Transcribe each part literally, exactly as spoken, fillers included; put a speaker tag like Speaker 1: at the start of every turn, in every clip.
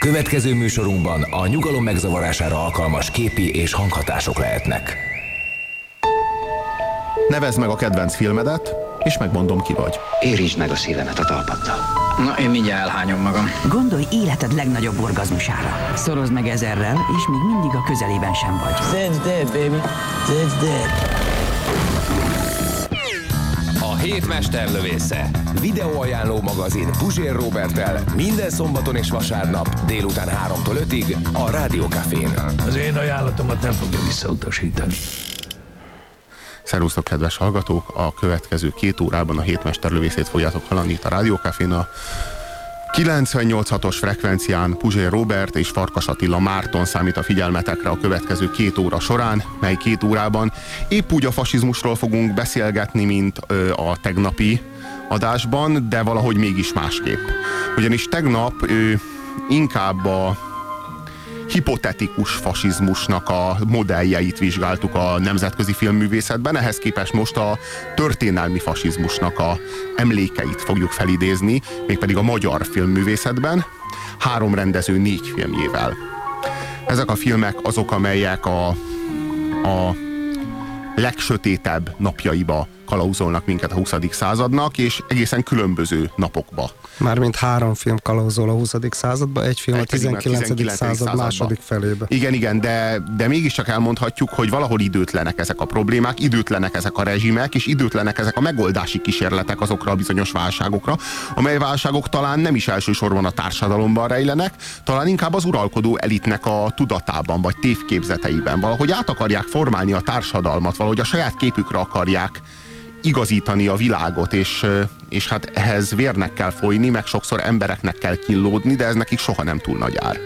Speaker 1: Következő műsorunkban a nyugalom megzavarására alkalmas képi és hanghatások lehetnek.
Speaker 2: Nevezd meg a kedvenc filmedet, és megmondom, ki vagy.
Speaker 3: Érintsd meg a szívemet a talpaddal.
Speaker 4: Na, én mindjárt elhányom magam.
Speaker 5: Gondolj életed legnagyobb orgazmusára. Szorozd meg ezerrel, és még mindig a közelében sem vagy.
Speaker 6: That's dead, baby. That's dead.
Speaker 1: A hét mesterlövésze. Videóajánló magazin Puzsér Róberttel minden szombaton és vasárnap délután háromtól ötig a Rádió Cafén.
Speaker 6: Az én ajánlatomat nem fogja visszautasítani.
Speaker 2: Szervusztok, kedves hallgatók! A következő két órában a hét mesterlövészét fogjátok hallani itt a Rádió Cafén, a kilencvennyolc hatos frekvencián. Puzsér Róbert és Farkas Attila Márton számít a figyelmetekre a következő két óra során, mely két órában épp úgy a fasizmusról fogunk beszélgetni, mint ö, a tegnapi adásban, de valahogy mégis másképp. Ugyanis tegnap ö, inkább a hipotetikus fasizmusnak a modelljeit vizsgáltuk a nemzetközi filmművészetben, ehhez képest most a történelmi fasizmusnak a emlékeit fogjuk felidézni, mégpedig a magyar filmművészetben, három rendező négy filmjével. Ezek a filmek azok, amelyek a, a legsötétebb napjaiba kalauzolnak minket a huszadik századnak, és egészen különböző napokba.
Speaker 7: Mármint három film kalauzol a huszadik századba, egy film egy a tizenkilencedik század második felébe.
Speaker 2: Igen, igen, de, de mégiscsak elmondhatjuk, hogy valahol időtlenek ezek a problémák, időtlenek ezek a rezsimek, és időtlenek ezek a megoldási kísérletek azokra a bizonyos válságokra, amely válságok talán nem is elsősorban a társadalomban rejlenek, talán inkább az uralkodó elitnek a tudatában, vagy tévképzeteiben. Valahogy át akarják formálni a társadalmat, valahogy a saját képükre akarják igazítani a világot, és, és hát ehhez vérnek kell folyni, meg sokszor embereknek kell kínlódni, de ez nekik soha nem túl nagy ár.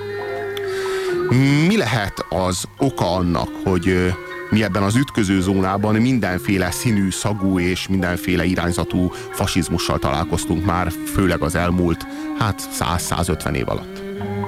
Speaker 2: Mi lehet az oka annak, hogy mi ebben az ütköző zónában mindenféle színű, szagú és mindenféle irányzatú fasizmussal találkoztunk már, főleg az elmúlt, hát száz-százötven év alatt?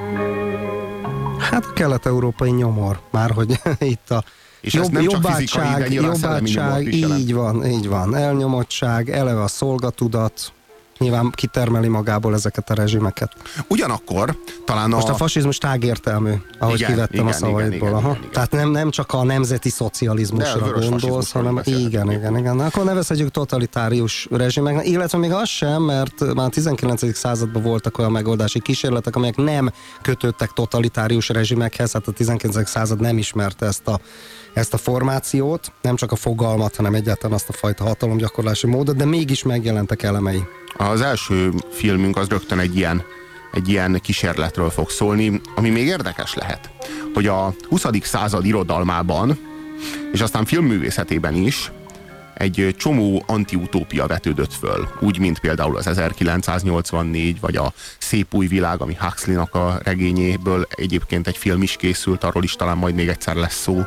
Speaker 7: Hát a kelet-európai nyomor, már hogy itt a
Speaker 2: és Jobb, nem csak fizikai, de nyilván szellemi nyomort is jelent.
Speaker 7: Így van, így van. Elnyomottság, eleve a szolgatudat, nyilván kitermeli magából ezeket a rezsimeket.
Speaker 2: Ugyanakkor talán a...
Speaker 7: Most a fasizmus tágértelmű, ahogy igen, kivettem igen, a szavaidból. Igen, igen, igen. Tehát nem, nem csak a nemzeti szocializmusra gondolsz, hanem igen, igen, igen. Akkor nevezhetjük totalitárius rezsimeknek, illetve még az sem, mert már a tizenkilencedik században voltak olyan megoldási kísérletek, amelyek nem kötődtek totalitárius rezsimekhez, hát a tizenkilencedik század nem ismerte ezt a ezt a formációt, nem csak a fogalmat, hanem egyáltalán azt a fajta hatalomgyakorlási módot, de mégis megjelentek elemei.
Speaker 2: Az első filmünk az rögtön egy ilyen, egy ilyen kísérletről fog szólni, ami még érdekes lehet, hogy a huszadik század irodalmában, és aztán filmművészetében is egy csomó antiutópia vetődött föl, úgy, mint például az ezerkilencszáznyolcvannégy, vagy a Szép új világ, ami Huxleynak a regényéből egyébként egy film is készült, arról is talán majd még egyszer lesz szó,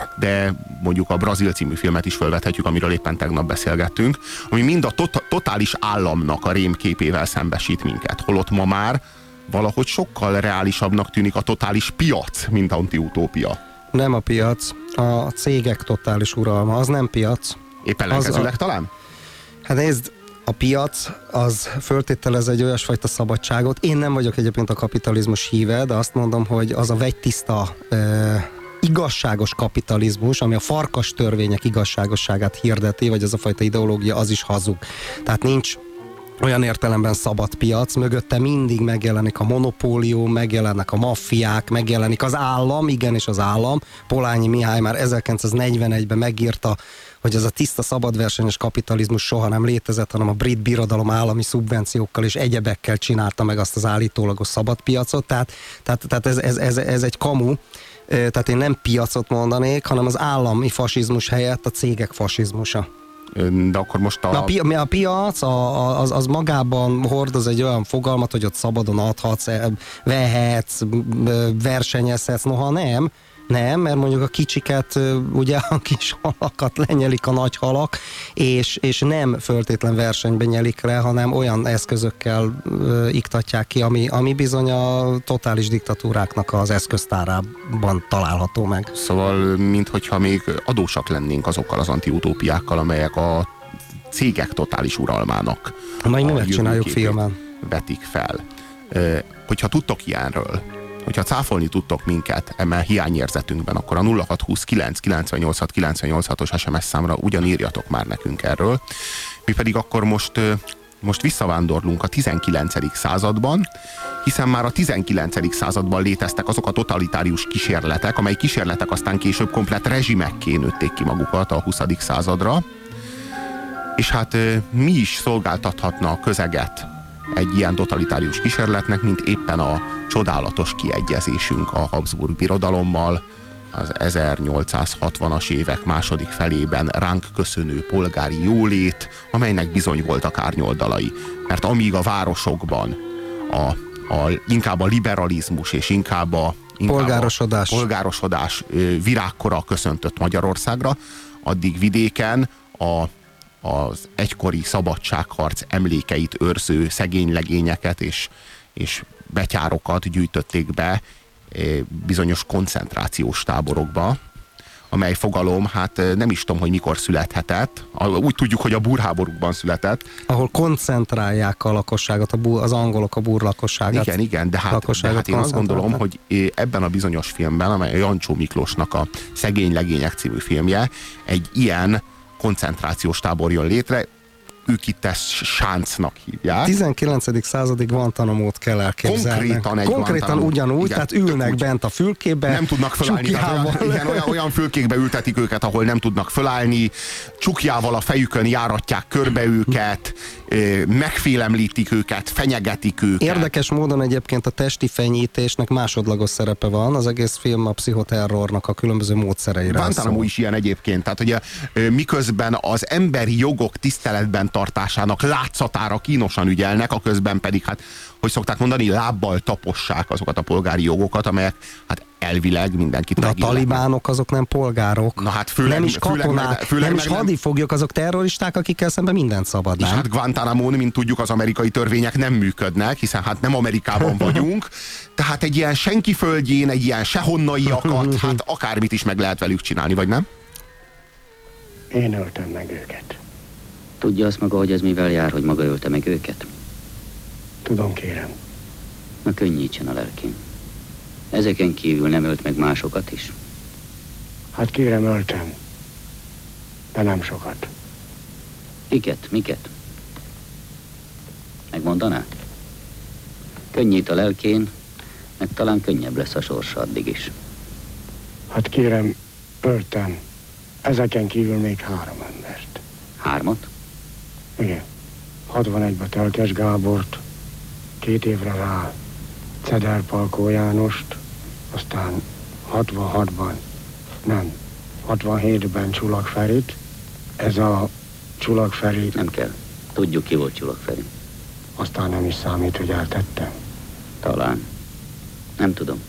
Speaker 2: de mondjuk a Brazil című filmet is felvethetjük, amiről éppen tegnap beszélgettünk, ami mind a tot- totális államnak a rémképével szembesít minket, holott ma már valahogy sokkal reálisabbnak tűnik a totális piac, mint antiutópia.
Speaker 7: Nem a piac, a cégek totális uralma, az nem piac.
Speaker 2: Épp ellenkezőleg talán?
Speaker 7: Hát nézd, a piac az föltételez egy olyasfajta szabadságot. Én nem vagyok egyébként a kapitalizmus híve, de azt mondom, hogy az a vegytiszta e, igazságos kapitalizmus, ami a farkas törvények igazságosságát hirdeti, vagy ez a fajta ideológia, az is hazug. Tehát nincs olyan értelemben szabad piac, mögötte mindig megjelenik a monopólium, megjelennek a maffiák, megjelenik az állam, igenis az állam. Polányi Mihály már ezerkilencszáznegyvenegyben megírta, hogy ez a tiszta szabadversenyes kapitalizmus soha nem létezett, hanem a brit birodalom állami szubvenciókkal és egyebekkel csinálta meg azt az állítólagos szabadpiacot. Tehát, tehát, tehát ez, ez, ez, ez egy kamu. Tehát én nem piacot mondanék, hanem az állami fasizmus helyett a cégek fasizmusa.
Speaker 2: De akkor most a...
Speaker 7: A, pi- a piac a, az, az magában hordoz egy olyan fogalmat, hogy ott szabadon adhatsz, vehetsz, versenyezhetsz, noha nem. Nem, mert mondjuk a kicsiket, ugye a kis halakat lenyelik a nagy halak, és, és nem föltétlen versenyben nyelik le, hanem olyan eszközökkel uh, iktatják ki, ami, ami bizony a totális diktatúráknak az eszköztárában található meg.
Speaker 2: Szóval, minthogyha még adósak lennénk azokkal az antiutópiákkal, amelyek a cégek totális uralmának
Speaker 7: majd mi megcsináljuk filmen.
Speaker 2: Vetik fel. Hogyha tudtok ilyenről, hogyha cáfolni tudtok minket emmel hiányérzetünkben, akkor a nulla hat húsz kilenc kilencnyolc hat kilencnyolc hatos es em es számra ugyan írjatok már nekünk erről. Mi pedig akkor most, most visszavándorlunk a tizenkilencedik században, hiszen már a tizenkilencedik században léteztek azok a totalitárius kísérletek, amely kísérletek aztán később komplett rezsimekké nőtték ki magukat a huszadik századra. És hát mi is szolgáltathatna a közeget egy ilyen totalitárius kísérletnek, mint éppen a csodálatos kiegyezésünk a Habsburg Birodalommal, az ezernyolcszázhatvanas évek második felében ránk köszönő polgári jólét, amelynek bizony voltak árnyoldalai. Mert amíg a városokban a, a, inkább a liberalizmus és inkább a inkább
Speaker 7: polgárosodás,
Speaker 2: a polgárosodás virágkora köszöntött Magyarországra, addig vidéken a az egykori szabadságharc emlékeit őrző szegény legényeket és, és betyárokat gyűjtötték be bizonyos koncentrációs táborokba, amely fogalom, hát nem is tudom, hogy mikor születhetett. Úgy tudjuk, hogy a búrháborúkban született.
Speaker 7: Ahol koncentrálják a lakosságot, a búr, az angolok a búr lakosságát.
Speaker 2: Igen, igen, de hát, de hát én azt gondolom, hogy ebben a bizonyos filmben, amely a Jancsó Miklósnak a Szegény legények című filmje, egy ilyen koncentrációs tábor jön létre, ők itt ezt sáncnak hívják.
Speaker 7: tizenkilencedik századig Guantanamót kell elképzelni.
Speaker 2: Konkrétan egy
Speaker 7: Konkrétan ugyanúgy, igen, tehát ülnek
Speaker 2: úgy,
Speaker 7: bent a fülkébe.
Speaker 2: Nem tudnak fölállni. Olyan, igen, olyan, olyan fülkékbe ültetik őket, ahol nem tudnak fölállni, csukjával a fejükön járatják körbe őket, megfélemlítik őket, fenyegetik őket.
Speaker 7: Érdekes módon egyébként a testi fenyítésnek másodlagos szerepe van, az egész film a pszichoterrornak a különböző módszereire.
Speaker 2: Guantanamo is ilyen egyébként, tehát ugye miközben az emberi jogok tiszteletben tartásának látszatára kínosan ügyelnek, a közben pedig, hát, hogy szokták mondani, lábbal tapossák azokat a polgári jogokat, amelyek hát elvileg mindenkit
Speaker 7: megilletnek. De a talibánok azok nem polgárok.
Speaker 2: Na hát főleg,
Speaker 7: nem is katonák,
Speaker 2: főleg, főleg,
Speaker 7: nem is hadifoglyok, azok terroristák, akikkel szemben mindent szabad.
Speaker 2: És hát Guantánamón, mint tudjuk, az amerikai törvények nem működnek, hiszen hát nem Amerikában vagyunk, tehát egy ilyen senki földjén, egy ilyen sehonnaiakat, hát akármit is meg lehet velük csinálni, vagy nem?
Speaker 8: Én öltem meg őket.
Speaker 3: Tudja azt maga, hogy ez mivel jár, hogy maga ölte meg őket?
Speaker 8: Tudom, kérem.
Speaker 3: Na könnyítsen a lelkén. Ezeken kívül nem ölt meg másokat is?
Speaker 8: Hát kérem, öltem. De nem sokat.
Speaker 3: Kiket? Miket? Megmondaná? Könnyít a lelkén, meg talán könnyebb lesz a sorsa addig is.
Speaker 8: Hát kérem, öltem. Ezeken kívül még három embert.
Speaker 3: Hármat?
Speaker 8: Igen. hatvanegyben Telkes Gábort, két évre rá Ceder Palkó Jánost, aztán hatvanhatban, nem, hatvanhétben Csulak Ferit. Ez a Csulak Feri...
Speaker 3: Nem kell. Tudjuk, ki volt Csulak Feri.
Speaker 8: Aztán nem is számít, hogy eltettem.
Speaker 3: Talán. Nem tudom.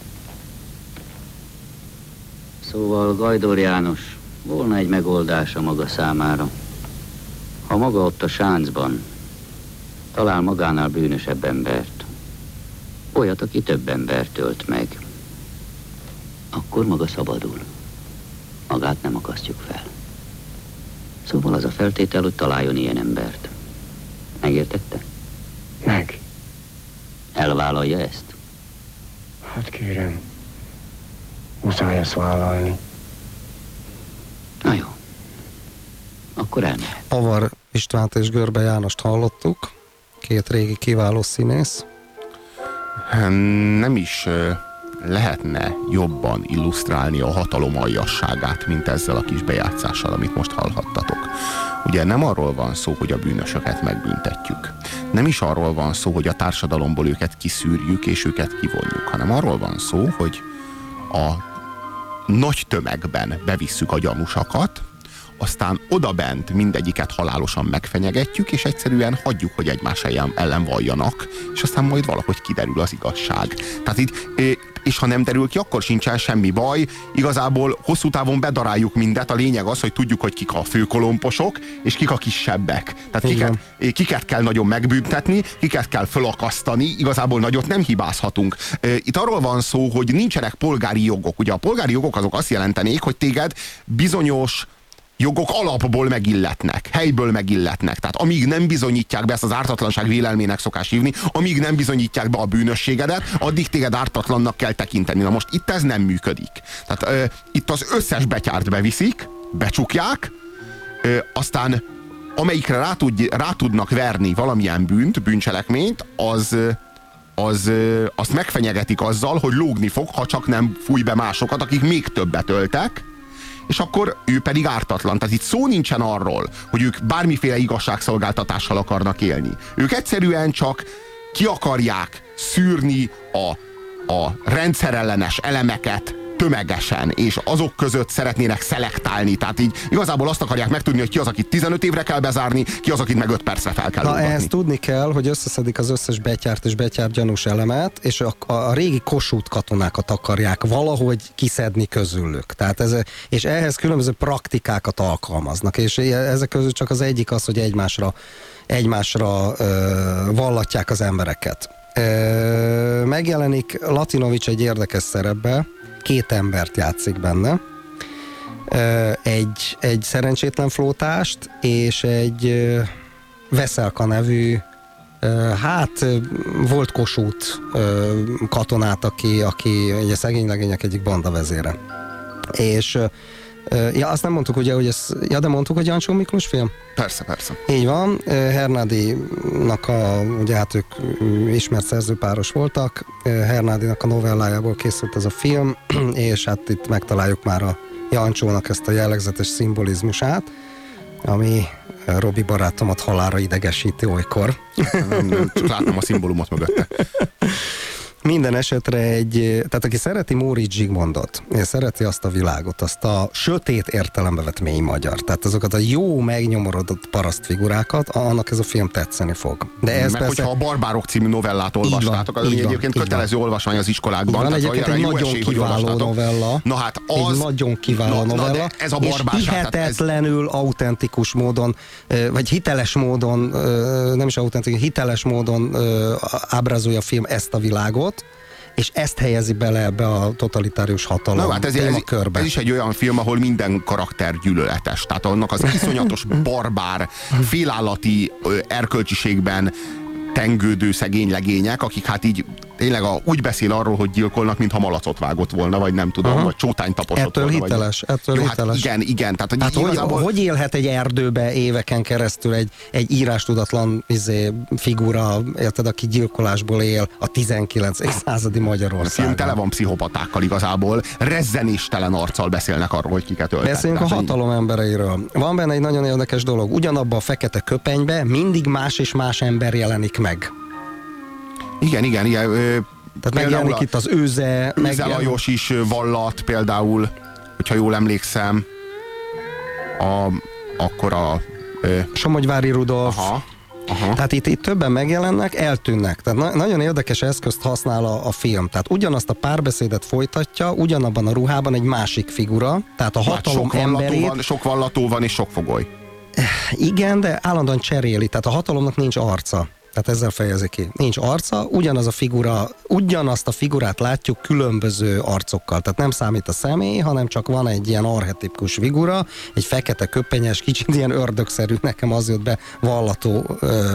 Speaker 3: Szóval Gajdor János, volna egy megoldása maga számára. Ha maga ott a sáncban talál magánál bűnösebb embert, olyat, aki több embert ölt meg, akkor maga szabadul. Magát nem akasztjuk fel. Szóval az a feltétel, hogy találjon ilyen embert. Megértette?
Speaker 8: Meg.
Speaker 3: Elvállalja ezt?
Speaker 8: Hát kérem, muszáj ezt vállalni.
Speaker 3: Na jó. Akkor elmehet.
Speaker 7: Avar Istvánt és Görbe Jánost hallottuk, két régi kiváló színész.
Speaker 2: Nem is lehetne jobban illusztrálni a hatalom aljasságát, mint ezzel a kis bejátszással, amit most hallhattatok. Ugye nem arról van szó, hogy a bűnösöket megbüntetjük. Nem is arról van szó, hogy a társadalomból őket kiszűrjük és őket kivonjuk, hanem arról van szó, hogy a nagy tömegben bevisszük a gyanúsakat, aztán odabent mindegyiket halálosan megfenyegetjük, és egyszerűen hagyjuk, hogy egymás ellen valljanak, és aztán majd valahogy kiderül az igazság. Tehát így, és ha nem derül ki, akkor sincsen semmi baj, igazából hosszú távon bedaráljuk mindet, a lényeg az, hogy tudjuk, hogy kik a főkolomposok, és kik a kisebbek. Tehát kiket, kiket kell nagyon megbüntetni, kiket kell fölakasztani, igazából nagyot nem hibázhatunk. Itt arról van szó, hogy nincsenek polgári jogok. Ugye a polgári jogok azok azt jelentenék, hogy téged bizonyos jogok alapból megilletnek, helyből megilletnek. Tehát amíg nem bizonyítják be, ezt az ártatlanság vélelmének szokás hívni, amíg nem bizonyítják be a bűnösségedet, addig téged ártatlannak kell tekinteni. Na most itt ez nem működik. Tehát ö, itt az összes betyárt beviszik, becsukják, ö, aztán amelyikre rá, tud, rá tudnak verni valamilyen bűnt, bűncselekményt, az, az, azt megfenyegetik azzal, hogy lógni fog, ha csak nem fúj be másokat, akik még többet öltek, és akkor ő pedig ártatlan. Tehát itt szó nincsen arról, hogy ők bármiféle igazságszolgáltatással akarnak élni. Ők egyszerűen csak ki akarják szűrni a, a rendszerellenes elemeket tömegesen, és azok között szeretnének szelektálni. Tehát így igazából azt akarják megtudni, hogy ki az, akit tizenöt évre kell bezárni, ki az, akit meg öt percre fel kell lógatni.
Speaker 7: Na, ehhez tudni kell, hogy összeszedik az összes betyárt és betyárt gyanús elemet, és a, a, a régi Kossuth katonákat akarják valahogy kiszedni közülük. Tehát ez, és ehhez különböző praktikákat alkalmaznak, és ezek közül csak az egyik az, hogy egymásra, egymásra ö, vallatják az embereket. Ö, megjelenik Latinovics egy érdekes szerepbe, két embert játszik benne, egy, egy szerencsétlen flótást, és egy Veszelka nevű, hát volt Kossuth katonát, aki, aki egy szegény legények egyik banda vezére. És ja, azt nem mondtuk ugye, hogy ez, ja, de mondtuk, hogy Jancsó Miklós film?
Speaker 2: Persze, persze.
Speaker 7: Így van, Hernádi-nak a, ugye hát ők ismert szerzőpáros voltak, Hernádi-nak a novellájából készült ez a film, és hát itt megtaláljuk már a Jancsónak ezt a jellegzetes szimbolizmusát, ami Robi barátomat halálra idegesíti olykor.
Speaker 2: Nem, nem, csak látom a szimbólumot mögötte.
Speaker 7: Minden esetre egy, tehát aki szereti Móricz Zsigmondot, szereti azt a világot, azt a sötét értelembe vett mély magyar, tehát azokat a jó megnyomorodott parasztfigurákat, annak ez a film tetszeni fog. De ez
Speaker 2: meg
Speaker 7: persze...
Speaker 2: hogyha a Barbárok című novellát olvastátok, az egyébként kötelező olvasmány az iskolákban.
Speaker 7: Van egyébként egy nagyon
Speaker 2: esély,
Speaker 7: kiváló novella.
Speaker 2: Na hát az...
Speaker 7: Egy nagyon kiváló na, novella.
Speaker 2: Na ez a barbárság.
Speaker 7: És hihetetlenül ez... autentikus módon, vagy hiteles módon, nem is autentikus, hiteles módon ábrázolja a film ezt a világot, és ezt helyezi bele ebbe a totalitárius hatalom
Speaker 2: Na, hát ez, ez, ez is egy olyan film, ahol minden karakter gyűlöletes. Tehát annak az iszonyatos barbár, félállati erkölcsiségben tengődő szegény legények, akik hát így tényleg a, úgy beszél arról, hogy gyilkolnak, mintha malacot vágott volna, vagy nem tudom, uh-huh. vagy csótányt taposott
Speaker 7: ettől
Speaker 2: volna.
Speaker 7: Hiteles,
Speaker 2: vagy...
Speaker 7: ettől
Speaker 2: Jó,
Speaker 7: hiteles.
Speaker 2: Hát igen, igen. Tehát, hogy,
Speaker 7: hát hogy,
Speaker 2: igazából...
Speaker 7: hogy élhet egy erdőbe éveken keresztül egy, egy írástudatlan izé, figura, érted, aki gyilkolásból él a tizenkilencedik századi Magyarországon.
Speaker 2: A film tele van pszichopatákkal igazából, rezzenéstelen arccal beszélnek arról, hogy kiket öltek.
Speaker 7: Beszéljünk a hatalom embereiről. Van benne egy nagyon érdekes dolog. Ugyanabban a fekete köpenybe mindig más és más ember jelenik meg.
Speaker 2: Igen, igen, igen. Ö,
Speaker 7: Tehát megjelenik itt az Őze,
Speaker 2: Őze Lajos is vallat például, hogyha jól emlékszem, a, akkor a... Ö,
Speaker 7: Somogyvári Rudolf.
Speaker 2: Aha, aha.
Speaker 7: Tehát itt, itt többen megjelennek, eltűnnek. Tehát na, nagyon érdekes eszközt használ a, a film. Tehát ugyanazt a párbeszédet folytatja, ugyanabban a ruhában egy másik figura, tehát a hatalom
Speaker 2: sok
Speaker 7: emberét...
Speaker 2: Van, sok vallató van és sok fogoly.
Speaker 7: Igen, de állandóan cseréli, tehát a hatalomnak nincs arca. Tehát ezzel fejezi ki. Nincs arca, ugyanaz a figura, ugyanazt a figurát látjuk különböző arcokkal. Tehát nem számít a személy, hanem csak van egy ilyen archetipikus figura, egy fekete köpenyes, kicsit ilyen ördögszerű, nekem az jött be vallató,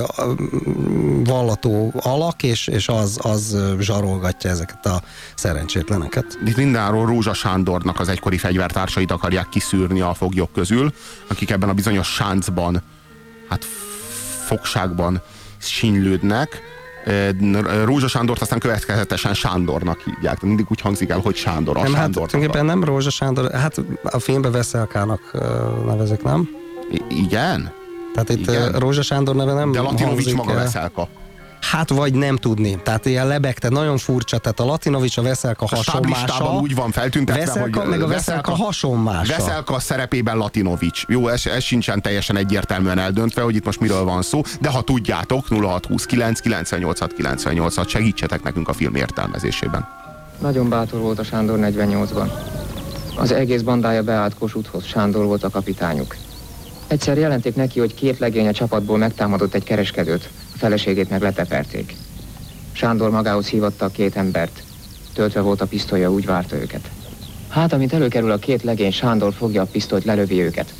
Speaker 7: vallató alak, és, és az, az zsarolgatja ezeket a szerencsétleneket.
Speaker 2: Itt mindenáról Rózsa Sándornak az egykori fegyvertársait akarják kiszűrni a foglyok közül, akik ebben a bizonyos sáncban, hát fogságban sínylődnek. Rózsa Sándort aztán következetesen Sándornak hívják. Mindig úgy hangzik el, hogy Sándor. A
Speaker 7: nem,
Speaker 2: Sándor
Speaker 7: hát tulajdonképpen nem Rózsa Sándor, hát a filmben Veszelkának nevezik, nem?
Speaker 2: I- igen?
Speaker 7: Tehát itt
Speaker 2: igen.
Speaker 7: Rózsa Sándor neve nem
Speaker 2: de Latinovics maga
Speaker 7: el.
Speaker 2: Veszelka.
Speaker 7: Hát vagy nem tudni. Tehát ilyen lebegte, nagyon furcsa. Tehát a Latinovics, a Veszelka hasonmása.
Speaker 2: úgy van feltüntetve,
Speaker 7: Veszelka,
Speaker 2: hogy
Speaker 7: meg a Veszelka hasonmása.
Speaker 2: Veszelka szerepében Latinovics. Jó, ez, ez sincsen teljesen egyértelműen eldöntve, hogy itt most miről van szó, de ha tudjátok, nulla hat huszonkilenc kilencvennyolc kilencvennyolc segítsetek nekünk a film értelmezésében.
Speaker 9: Nagyon bátor volt a Sándor negyvennyolcban. Az egész bandája beállt Kossuthhoz, Sándor volt a kapitányuk. Egyszer jelenték neki, hogy két legény a csapatból megtámadott egy kereskedőt, a feleségét meg leteperték. Sándor magához hívatta a két embert. Töltve volt a pisztolya, úgy várta őket. Hát, amint előkerül a két legény, Sándor fogja a pisztolyt, lelövi őket.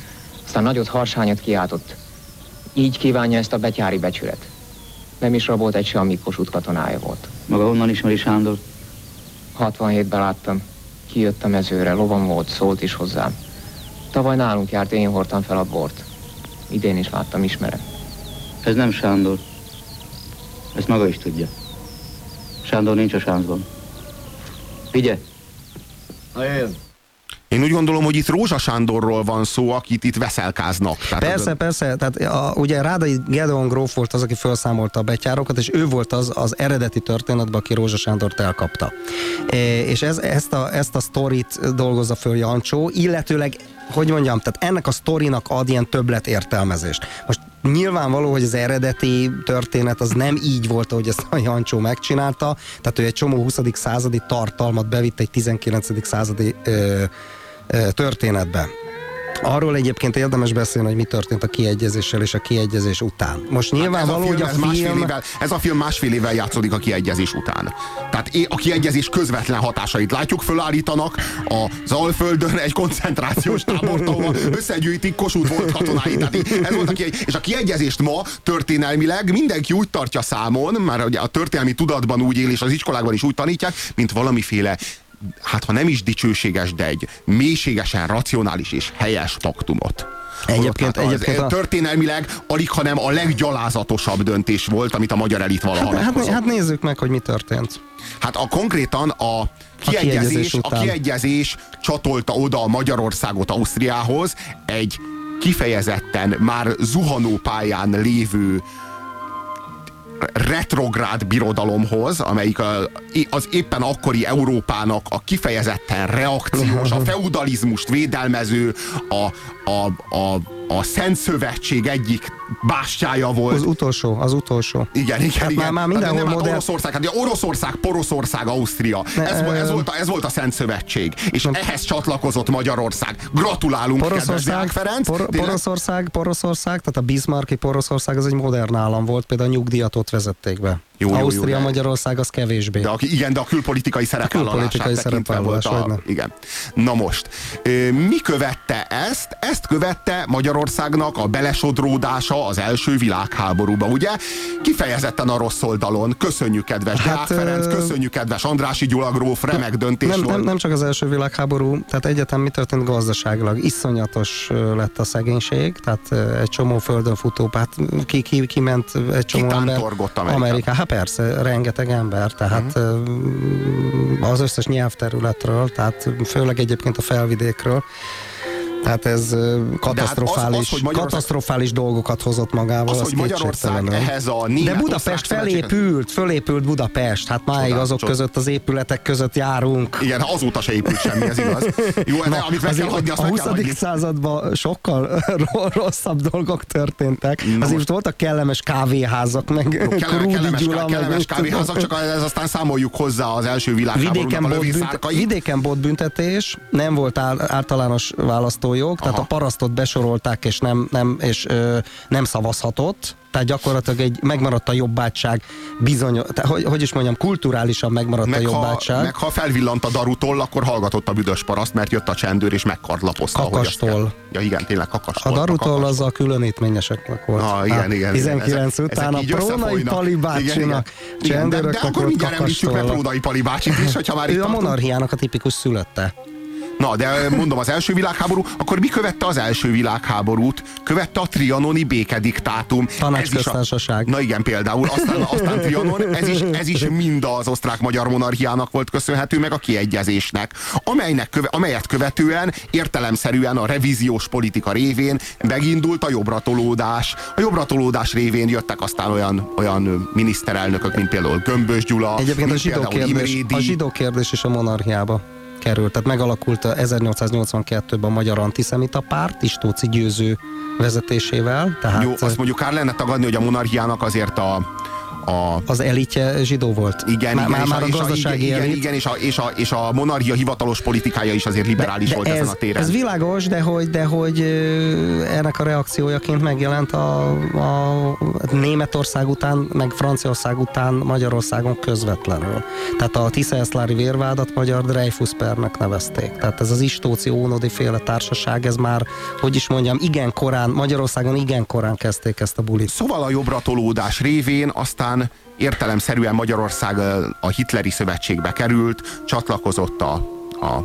Speaker 9: Aztán nagyot harsányot kiáltott. Így kívánja ezt a betyári becsület. Nem is rabolt egy se, amíg Kossuth katonája volt.
Speaker 3: Maga honnan ismeri Sándor?
Speaker 9: hatvanhétben láttam. Kijött a mezőre, lovam volt, szólt is hozzám. Tavaly nálunk járt, én hordtam fel a bort. Idén is láttam, ismerem.
Speaker 3: Ez nem Sándor. Ezt maga is tudja. Sándor nincs a sáncban. Figyelj!
Speaker 4: Na jöjjön!
Speaker 2: Én úgy gondolom, hogy itt Rózsa Sándorról van szó, akit itt veszelkáznak. Tehát
Speaker 7: persze,
Speaker 2: az...
Speaker 7: persze. Tehát a, ugye Rádai Gedeon gróf volt az, aki felszámolta a betyárokat, és ő volt az az eredeti történetben, aki Rózsa Sándort elkapta. E, és ez, ezt, a, ezt a sztorit dolgozza föl Jancsó, illetőleg, hogy mondjam, tehát ennek a sztorinak ad ilyen többlet értelmezést. Most nyilvánvaló, hogy az eredeti történet az nem így volt, ahogy ezt a Jancsó megcsinálta, tehát ő egy csomó huszadik századi tartalmat bevitt egy tizenkilencedik századi ö, ö, történetbe. Arról egyébként érdemes beszélni, hogy mi történt a kiegyezéssel és a kiegyezés után. Most nyilvánvaló, hogy a film...
Speaker 2: Másfél évvel, ez a film másfél évvel játszódik a kiegyezés után. Tehát a kiegyezés közvetlen hatásait látjuk, fölállítanak az Alföldön egy koncentrációs tábort, ahol összegyűjtik Kossuth volt katonái. Tehát ez volt a kiegyezés. És a kiegyezést ma történelmileg mindenki úgy tartja számon, már ugye a történelmi tudatban úgy él, és az iskolákban is úgy tanítják, mint valamiféle, hát ha nem is dicsőséges, de egy mélységesen racionális és helyes paktumot.
Speaker 7: Egyébként, egyébként a...
Speaker 2: történelmileg alig, hanem a leggyalázatosabb döntés volt, amit a magyar elit valaha
Speaker 7: hát,
Speaker 2: meghozott.
Speaker 7: Hát nézzük meg, hogy mi történt.
Speaker 2: Hát a konkrétan a kiegyezés, a, a kiegyezés csatolta oda a Magyarországot Ausztriához egy kifejezetten már zuhanó pályán lévő retrográd birodalomhoz, amelyik a, az éppen akkori Európának a kifejezetten reakciós, a feudalizmust védelmező, a, a, a, a Szent Szövetség egyik bástyája volt.
Speaker 7: Az utolsó, az utolsó.
Speaker 2: Igen, igen,
Speaker 7: hát
Speaker 2: igen.
Speaker 7: Már, már mindenhol
Speaker 2: nem,
Speaker 7: modern...
Speaker 2: Oroszország, hát Oroszország, Poroszország, Ausztria. Ne, ez, ez, volt a, ez volt a Szent Szövetség. És nem. ehhez csatlakozott Magyarország. Gratulálunk, kedves Deák Ferenc.
Speaker 7: Por, Poroszország, Poroszország, tehát a Bismarcki Poroszország az egy modern állam volt, például a nyugdíjat ott vezették be. Jó, Ausztria, jó, jó, Magyarország az kevésbé.
Speaker 2: De a, igen, de a külpolitikai szerepvállalását tekintve volt a... Igen. Na most, mi követte ezt? Ezt követte Magyarországnak a belesodródása az első világháborúba, ugye? Kifejezetten a rossz oldalon. Köszönjük, kedves hát, Deák Ferenc, köszönjük, kedves Andrássy Gyula gróf, remek döntés
Speaker 7: nem,
Speaker 2: volt.
Speaker 7: Nem, nem csak az első világháború, tehát egyetem mi történt gazdaságilag? Iszonyatos lett a szegénység, tehát egy csomó földön futó, hát ki, ki, ki ment egy csomó ember Amerikába. Hát persze, rengeteg ember, tehát uh-huh. az összes nyelvterületről, tehát főleg egyébként a felvidékről. Tehát ez katasztrofális, az, az, Magyarország... katasztrofális dolgokat hozott magával.
Speaker 2: Az, az hogy Magyarország ehhez a
Speaker 7: De Budapest felépült, fölépült Budapest, hát máig azok csodál. között az épületek között járunk.
Speaker 2: Igen, azóta se épült semmi, ez igaz. Jó, de amit meg kell hagyni, azt
Speaker 7: a huszadik században sokkal rosszabb dolgok történtek. Na azért most voltak kellemes kávéházak, meg
Speaker 2: Krúdi kellemes, Gyula. Kellemes kávéházak, csak ez aztán számoljuk hozzá az első világháborúnak a lövészárkait.
Speaker 7: Vidéken volt büntetés, nem volt általános választó jog, tehát Aha. a parasztot besorolták, és nem, nem, és, ö, nem szavazhatott, tehát gyakorlatilag egy megmaradt a jobbátság bizony, tehát, hogy, hogy is mondjam, kulturálisan megmaradt meg a jobbátság.
Speaker 2: Ha, meg ha felvillant a darutoll, akkor hallgatott a büdös paraszt, mert jött a csendőr, és megkarlapozta.
Speaker 7: Kakastól.
Speaker 2: Ja igen, tényleg kakastól.
Speaker 7: A darutoll az a különítményeseknek volt.
Speaker 2: Ah, igen, igen,
Speaker 7: tizenkilenc igen, után a Prónai Pali bácsinak.
Speaker 2: De, de akkor mindjárt említsük meg Prónai Pali bácsit is, hogyha már itt
Speaker 7: ő a monarchiának a tipikus szülötte.
Speaker 2: Na, de mondom, az első világháború, akkor mi követte az első világháborút? Követte a trianoni békediktátum.
Speaker 7: Tanácsköztársaság.
Speaker 2: Na igen, például, aztán, aztán Trianon, ez is, ez is mind az osztrák-magyar monarchiának volt köszönhető, meg a kiegyezésnek, amelynek köve, amelyet követően értelemszerűen a revíziós politika révén megindult a jobbratolódás. A jobbratolódás révén jöttek aztán olyan, olyan miniszterelnökök, mint például Gömbös Gyula,
Speaker 7: egyébként a zsidó kérdés, a zsidó kérdés is a monarchiába került. Tehát megalakult ezernyolcszáznyolcvankettőben a Magyar Antiszemita Párt, Istóczy Győző vezetésével. Tehát...
Speaker 2: Jó, azt mondjuk kár lenne tagadni, hogy a monarchiának azért a, a...
Speaker 7: Az elitje zsidó volt.
Speaker 2: Igen,
Speaker 7: már,
Speaker 2: igen,
Speaker 7: már
Speaker 2: és
Speaker 7: a gazdasági
Speaker 2: igen,
Speaker 7: elit.
Speaker 2: igen, és a, és, a, és a monarchia hivatalos politikája is azért liberális
Speaker 7: de, de
Speaker 2: volt
Speaker 7: ez,
Speaker 2: ezen a téren.
Speaker 7: Ez világos, de hogy, de hogy ennek a reakciójaként megjelent a, a Németország után, meg Franciaország után Magyarországon közvetlenül. Tehát a Tisza-Eszlári vérvádat magyar Dreyfus-pernek nevezték. Tehát ez az Istóci Ónodi féle társaság, ez már, hogy is mondjam, igen korán, Magyarországon igen korán kezdték ezt a bulit.
Speaker 2: Szóval a jobbra tolódás révén aztán értelemszerűen Magyarország a hitleri szövetségbe került, csatlakozott a, a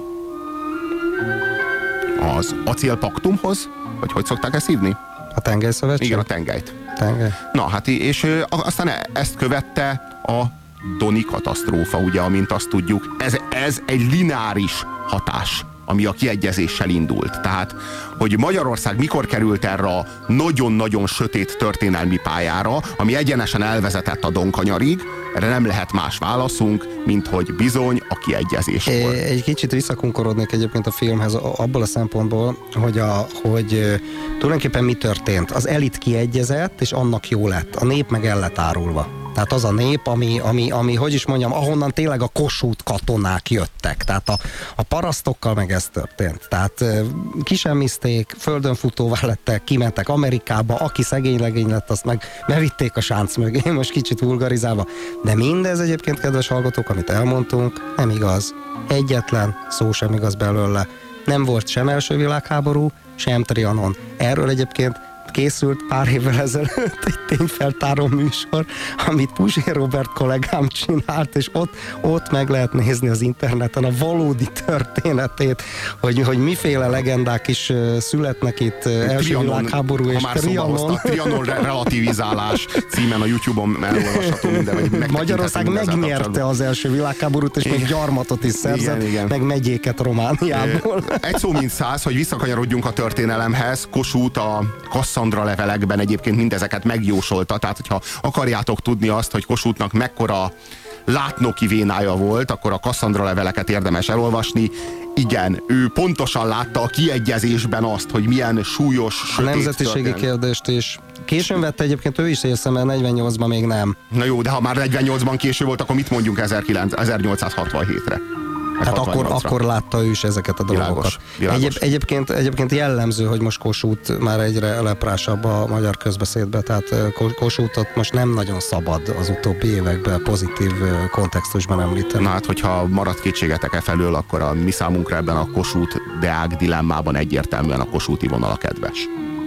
Speaker 2: az acélpaktumhoz, vagy hogy szokták ezt hívni?
Speaker 7: A tengelyszövetség?
Speaker 2: Igen, a tengelyt.
Speaker 7: Tengely.
Speaker 2: Na, hát és aztán ezt követte a Doni katasztrófa, ugye, amint azt tudjuk. Ez, ez egy lineáris hatás, ami a kiegyezéssel indult. Tehát, hogy Magyarország mikor került erre a nagyon-nagyon sötét történelmi pályára, ami egyenesen elvezetett a Donkanyarig, erre nem lehet más válaszunk, mint hogy bizony a kiegyezés volt.
Speaker 7: Egy kicsit visszakunkorodnék egyébként a filmhez abból a szempontból, hogy, a, hogy tulajdonképpen mi történt. Az elit kiegyezett, és annak jó lett. A nép meg el lett árulva. Tehát az a nép, ami, ami, ami, hogy is mondjam, ahonnan tényleg a Kossuth katonák jöttek. Tehát a, a parasztokkal meg ez történt. Tehát kisemmizték, földön futóvá lettek, kimentek Amerikába, aki szegény-legény lett, azt meg bevitték a sánc mögé, most kicsit vulgarizálva. De mindez egyébként, kedves hallgatók, amit elmondtunk, nem igaz. Egyetlen szó sem igaz belőle. Nem volt sem első világháború, sem Trianon. Erről egyébként készült pár évvel ezelőtt egy tényfeltáró műsor, amit Puzsér Róbert kollégám csinált, és ott, ott meg lehet nézni az interneten a valódi történetét, hogy, hogy miféle legendák is születnek itt első
Speaker 2: Trianon,
Speaker 7: világháború és
Speaker 2: Trianon. Trianon relativizálás címen a YouTube-on elolvasható minden.
Speaker 7: Magyarország megnyerte az első világháborút, és igen, még gyarmatot is szerzett, igen, igen, meg megyéket Romániából.
Speaker 2: Egy szó mint száz, hogy visszakanyarodjunk a történelemhez. Kossuth a Kasszandra levelekben egyébként mindezeket megjósolta, tehát hogyha akarjátok tudni azt, hogy Kossuthnak mekkora látnoki vénája volt, akkor a Kasszandra leveleket érdemes elolvasni. Igen, ő pontosan látta a kiegyezésben azt, hogy milyen súlyos, sötét
Speaker 7: a nemzetiségi történet. Kérdést is. Későn vette egyébként ő is észre, mert negyvennyolcban még nem.
Speaker 2: Na jó, de ha már negyvennyolcban késő volt, akkor mit mondjunk ezernyolcszázhatvanhétre?
Speaker 7: Hát akkor, akkor látta ő is ezeket a dolgokat.
Speaker 2: Világos, világos.
Speaker 7: Egyéb, egyébként, egyébként jellemző, hogy most Kossuth már egyre leprásabb a magyar közbeszédbe, tehát Kossuthot most nem nagyon szabad az utóbbi években pozitív kontextusban említeni.
Speaker 2: Na hát, hogyha maradt kétségetek e felől, akkor a mi számunkra ebben a Kossuth Deák dilemmában egyértelműen a kossuthi vonal a kedves.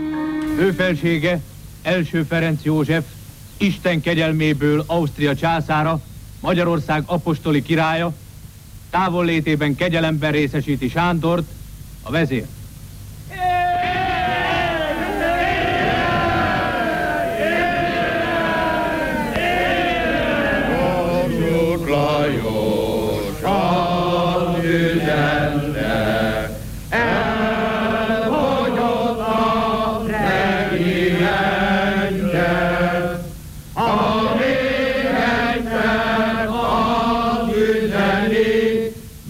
Speaker 10: Ő felsége, első Ferenc József, Isten kegyelméből Ausztria császára, Magyarország apostoli királya, távollétében kegyelemben részesíti Sándort, a vezér.
Speaker 11: Kossuth Lajos hadüzemre elhagyott a regimenset, ami egyszer hadüzeni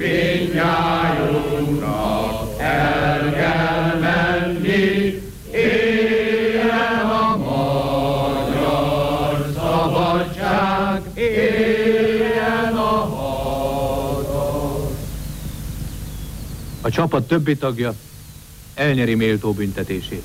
Speaker 11: mindnyájunknak el kell menni, éljen a magyar szabadság, éljen a hatalom.
Speaker 10: A csapat többi tagja elnyeri méltó büntetését.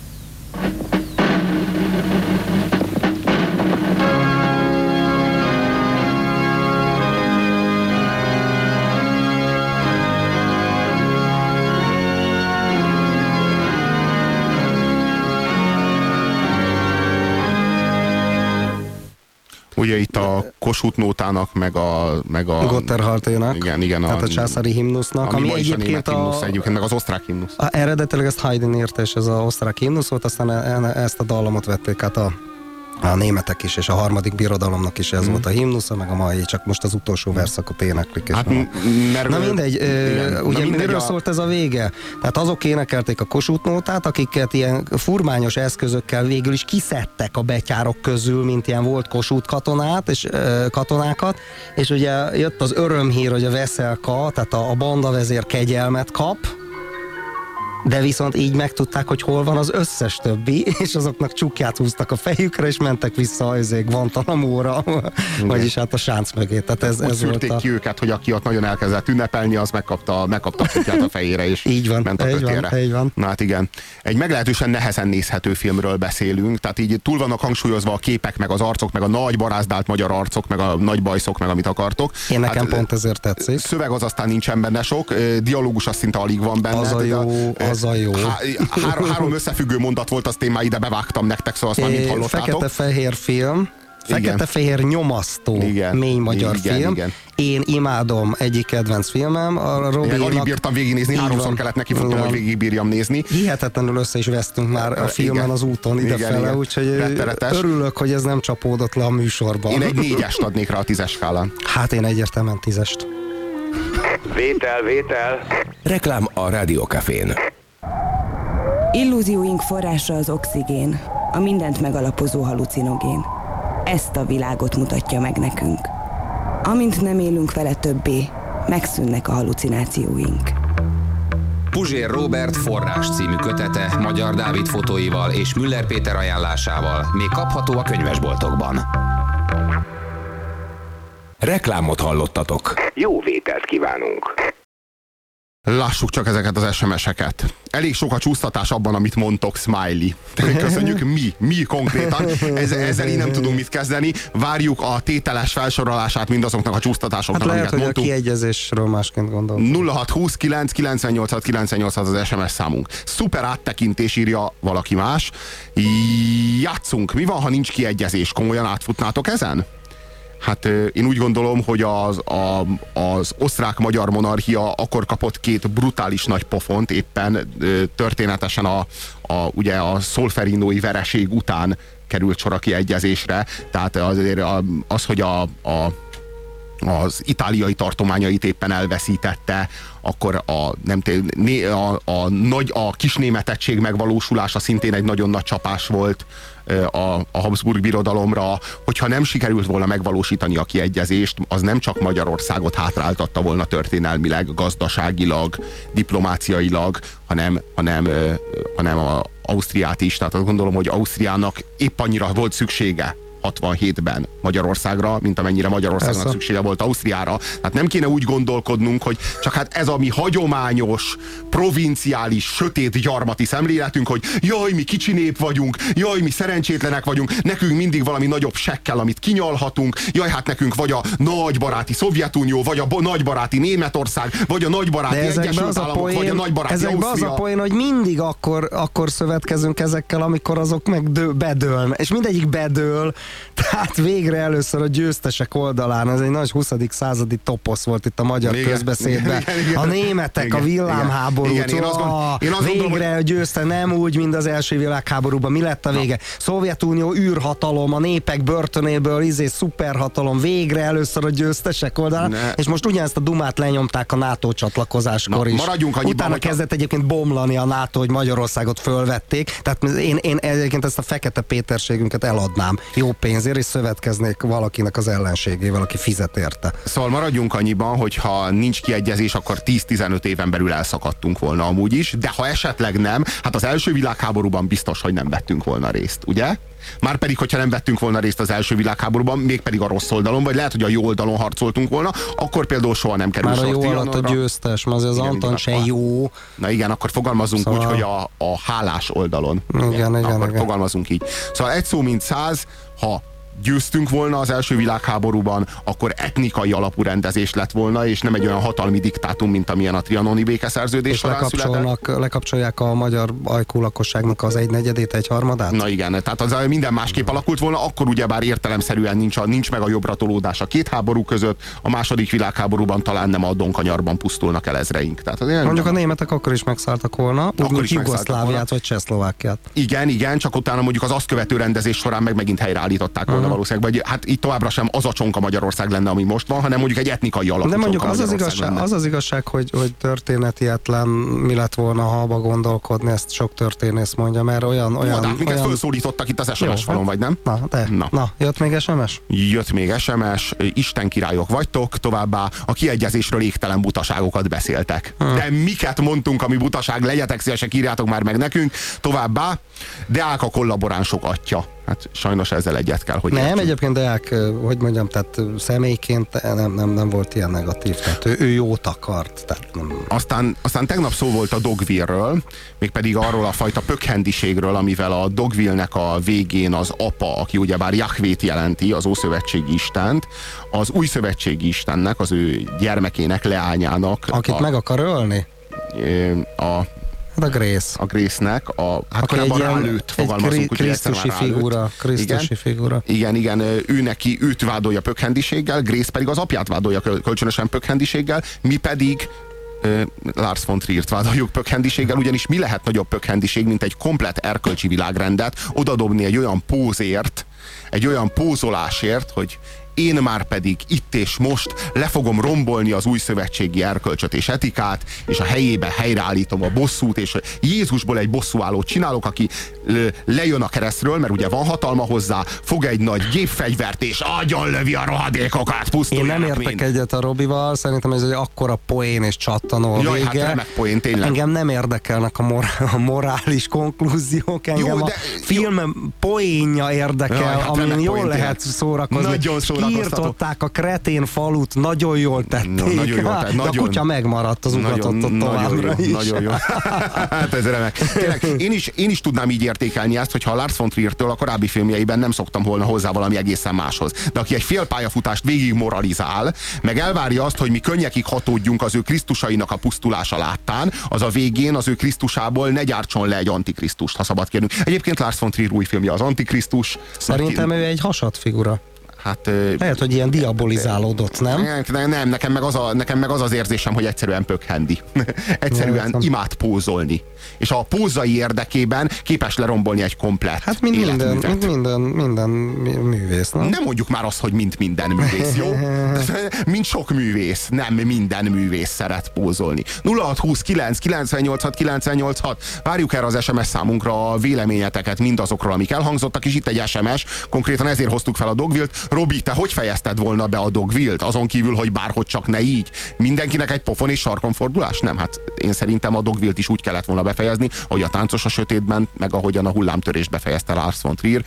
Speaker 2: Ugye itt a Kossuth nótának, meg a... Meg a
Speaker 7: Gotterhalténak,
Speaker 2: igen, igen,
Speaker 7: tehát a, a császári himnusznak,
Speaker 2: ami,
Speaker 7: ami egyébként
Speaker 2: a, himnusz,
Speaker 7: a,
Speaker 2: egyébként meg az osztrák himnusz.
Speaker 7: A, eredetileg ezt Haydn írta, és ez az osztrák himnusz volt, aztán e, ezt a dallamot vették át a, a németek is, és a harmadik birodalomnak is ez hmm. volt a himnusza, meg a mai, csak most az utolsó verszakot éneklik. Hát,
Speaker 2: mert,
Speaker 7: na mindegy, igen, ugye
Speaker 2: na mindegy
Speaker 7: miről
Speaker 2: a...
Speaker 7: szólt ez a vége? Tehát azok énekelték a Kossuth nótát, akiket ilyen furmányos eszközökkel végül is kiszedtek a betyárok közül, mint ilyen volt Kossuth katonát, és ö, katonákat, és ugye jött az örömhír, hogy a Veszelka, tehát a, a bandavezér kegyelmet kap, de viszont így megtudták, hogy hol van az összes többi, és azoknak csukját húztak a fejükre, és mentek vissza a Guantanamo-ra, vagyis hát a sánc mögé. Tehát ez, ez
Speaker 2: szűrték
Speaker 7: volt a...
Speaker 2: ki őket, hogy aki ott nagyon elkezdett ünnepelni, az megkapta, megkapta a csukját a fejére, és
Speaker 7: így van,
Speaker 2: ment a
Speaker 7: így
Speaker 2: kötére.
Speaker 7: van, így van.
Speaker 2: Na hát igen. Egy meglehetősen nehezen nézhető filmről beszélünk, tehát így túl vannak hangsúlyozva a képek, meg az arcok, meg a nagy barázdált magyar arcok, meg a nagy bajszok, meg amit akartok.
Speaker 7: Én nekem
Speaker 2: hát,
Speaker 7: pont ezért tetszik.
Speaker 2: Szöveg az aztán nincsen benne sok, dialógus az szinte alig van benne.
Speaker 7: Az a jó, az a jó.
Speaker 2: Há, három, három összefüggő mondat volt, azt én már ide bevágtam nektek, szóval azt már mind hallottátok.
Speaker 7: Fekete-fehér film, fekete-fehér nyomasztó,
Speaker 2: igen,
Speaker 7: mély magyar
Speaker 2: igen,
Speaker 7: film.
Speaker 2: Igen.
Speaker 7: Én imádom, egyik kedvenc filmem. A Robinak...
Speaker 2: Alig bírtam végignézni, háromszor kellett neki futnom, hogy végigbírjam nézni.
Speaker 7: Hihetetlenül össze is vesztünk már a filmen, igen, az úton idefele, úgyhogy örülök, hogy ez nem csapódott le a műsorban.
Speaker 2: Én egy négyest adnék rá a tízes skálán.
Speaker 7: Hát én egyértelműen tízest.
Speaker 1: Vétel, vétel. Reklám a Rádió Cafén.
Speaker 12: Illúzióink forrása az oxigén, a mindent megalapozó halucinogén. Ezt a világot mutatja meg nekünk. Amint nem élünk vele többé, megszűnnek a halucinációink.
Speaker 1: Puzsér Róbert Forrás című kötete Magyar Dávid fotóival és Müller Péter ajánlásával még kapható a könyvesboltokban. Reklámot hallottatok. Jó vételt kívánunk!
Speaker 2: Lássuk csak ezeket az es em es-eket. Elég sok a csúsztatás abban, amit mondtok, Smiley. Köszönjük, mi? Mi konkrétan? Ez, ezzel így nem tudunk mit kezdeni. Várjuk a tételes felsorolását mindazoknak a csúsztatásoknak,
Speaker 7: hát lehet,
Speaker 2: amiket
Speaker 7: hogy
Speaker 2: mondtunk.
Speaker 7: A kiegyezésről másként gondolom.
Speaker 2: nulla hat huszonkilenc kilencvennyolc kilencvennyolc az es em es számunk. Szuper áttekintés, írja valaki más. Játszunk. Mi van, ha nincs kiegyezés? Komolyan átfutnátok ezen? Hát én úgy gondolom, hogy az, a, az osztrák-magyar monarchia akkor kapott két brutális nagy pofont, éppen történetesen a, a, ugye a szolferinói vereség után került sor a kiegyezésre. Tehát azért az, hogy a, a az itáliai tartományait éppen elveszítette, akkor a, nem té, a, a, nagy, a kisnémetettség megvalósulása szintén egy nagyon nagy csapás volt a, a Habsburg birodalomra. Hogyha nem sikerült volna megvalósítani a kiegyezést, az nem csak Magyarországot hátráltatta volna történelmileg, gazdaságilag, diplomáciailag, hanem, hanem, hanem a Ausztriát is. Tehát azt gondolom, hogy Ausztriának épp annyira volt szüksége hatvanhétben Magyarországra, mint amennyire Magyarországnak Persze. szüksége volt Ausztriára. Tehát nem kéne úgy gondolkodnunk, hogy csak hát ez a mi hagyományos, provinciális, sötét gyarmati szemléletünk, hogy jaj, mi kicsi nép vagyunk, jaj, mi szerencsétlenek vagyunk, nekünk mindig valami nagyobb sekkel, amit kinyalhatunk, jaj, hát nekünk vagy a nagybaráti Szovjetunió, vagy a nagybaráti Németország, vagy a nagybaráti Egyesült Államok, poén, vagy a nagybaráti Ausztria.
Speaker 7: Az a poén, hogy mindig akkor, akkor szövetkezünk ezekkel, amikor azok meg dő, bedől, és mindegyik bedől. Tehát végre először a győztesek oldalán, ez egy nagy huszadik századi toposz volt itt a magyar igen, közbeszédben. Igen, igen, a németek igen, a villámháborút, igen, igen, én azt gond, én azt végre gondolom, hogy... győzte, nem úgy, mint az első világháborúban. Mi lett a vége? Na. Szovjetunió űrhatalom, a népek börtönéből izé szuperhatalom, végre először a győztesek oldalán, ne. És most ugyanezt a dumát lenyomták a NATO csatlakozáskor Na, is.
Speaker 2: Maradjunk annyiban,
Speaker 7: Utána
Speaker 2: hogyha...
Speaker 7: kezdett egyébként bomlani a NATO, hogy Magyarországot fölvették. Tehát én, én egyébként ezt a fekete péterségünket eladnám jó pénzért, és szövetkeznék valakinek az ellenségével, aki fizet érte.
Speaker 2: Szóval maradjunk annyiban, hogy ha nincs kiegyezés, akkor tíz-tizenöt éven belül elszakadtunk volna amúgy is, de ha esetleg nem, hát az első világháborúban biztos, hogy nem vettünk volna részt, ugye? Márpedig, hogyha nem vettünk volna részt az első világháborúban, mégpedig a rossz oldalon, vagy lehet, hogy a jó oldalon harcoltunk volna, akkor például soha nem kerül
Speaker 7: Már
Speaker 2: sor
Speaker 7: a jó alatt a győztes, az az igen, Anton se jó.
Speaker 2: Na igen, akkor fogalmazunk szóval... úgy, hogy a, a hálás oldalon.
Speaker 7: Igen, igen, igen,
Speaker 2: akkor
Speaker 7: igen.
Speaker 2: fogalmazunk így. Szóval egy szó mint száz, ha győztünk volna az első világháborúban, akkor etnikai alapú rendezés lett volna, és nem egy olyan hatalmi diktátum, mint amilyen a trianoni békeszerződés
Speaker 7: és lekapcsolnak, lekapcsolják a magyar ajkú lakosságnak az egynegyedét, egyharmadát?
Speaker 2: Na igen, tehát az minden másképp alakult volna, akkor ugyebár értelemszerűen nincs, a, nincs meg a jobbra tolódás a két háború között, a második világháborúban talán nem a Donkanyarban pusztulnak el ezreink. Tehát az
Speaker 7: mondjuk nem... a németek akkor is megszálltak volna, úgy mint Jugoszláviát vagy Csehszlovákiát.
Speaker 2: Igen, igen, csak utána mondjuk az azt követő rendezés során meg megint helyreállították volna uh-huh. valószínűleg, vagy hát itt továbbra sem az a csonka Magyarország lenne, ami most van, hanem mondjuk egy etnikai alapú.
Speaker 7: De mondjuk az az, igazság, az az igazság, hogy, hogy történetietlen mi lett volna, ha abba gondolkodni, ezt sok történész mondja, mert olyan... olyan,
Speaker 2: na, de minket
Speaker 7: olyan...
Speaker 2: felszólítottak itt az es em es falon, vagy nem?
Speaker 7: Na, de, na. na, jött még es em es?
Speaker 2: Jött még es em es, Isten királyok vagytok, továbbá a kiegyezésről égtelen butaságokat beszéltek. Hmm. De miket mondtunk, ami butaság, legyetek szívesek, írjátok már meg nekünk, továbbá Deák a kollaboránsok atya. Hát sajnos ezzel egyet kell, hogy
Speaker 7: nem,
Speaker 2: értsünk.
Speaker 7: egyébként Deák, hogy mondjam, tehát személyként nem, nem, nem volt ilyen negatív, tehát ő, ő jót akart. Tehát nem...
Speaker 2: aztán, aztán tegnap szó volt a Dogville-ről, mégpedig arról a fajta pökhendiségről, amivel a Dogville-nek a végén az apa, aki ugyebár Jahvét jelenti, az ószövetségi istent, az új szövetségi istennek, az ő gyermekének, leányának.
Speaker 7: Akit a, meg akar ölni?
Speaker 2: A
Speaker 7: a Grace.
Speaker 2: A Grace-nek a, hát korábban rálőtt, fogalmazunk,
Speaker 7: egy krisztusi figura, krisztusi figura.
Speaker 2: Igen, igen, ő neki, őt vádolja pökhendiséggel, Grace pedig az apját vádolja kölcsönösen pökhendiséggel, mi pedig uh, Lars von Triert vádoljuk pökhendiséggel, ugyanis mi lehet nagyobb pökhendiség, mint egy komplett erkölcsi világrendet odadobni egy olyan pózért, egy olyan pózolásért, hogy én már pedig itt és most le fogom rombolni az új szövetségi erkölcsöt és etikát, és a helyébe helyreállítom a bosszút, és Jézusból egy bosszúállót csinálok, aki lejön a keresztről, mert ugye van hatalma hozzá, fog egy nagy gépfegyvert, és agyonlövi a rohadékokat, pusztulják.
Speaker 7: Én nem értek mind. egyet a Robival, szerintem ez egy akkora poén és csattanó a
Speaker 2: Jaj,
Speaker 7: vége.
Speaker 2: Hát remek poén, tényleg.
Speaker 7: Engem nem érdekelnek a, morál, a morális konklúziók, engem jó, de, a film jó. poénja érdekel, Jaj, hát amin jól poén, lehet szórakozni. Nagyon kiirtották a kretén falut, nagyon jól tették. No, nagyon jól tett, de nagyon, a kutya megmaradt, az ugatott ott továbbra is.
Speaker 2: Nagyon jó. Hát ez remek. Tényleg, én is, én is tudnám így értékelni ezt, hogyha Lars von Triertől a korábbi filmjeiben nem szoktam volna hozzá valami egészen máshoz. De aki egy fél pályafutást végig moralizál, meg elvárja azt, hogy mi könnyekig hatódjunk az ő Krisztusainak a pusztulása láttán, az a végén az ő Krisztusából ne gyártson le egy antikrisztust, ha szabad kérnünk. Egyébként Lars von Trier új filmje az Antikrisztus.
Speaker 7: Szerintem ő egy hasadfigura. Hát, lehet, hogy ilyen diabolizálódott, nem?
Speaker 2: Nem, nem nekem, meg az a, nekem meg az az érzésem, hogy egyszerűen pökhendi. egyszerűen nem, imád pózolni. És a pózai érdekében képes lerombolni egy komplett
Speaker 7: hát mind minden, mind minden, minden művész, nem?
Speaker 2: Nem mondjuk már azt, hogy mint minden művész, jó? Mint sok művész, nem minden művész szeret pózolni. nulla hat húsz kilenc kilencvennyolc hat kilencvennyolc hat. Várjuk erre az es em es számunkra a véleményeteket mindazokról, amik elhangzottak, és itt egy es em es, konkrétan ezért hoztuk fel a Dogville-t. Robi, te hogy fejezted volna be a Dogville-t? Azon kívül, hogy bárhogy csak ne így. Mindenkinek egy pofon és sarkonfordulás? Nem, hát én szerintem a Dogville-t is úgy kellett volna befejezni, hogy a Táncos a sötétben, meg ahogyan a Hullámtörést befejezte Lars von Trier.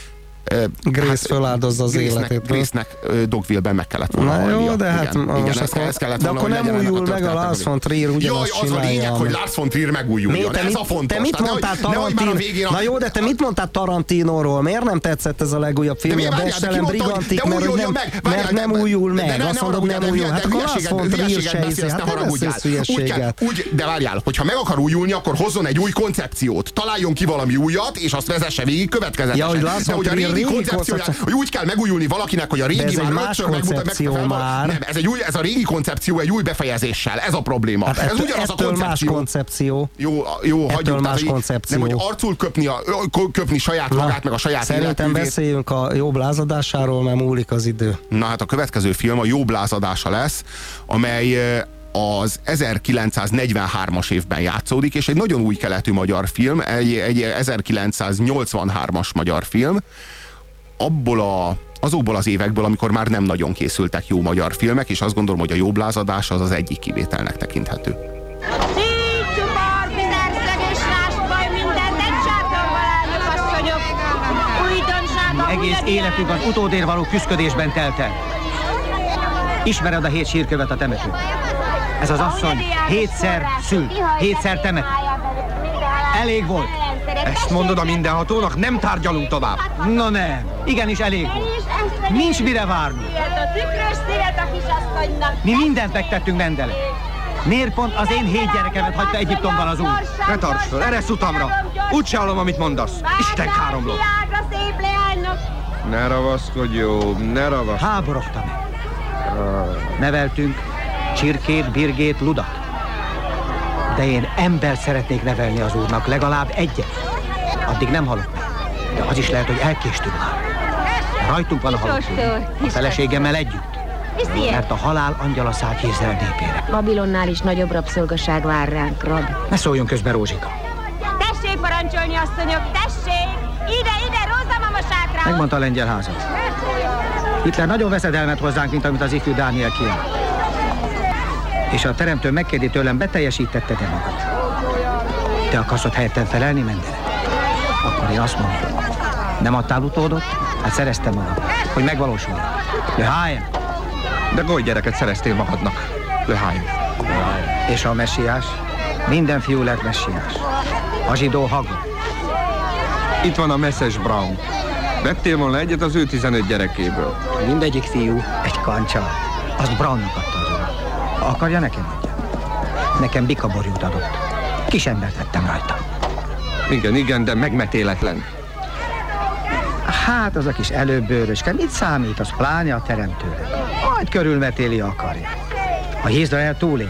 Speaker 7: Grace hát, feláldozza az Grace-nek, életét.
Speaker 2: Grace-nek Dogville-ben meg kellett volna
Speaker 7: halnia.
Speaker 2: Jó,
Speaker 7: de hát
Speaker 2: igen, igen,
Speaker 7: most
Speaker 2: ezt,
Speaker 7: akkor,
Speaker 2: ezt kellett
Speaker 7: de
Speaker 2: volna,
Speaker 7: akkor nem újul meg a Lars von Trier, ugyanazt
Speaker 2: Jaj, az a lényeg, hogy Lars von Trier megújuljon.
Speaker 7: Te
Speaker 2: ez
Speaker 7: mit,
Speaker 2: a fontos.
Speaker 7: Te mit
Speaker 2: Tehát
Speaker 7: mondtál
Speaker 2: nehogy,
Speaker 7: Tarantino?
Speaker 2: Végén a...
Speaker 7: Na jó, de te mit mondtál Tarantinóról? Miért nem tetszett ez a legújabb film? A Bestelem Brigantik, mert, hogy nem, meg, mert nem újul meg. Azt mondod, nem újul. Hát akkor Lars von Trier se hiszi. Hát nem beszélsz hülyeséget.
Speaker 2: De várjál, hogyha meg akar újulni, akkor hozzon egy új koncepciót. Találjon ki valami újat, és azt vezesse végig következetesen. De hogy a régi koncepcióját, hogy úgy kell megújulni valakinek, hogy a régi
Speaker 7: már más koncepció már.
Speaker 2: Nem, ez, egy új, ez a régi koncepció egy új befejezéssel. Ez a probléma.
Speaker 7: Hát
Speaker 2: ez
Speaker 7: ettől,
Speaker 2: ugyanaz
Speaker 7: ettől
Speaker 2: a koncepció.
Speaker 7: más koncepció.
Speaker 2: Jó, jó, hagyjuk.
Speaker 7: Más koncepció.
Speaker 2: Nem, hogy arcul köpni, a, köpni saját Na, magát, meg a saját
Speaker 7: szerintem életművét. Beszéljünk a Jobb lázadásáról, nem múlik az idő.
Speaker 2: Na hát a következő film a Jobb lázadása lesz, amely az ezerkilencszáznegyvenhármas évben játszódik, és egy nagyon új keletű magyar film, egy, egy ezerkilencszáznyolcvanhármas magyar film, abból a, azokból az évekből, amikor már nem nagyon készültek jó magyar filmek, és azt gondolom, hogy a Jobb lázadás az az egyik kivételnek tekinthető.
Speaker 13: Egész életük az utódért való küszködésben telt el. Ismered a hét sírkövet a temetőn? Ez az asszony hétszer szült, hétszer temet. Elég volt.
Speaker 14: Ezt mondod a mindenhatónak? Nem tárgyalunk tovább.
Speaker 13: No nem, igenis elég volt. Nincs mire várni. Mi mindent megtettünk Mendele. Miért pont az én hét gyerekemet hagyta Egyiptomban az úr?
Speaker 14: Ne tarts föl, eresz utamra. Úgyse hallom, amit mondasz. Isten káromlott. Ne ravaszkodj, jó, ne ravaszkodj.
Speaker 13: Háborogtam. Neveltünk csirkét, birgét, ludat. De én embert szeretnék nevelni az úrnak, legalább egyet. Addig nem halok meg. De az is lehet, hogy elkéstünk már. Rajtunk van a halott. A feleségemmel együtt. Mert a halál angyala szállt Izrael népére.
Speaker 15: Babilonnál is nagyobb rabszolgaság vár ránk, Rab.
Speaker 13: Ne szóljon közbe, Rózsika.
Speaker 15: Tessék parancsolni, asszonyok, tessék! Ide, ide, Róza mama sátra!
Speaker 13: Megmondta a lengyel házat. Hitler nagyon veszedelmet hozzánk, mint amit az ifjú Dániel kiáll. És a teremtő megkérdi tőlem, beteljesítette te magad. Te akarsz ott helyettem felelni, Mendele? Akkor én azt mondom. Nem adtál utódot? Hát szereztem magam, hogy megvalósuljon. Lehájem!
Speaker 14: De goly gyereket szereztél magadnak. Lehájem.
Speaker 13: És a messiás? Minden fiú lett messiás. A zsidó Hagon.
Speaker 14: Itt van a Messrs Brown. Vettél volna egyet az ő tizenöt gyerekéből.
Speaker 13: Mindegyik fiú egy kancsa. Azt Brownnak adta az uram. Akarja, nekem adja. Nekem bikaborjút adott. Kis embert vettem rajta.
Speaker 14: Igen, igen, de megmetéletlen.
Speaker 13: Hát az a kis előbbőröske, mit számít, az pláne a teremtőre. Majd körülmetéli, akarja. A Izrael túléli.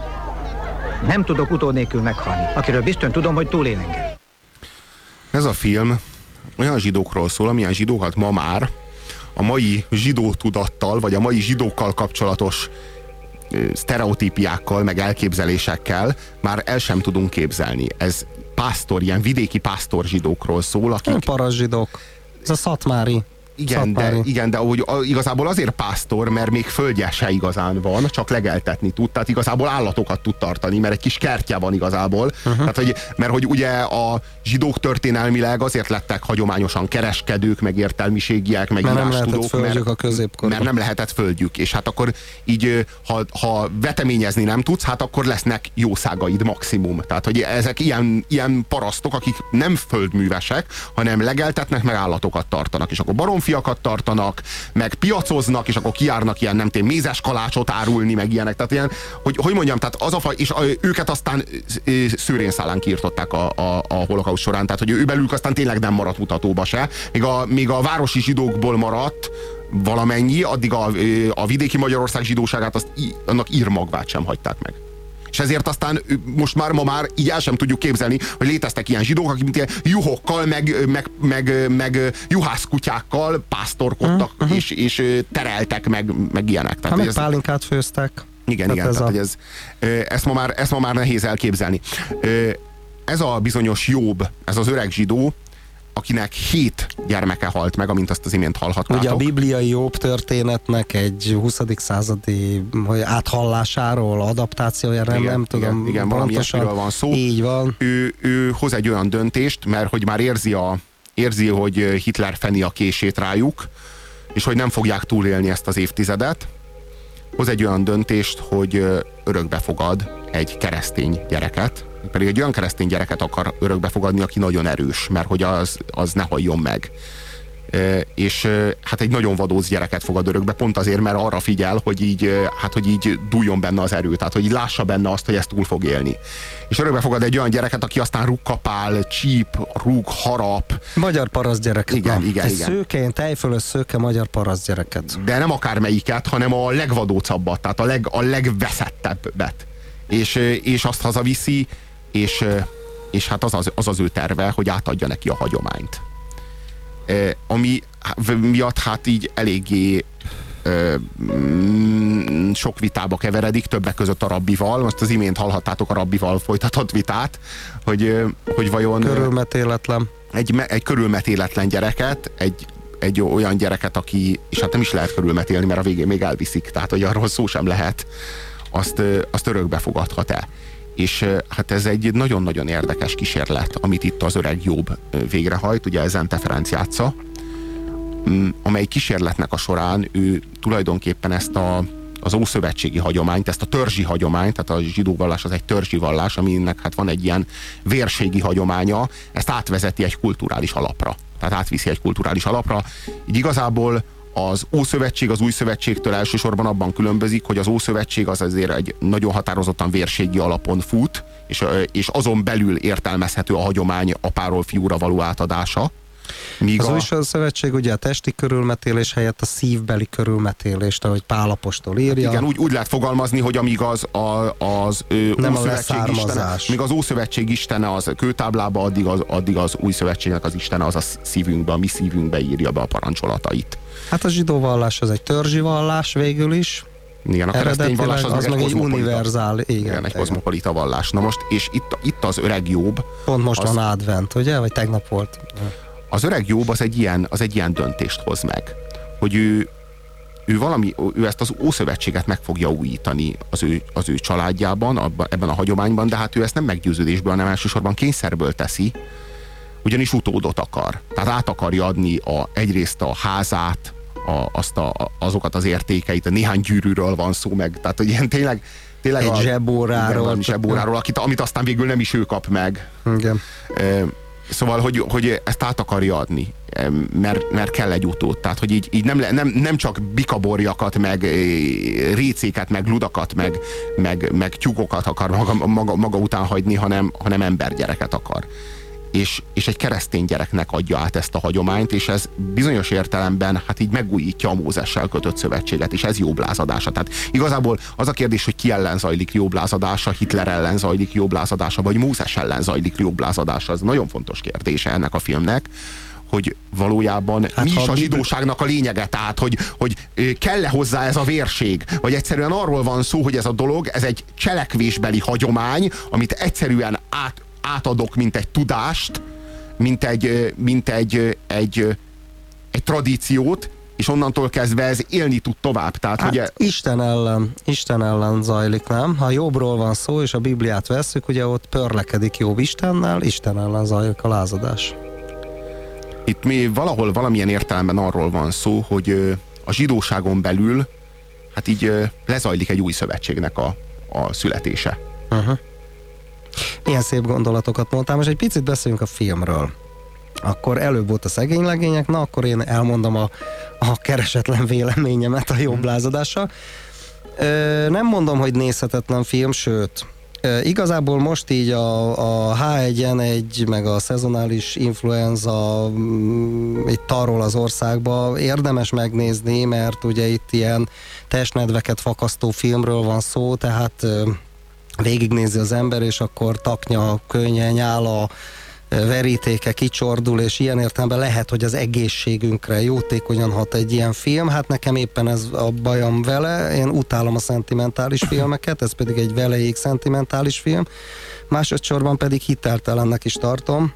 Speaker 13: Nem tudok utó nélkül meghalni, akiről biztos tudom, hogy túlél engem.
Speaker 2: Ez a film olyan zsidókról szól, amilyen zsidókat ma már a mai zsidó tudattal, vagy a mai zsidókkal kapcsolatos sztereotípiákkal, meg elképzelésekkel már el sem tudunk képzelni. Ez pásztor, ilyen vidéki pásztor zsidókról szól, akik...
Speaker 7: Nem parazsidók. Ez a szatmári.
Speaker 2: Igen, de, igen, de hogy igazából azért pásztor, mert még földje se igazán van, csak legeltetni tud, tehát igazából állatokat tud tartani, mert egy kis kertje van igazából. Uh-huh. Tehát, hogy, mert hogy ugye a zsidók történelmileg azért lettek hagyományosan kereskedők, meg értelmiségiek, meg
Speaker 7: mert nem lehetett földjük a középkorban.
Speaker 2: Mert nem lehetett földjük, és hát akkor így, ha, ha veteményezni nem tudsz, hát akkor lesznek jószágaid maximum. Tehát, hogy ezek ilyen, ilyen parasztok, akik nem földművesek, hanem legeltetnek, meg állatokat tartanak, és akkor baromfi tartanak, meg piacoznak, és akkor kijárnak ilyen, nem tudom, mézes kalácsot árulni, meg ilyenek. Tehát ilyen, hogy, hogy mondjam, tehát az a faj, és a, őket aztán szőrénszálán kiirtották a, a, a holokauszt során, tehát hogy ő belülük aztán tényleg nem maradt mutatóba se. Még a, még a városi zsidókból maradt valamennyi, addig a, a vidéki Magyarország zsidóságát, azt, annak írmagvát sem hagyták meg. És ezért aztán most már ma már így el sem tudjuk képzelni, hogy léteztek ilyen zsidók, akik mint ilyen juhokkal, meg, meg, meg, meg juhászkutyákkal pásztorkodtak, uh-huh. és, és tereltek, meg, meg ilyenek.
Speaker 7: Tehát, ha meg pálinkát főztek.
Speaker 2: Igen, tehát igen, ez tehát, a... ez, ezt, ma már, ezt ma már nehéz elképzelni. Ez a bizonyos Jobb, ez az öreg zsidó, akinek hét gyermeke halt meg, amint azt az imént hallhatnátok.
Speaker 7: Ugye a bibliai Jobb történetnek egy huszadik századi áthallásáról, adaptációjára, igen, nem tudom.
Speaker 2: Igen, igen, valami ilyesmiről van szó.
Speaker 7: Így van.
Speaker 2: Ő, ő hoz egy olyan döntést, mert hogy már érzi, a, érzi, hogy Hitler feni a kését rájuk, és hogy nem fogják túlélni ezt az évtizedet. Hoz egy olyan döntést, hogy örökbe fogad egy keresztény gyereket, pedig egy olyan keresztény gyereket akar örökbe fogadni, aki nagyon erős, mert hogy az, az ne halljon meg. E, és hát egy nagyon vadóc gyereket fogad örökbe, pont azért, mert arra figyel, hogy így, hát, hogy így dúljon benne az erő, tehát hogy így lássa benne azt, hogy ezt túl fog élni. És örökbe fogad egy olyan gyereket, aki aztán rúgkapál, csíp, rúg, harap.
Speaker 7: Magyar paraszt gyereket.
Speaker 2: Igen, igen,
Speaker 7: egy
Speaker 2: igen.
Speaker 7: Szőke, tejfölös szőke magyar paraszt gyereket.
Speaker 2: De nem akármelyiket, hanem a legvadócabbat, tehát a, leg, a legveszettebbet. És, és azt hazaviszi, és, és hát az az, az az ő terve, hogy átadja neki a hagyományt. E, ami miatt hát így eléggé e, mm, sok vitába keveredik, többek között a rabbival. Most az imént hallhattátok a rabbival folytatott vitát, hogy, hogy vajon...
Speaker 7: Körülmetéletlen.
Speaker 2: Egy, egy körülmetéletlen gyereket, egy, egy olyan gyereket, aki, és hát nem is lehet körülmetélni, mert a végén még elviszik, tehát hogy arról szó sem lehet, azt, azt örökbe fogadhat-e. És hát ez egy nagyon-nagyon érdekes kísérlet, amit itt az öreg Jobb végrehajt, ugye Zente Ferenc játsza, amely kísérletnek a során ő tulajdonképpen ezt a, az ószövetségi hagyományt, ezt a törzsi hagyományt, tehát a zsidó vallás az egy törzsi vallás, aminek hát van egy ilyen vérségi hagyománya, ezt átvezeti egy kulturális alapra. Tehát átviszi egy kulturális alapra. Így igazából az Ószövetség az Új Szövetségtől elsősorban abban különbözik, hogy az Ószövetség az azért egy nagyon határozottan vérségi alapon fut, és, és azon belül értelmezhető a hagyomány apáról fiúra való átadása.
Speaker 7: Míg az a... új szövetség ugye a testi körülmetélés helyett a szívbeli körülmetélést, ahogy Pál apostol írja.
Speaker 2: Hát igen, úgy, úgy lehet fogalmazni, hogy amíg az, a, az ő,
Speaker 7: nem a
Speaker 2: istene, míg az Ószövetség istene az kőtáblába, addig az, addig az új szövetségnek az istene az a szívünkbe, a mi szívünkbe írja be a parancsolatait.
Speaker 7: Hát a zsidó vallás az egy törzsi vallás végül is.
Speaker 2: Igen, a keresztény vallás az,
Speaker 7: az meg egy univerzál, igen.
Speaker 2: Igen, egy kozmopolita vallás. Na most, és itt, itt az öreg Jobb.
Speaker 7: Pont most
Speaker 2: az,
Speaker 7: van advent, ugye? Vagy tegnap volt.
Speaker 2: Az öreg Jobb az egy ilyen, az egy ilyen döntést hoz meg, hogy ő, ő, valami, ő ezt az Ószövetséget meg fogja újítani az ő, az ő családjában, abban, ebben a hagyományban, de hát ő ezt nem meggyőződésből, hanem elsősorban kényszerből teszi, ugyanis utódot akar. Tehát át akarja adni a, egyrészt a házát, A, azt a, azokat az értékeit, a néhány gyűrűről van szó meg, tehát hogy ilyen tényleg, tényleg
Speaker 7: egy
Speaker 2: a,
Speaker 7: zsebóráról,
Speaker 2: igen, zsebóráról akit, amit aztán végül nem is ő kap meg.
Speaker 7: Igen.
Speaker 2: E, szóval, hogy, hogy ezt át akarja adni, mert, mert kell egy utód, tehát hogy így, így nem, nem, nem csak bikaborjakat, meg récéket, meg ludakat, meg, meg, meg tyúkokat akar maga, maga, maga után hagyni, hanem, hanem embergyereket akar. És, és egy keresztény gyereknek adja át ezt a hagyományt, és ez bizonyos értelemben hát így megújítja a Mózessel kötött szövetséget, és ez Jobb lázadása. Tehát igazából az a kérdés, hogy ki ellen zajlik Jobb lázadása, Hitler ellen zajlik Jobb lázadása, vagy Mózes ellen zajlik Jobb lázadása, az nagyon fontos kérdése ennek a filmnek, hogy valójában hát mi is a zsidóságnak a lényege, tehát hogy, hogy kell-e hozzá ez a vérség, vagy egyszerűen arról van szó, hogy ez a dolog, ez egy cselekvésbeli hagyomány, amit egyszerűen át átadok, mint egy tudást, mint egy, mint egy, egy, egy tradíciót, és onnantól kezdve ez élni tud tovább. Tehát,
Speaker 7: hát
Speaker 2: ugye...
Speaker 7: Isten ellen, Isten ellen zajlik, nem? Ha Jobbról van szó, és a Bibliát vesszük, ugye ott pörlekedik Jobb Istennel, Isten ellen zajlik a lázadás.
Speaker 2: Itt mi valahol valamilyen értelemben arról van szó, hogy a zsidóságon belül hát így lezajlik egy új szövetségnek a, a születése.
Speaker 7: Uh-huh. Milyen szép gondolatokat mondtam, és egy picit beszéljünk a filmről. Akkor előbb volt a szegény legények, na akkor én elmondom a, a keresetlen véleményemet a Jobb lázadással. Ö, nem mondom, hogy nézhetetlen film, sőt, ö, igazából most így a, a há egy en egy, meg a szezonális influenza m, itt tarol az országba, érdemes megnézni, mert ugye itt ilyen testnedveket fakasztó filmről van szó, tehát ö, végignézi az ember, és akkor taknya, könnye, nyála, verítéke kicsordul, és ilyen értelemben lehet, hogy az egészségünkre jótékonyan hat egy ilyen film. Hát nekem éppen ez a bajom vele, én utálom a szentimentális filmeket, ez pedig egy veleig szentimentális film. Másodszorban pedig hiteltelennek is tartom.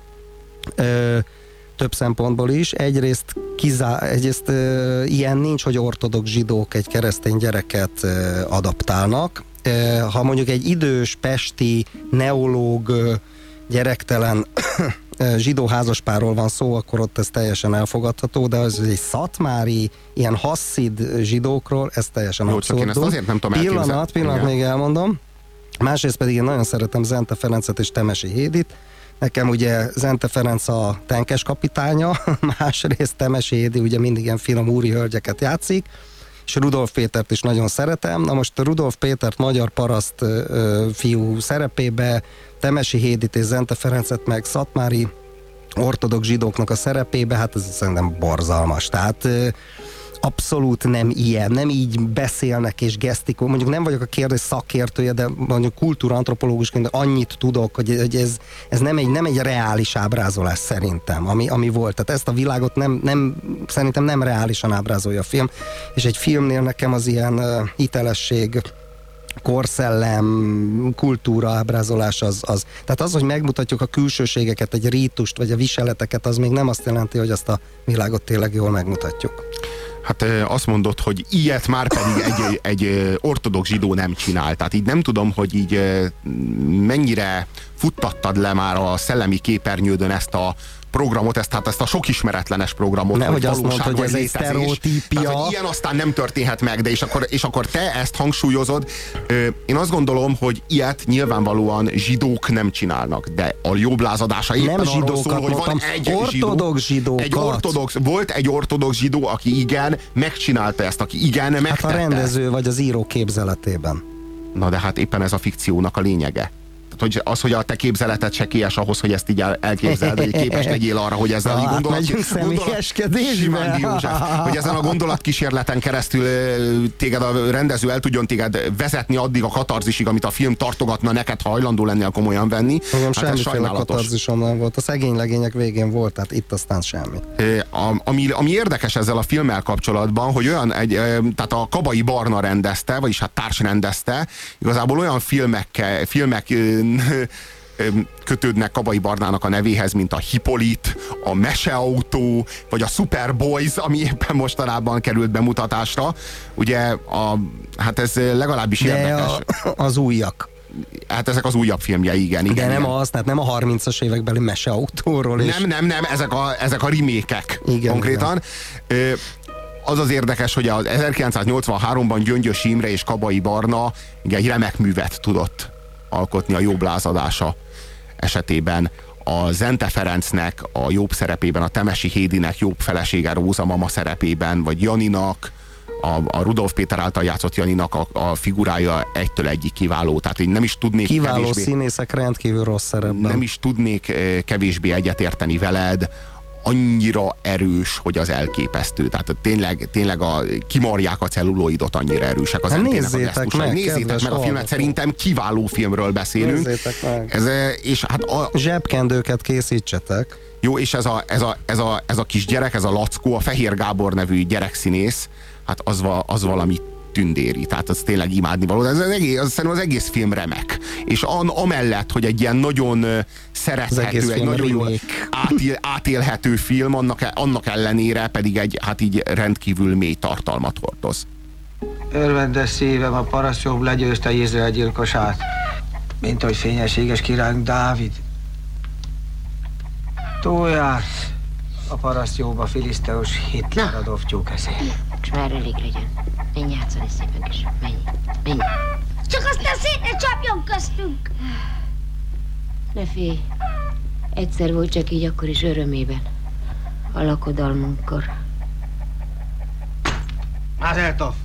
Speaker 7: Ö, több szempontból is. Egyrészt, kizá, egyrészt ö, ilyen nincs, hogy ortodox zsidók egy keresztény gyereket ö, adaptálnak. Ha mondjuk egy idős, pesti, neológ, gyerektelen zsidó házaspárról van szó, akkor ott ez teljesen elfogadható, de az egy szatmári, ilyen hasszid zsidókról, ez teljesen
Speaker 2: jó,
Speaker 7: abszurdum.
Speaker 2: Csak én ezt azért nem tudom elképzelni.
Speaker 7: Pillanat, pillanat, még elmondom. Másrészt pedig én nagyon szeretem Zente Ferencet és Temesi Hédit. Nekem ugye Zente Ferenc a tenkes kapitánya, másrészt Temesi Hédi ugye mindig ilyen finom úri hölgyeket játszik, és Rudolf Pétert is nagyon szeretem. Na most a Rudolf Pétert magyar paraszt ö, fiú szerepébe, Temesi Hédit és Zente Ferencet meg szatmári ortodox zsidóknak a szerepébe, hát ez szerintem borzalmas. Tehát ö, abszolút nem ilyen, nem így beszélnek és gesztikul. Mondjuk nem vagyok a kérdés szakértője, de mondjuk kultúraantropológusként annyit tudok, hogy, hogy ez, ez nem, egy, nem egy reális ábrázolás szerintem, ami, ami volt. Tehát ezt a világot nem, nem, szerintem nem reálisan ábrázolja a film, és egy filmnél nekem az ilyen uh, hitelesség, korszellem, kultúra ábrázolás az, az. Tehát az, hogy megmutatjuk a külsőségeket, egy rítust, vagy a viseleteket, az még nem azt jelenti, hogy azt a világot tényleg jól megmutatjuk.
Speaker 2: Hát azt mondod, hogy ilyet már pedig egy, egy ortodox zsidó nem csinál. Tehát így nem tudom, hogy így mennyire futtattad le már a szellemi képernyődön ezt a programot, ezt, hát ezt a sok ismeretlenes programot,
Speaker 7: ne, hogy azt mondod, hogy ez egy sztereotípia.
Speaker 2: Tehát, hogy ilyen aztán nem történhet meg, de és akkor, és akkor te ezt hangsúlyozod. Én azt gondolom, hogy ilyet nyilvánvalóan zsidók nem csinálnak, de a Jobb lázadása éppen
Speaker 7: nem
Speaker 2: arról szól, hogy van egy
Speaker 7: ortodox
Speaker 2: zsidó, egy ortodox, volt egy ortodox zsidó, aki igen, megcsinálta ezt, aki igen, megtette. Hát
Speaker 7: a rendező vagy az író képzeletében.
Speaker 2: Na de hát éppen ez a fikciónak a lényege. hogy az, hogy a te képzeleted se kies ahhoz, hogy ezt így elképzeld, hogy képes legyél arra, hogy ezzel a gondolat,
Speaker 7: személyeskedésbe.
Speaker 2: hogy ezen a gondolatkísérleten keresztül téged a rendező el tudjon téged vezetni addig a katarzisig, amit a film tartogatna neked, ha hajlandó lennél komolyan venni.
Speaker 7: Igen, hát semmiféle katarzisom nem volt. A szegény legények végén volt, tehát itt aztán semmi.
Speaker 2: A, ami, ami érdekes ezzel a filmmel kapcsolatban, hogy olyan egy, tehát a Kabai Barna rendezte, vagyis hát társrendezte, igazából olyan filmek, filmek kötődnek Kabai Barnának a nevéhez, mint a Hippolyt, a Meseautó, vagy a Superboys, ami éppen mostanában került bemutatásra. Ugye, a, hát ez legalábbis
Speaker 7: De
Speaker 2: érdekes.
Speaker 7: A, az újak.
Speaker 2: Hát ezek az újabb filmjei, igen. igen
Speaker 7: De nem
Speaker 2: igen.
Speaker 7: az, tehát nem a harmincas évekbeli Meseautóról is.
Speaker 2: Nem, nem, nem, ezek a, ezek a remékek
Speaker 7: igen,
Speaker 2: konkrétan. Igen. Az az érdekes, hogy az ezerkilencszáznyolcvanháromban Gyöngyös Imre és Kabai Barna igen, egy remek művet tudott alkotni a Jobb lázadása esetében. A Zente Ferencnek a Jobb szerepében, a Temesi Hédinek Jobb felesége Róza mama szerepében, vagy Janinak, a, a Rudolf Péter által játszott Janinak a, a figurája egytől egyik kiváló. Tehát én nem is tudnék
Speaker 7: kiváló
Speaker 2: kevésbé,
Speaker 7: színészek rendkívül rossz szerepben.
Speaker 2: Nem is tudnék kevésbé egyetérteni veled. Annyira erős, hogy az elképesztő. Tehát tényleg, tényleg a, kimarják a celluloidot, annyira erősek az
Speaker 7: hát
Speaker 2: entének
Speaker 7: nézzétek
Speaker 2: a gesztusai.
Speaker 7: meg,
Speaker 2: Nézzétek meg a filmet, szerintem kiváló filmről beszélünk.
Speaker 7: Nézzétek meg.
Speaker 2: Ez, és hát a,
Speaker 7: zsebkendőket készítsetek.
Speaker 2: Jó, és ez a, ez, a, ez, a, ez a kis gyerek, ez a Lackó, a Fehér Gábor nevű gyerekszínész, hát az, az valami tündéri, tehát az tényleg imádnivaló. Ez az egész, az, szerintem az egész film remek. És an, amellett, hogy egy ilyen nagyon szerethető, egy nagyon jól átél, átélhető film, annak, annak ellenére pedig egy, hát így rendkívül mély tartalmat hordoz.
Speaker 16: Örvendes szívem, a paraszt Jobb legyőzte Izrael gyilkosát, mint ahogy fényességes királyunk Dávid. Túljársz a paraszt Jobb a filiszteus Hitler Adolf tyúkeszél.
Speaker 17: És már elég legyen. Menj játszani szépen, kis. Menj, menj.
Speaker 15: Csak aztán szét ne csapjon köztünk.
Speaker 17: Ne félj. Egyszer volt csak így, akkor is örömében. A lakodalmunkkor.
Speaker 16: Mazel tov!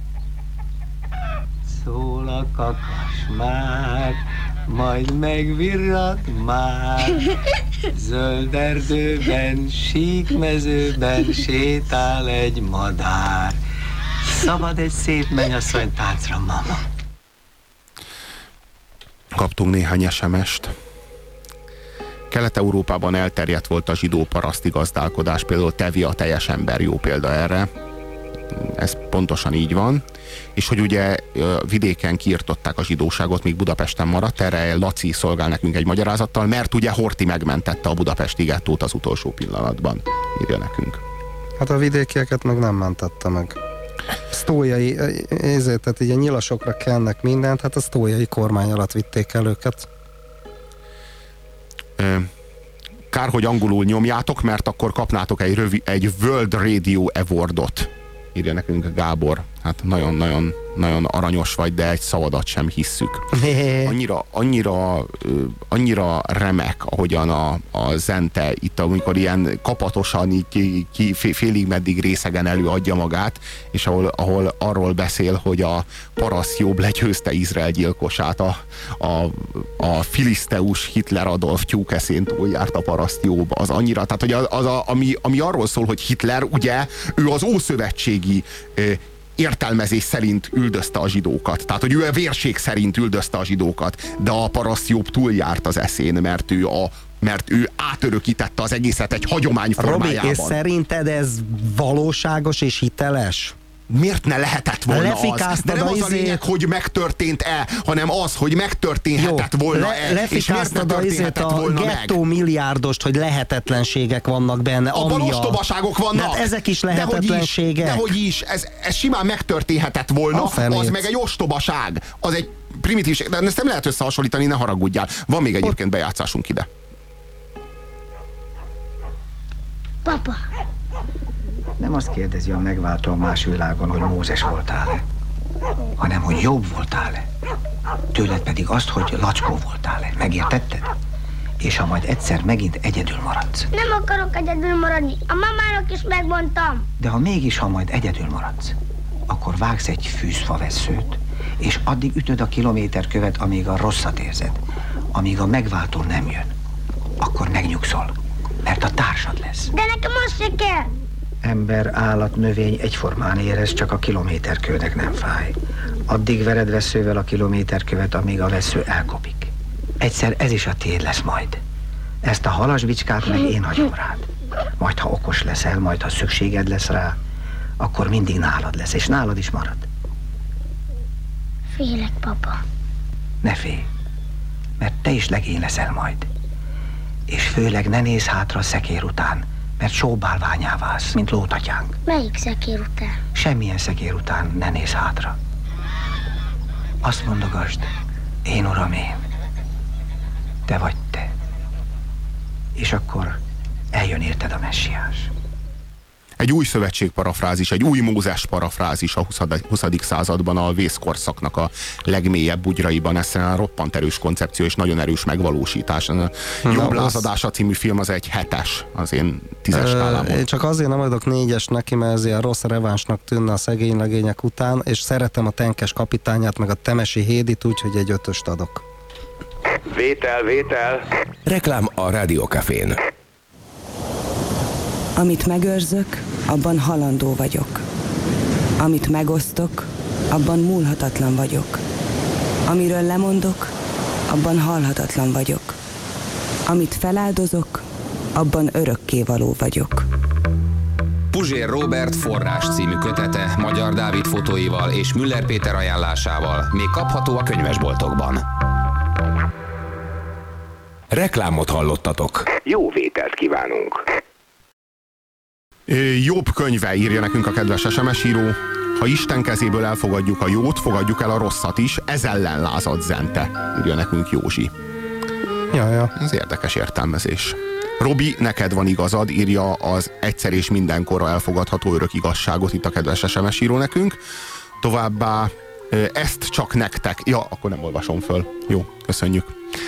Speaker 16: Szól a kakas már, majd megvirrat már. Zöld erdőben, sík mezőben sétál egy madár. Szabad egy szép mennyasszony táncra, mama.
Speaker 2: Kaptunk néhány es em est. Kelet-Európában elterjedt volt a zsidó paraszti gazdálkodás, például Tevi a teljes ember jó példa erre. Ez pontosan így van. És hogy ugye vidéken kiirtották a zsidóságot, míg Budapesten maradt, erre Laci szolgál nekünk egy magyarázattal, mert ugye Horthy megmentette a budapesti gettót az utolsó pillanatban, írja nekünk.
Speaker 7: Hát a vidékieket meg nem mentette meg. Sztójai, ezért, tehát így a nyilasokra kennek mindent, hát a sztójai kormány alatt vitték el őket.
Speaker 2: Kár, hogy angolul nyomjátok, mert akkor kapnátok egy, rövi, egy World Radio Awardot, írja nekünk Gábor. Hát nagyon-nagyon nagyon aranyos vagy, de egy szavadat sem hisszük. Annyira, annyira, annyira remek, ahogyan a, a Zente itt, amikor ilyen kapatosan így ki, ki, félig meddig részegen előadja magát, és ahol, ahol arról beszél, hogy a paraszt Jobb legyőzte Izrael gyilkosát, a, a, a filiszteus Hitler Adolf tyúkeszén túljárt a paraszt Jobb. Az annyira, tehát hogy az, az a, ami, ami arról szól, hogy Hitler, ugye, ő az ószövetségi értelmezés szerint üldözte a zsidókat. Tehát, hogy ő a vérség szerint üldözte a zsidókat, de a paraszt Jobb túljárt az eszén, mert ő, a, mert ő átörökítette az egészet egy hagyomány formájában.
Speaker 7: Robi, és szerinted ez valóságos és hiteles?
Speaker 2: Miért ne lehetett volna az? De nem az a lényeg, hogy megtörtént-e, hanem az, hogy megtörténhetett volna-e,
Speaker 7: le,
Speaker 2: és miért ne történhetett
Speaker 7: a
Speaker 2: volna meg.
Speaker 7: gettó milliárdost, hogy lehetetlenségek vannak benne.
Speaker 2: Abban ostobaságok vannak.
Speaker 7: De ezek is lehetetlenségek.
Speaker 2: Dehogy is, is. Ez, ez simán megtörténhetett volna, az meg egy ostobaság. Az egy primitívség, de ezt nem lehet összehasonlítani, ne haragudjál. Van még egyébként bejátszásunk ide.
Speaker 15: Papa!
Speaker 16: Nem azt kérdezi a megváltó a más világon, hogy Mózes voltál-e, hanem hogy Jobb voltál-e. Tőled pedig azt, hogy Lacskó voltál-e. Megértetted? És ha majd egyszer megint egyedül maradsz.
Speaker 15: Nem akarok egyedül maradni. A mamának is megmondtam.
Speaker 16: De ha mégis, ha majd egyedül maradsz, akkor vágsz egy fűzfaveszőt, és addig ütöd a kilométerkövet, amíg a rosszat érzed. amíg a megváltó nem jön. Akkor megnyugszol, mert a társad lesz.
Speaker 18: De nekem az se kell.
Speaker 16: Ember, állat, növény egyformán érez, csak a kilométerkőnek nem fáj. Addig vered veszővel a kilométerkövet, amíg a vesző elkopik. Egyszer ez is a tiéd lesz majd. Ezt a halasbicskát meg én hagyom rád. Majd, ha okos leszel, majd, ha szükséged lesz rá, akkor mindig nálad lesz, és nálad is marad.
Speaker 18: Félek, papa.
Speaker 16: Ne félj, mert te is legény leszel majd. És főleg ne nézz hátra a szekér után, mert sóbálványá válsz, mint lótatyánk.
Speaker 18: Melyik szekér után?
Speaker 16: Semmilyen szekér után ne nézz hátra. Azt mondogasd, én uram én, te vagy te. És akkor eljön érted a messiás.
Speaker 2: Egy új szövetség parafrázis, egy új Mózes parafrázis a huszadik században a vészkorszaknak a legmélyebb bugyraiban. Ez a roppant erős koncepció és nagyon erős megvalósítás. A Jobb lázadása című film az egy hetes, az én tízes skálámon.
Speaker 7: Én csak azért nem adok négyes neki, mert ez ilyen rossz revánsnak tűnne a szegény legények után, és szeretem a Tenkes kapitányát, meg a Temesi Hédit, úgyhogy egy ötöst adok.
Speaker 1: Vétel, vétel. Reklám a Rádiókafén.
Speaker 12: Amit megőrzök, abban halandó vagyok. Amit megosztok, abban múlhatatlan vagyok. Amiről lemondok, abban halhatatlan vagyok. Amit feláldozok, abban örökkévaló vagyok.
Speaker 1: Puzsér Róbert Forrás című kötete Magyar Dávid fotóival és Müller Péter ajánlásával még kapható a könyvesboltokban. Reklámot hallottatok. Jó vételt kívánunk!
Speaker 2: Jobb könyve, írja nekünk a kedves es em es író. Ha Isten kezéből elfogadjuk a jót, fogadjuk el a rosszat is, ez ellen lázad zente, írja nekünk Józsi.
Speaker 7: Ja, ja.
Speaker 2: Ez érdekes értelmezés. Robi, neked van igazad, írja az egyszer és mindenkorra elfogadható örök igazságot itt a kedves es em es író nekünk. Továbbá ezt csak nektek. Ja, akkor nem olvasom föl. Jó, köszönjük.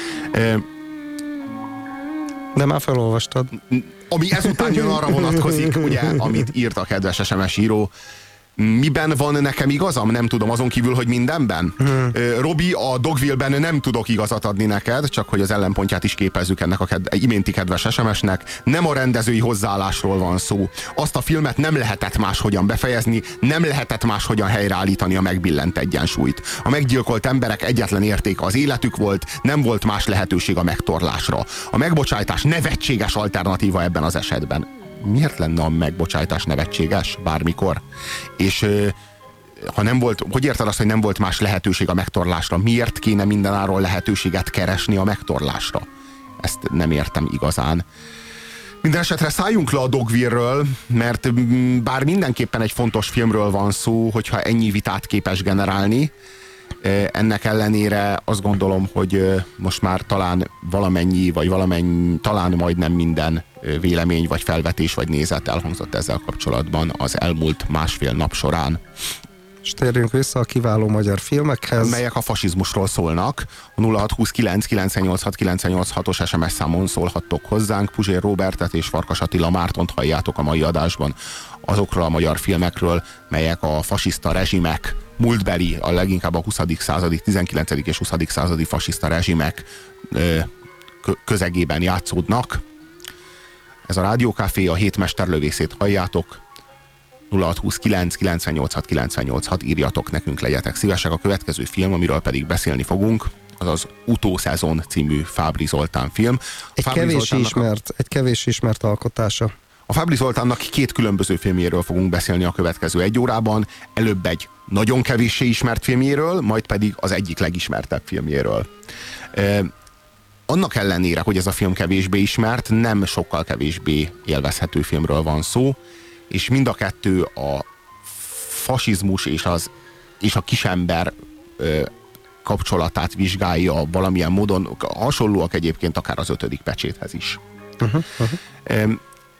Speaker 7: De már felolvastad.
Speaker 2: Ami ezután jön, arra vonatkozik, ugye, amit írt a kedves es em es író. Miben van nekem igazam? Nem tudom, azon kívül, hogy mindenben. Hmm. Robi, a Dogville-ben nem tudok igazat adni neked, csak hogy az ellenpontját is képezzük ennek a ked- iménti kedves es em esnek. Nem a rendezői hozzáállásról van szó. Azt a filmet nem lehetett máshogyan befejezni, nem lehetett máshogyan helyreállítani a megbillent egyensúlyt. A meggyilkolt emberek egyetlen értéke az életük volt, nem volt más lehetőség a megtorlásra. A megbocsájtás nevetséges alternatíva ebben az esetben. Miért lenne a megbocsájtás nevetséges bármikor? És ha nem volt, hogy érted azt, hogy nem volt más lehetőség a megtorlásra? Miért kéne mindenáron lehetőséget keresni a megtorlásra? Ezt nem értem igazán. Minden esetre szálljunk le a Dogville-ről, mert bár mindenképpen egy fontos filmről van szó, hogyha ennyi vitát képes generálni, ennek ellenére azt gondolom, hogy most már talán valamennyi, vagy valamennyi, talán majdnem minden vélemény, vagy felvetés, vagy nézet elhangzott ezzel kapcsolatban az elmúlt másfél nap során.
Speaker 7: És térjünk vissza a kiváló magyar filmekhez.
Speaker 2: Melyek a fasizmusról szólnak. A nulla hat huszonkilenc kilencszáznyolcvanhat kilencszáznyolcvanhatos es em es számon szólhattok hozzánk. Puzsér Róbertet és Farkas Attila Mártont halljátok a mai adásban azokról a magyar filmekről, melyek a fasiszta rezsimek múltbeli, a leginkább a huszadik századi, tizenkilencedik és huszadik századi fasiszta rezsimek ö, közegében játszódnak. Ez a Rádiókafé, a hét mesterlövészét halljátok. nulla hat huszonkilenc kilencszáznyolcvanhat kilencszáznyolcvanhat írjatok nekünk, legyetek szívesek. A következő film, amiről pedig beszélni fogunk, az az Utószezon című Fábry Zoltán film.
Speaker 7: Egy kevés, ismert, a... egy kevés ismert alkotása.
Speaker 2: A Fábry Zoltánnak két különböző filmjéről fogunk beszélni a következő egy órában. Előbb egy nagyon kevéssé ismert filmjéről, majd pedig az egyik legismertebb filmjéről. E, annak ellenére, hogy ez a film kevésbé ismert, nem sokkal kevésbé élvezhető filmről van szó, és mind a kettő a fasizmus és, az, és a kisember ö, kapcsolatát vizsgálja valamilyen módon, hasonlóak egyébként akár az ötödik pecséthez is. Uh-huh, uh-huh.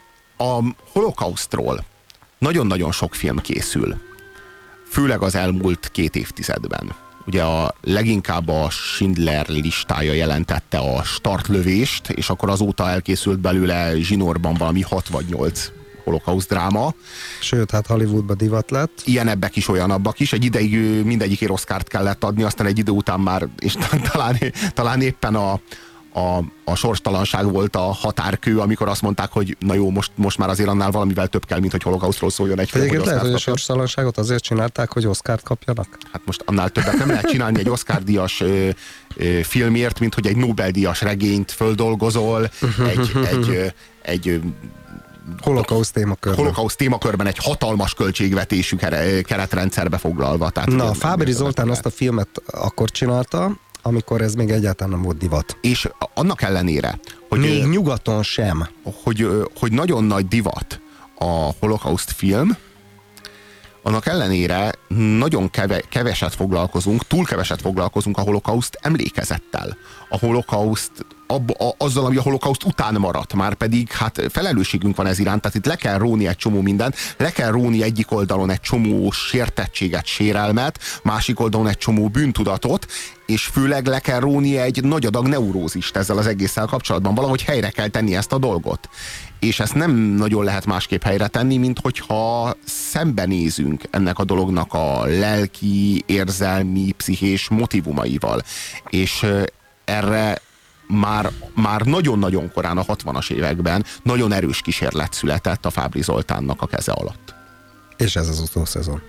Speaker 2: A holokausztról nagyon-nagyon sok film készül, főleg az elmúlt két évtizedben. Ugye a leginkább a Schindler listája jelentette a startlövést, és akkor azóta elkészült belőle zsinórban valami hat vagy nyolc holokauszt dráma.
Speaker 7: Sőt, hát Hollywoodban divat lett.
Speaker 2: Ilyenebbek is, olyanabbak is. Egy ideig mindegyikért Oscart kellett adni, aztán egy idő után már, és talán, talán éppen a A, a sorstalanság volt a határkő, amikor azt mondták, hogy na jó, most, most már azért annál valamivel több kell, mint hogy holokausztról szóljon egy film.
Speaker 7: Egyébként lehet, hogy a sorstalanságot azért csinálták, hogy Oscart kapjanak? Hát
Speaker 2: most annál többet nem lehet csinálni egy Oscar-díjas ö, ö, filmért, mint hogy egy Nobel-díjas regényt földolgozol, egy, egy, egy
Speaker 7: holokauszt témakörben.
Speaker 2: Holokauszt témakörben egy hatalmas költségvetésű keretrendszerbe foglalva. Tehát
Speaker 7: na, Fábry Zoltán azt a filmet akkor csinálta, amikor ez még egyáltalán nem volt divat.
Speaker 2: És annak ellenére, hogy...
Speaker 7: Még nyugaton sem.
Speaker 2: Hogy, hogy nagyon nagy divat a holokauszt film, annak ellenére nagyon keve, keveset foglalkozunk, túl keveset foglalkozunk a holokauszt emlékezettel. A holokauszt, abba, a, azzal, ami a holokauszt után maradt, már pedig hát felelősségünk van ez iránt, tehát itt le kell róni egy csomó mindent, le kell róni egyik oldalon egy csomó sértettséget, sérelmet, másik oldalon egy csomó bűntudatot, és főleg le kell róni egy nagy adag neurózist ezzel az egésszel kapcsolatban. Valahogy helyre kell tenni ezt a dolgot. És ezt nem nagyon lehet másképp helyre tenni, mint hogyha szembenézünk ennek a dolognak a lelki, érzelmi, pszichés motivumaival. És erre már, már nagyon-nagyon korán a hatvanas években nagyon erős kísérlet született a Fábry Zoltánnak a keze alatt.
Speaker 7: És ez az utolsó szezon.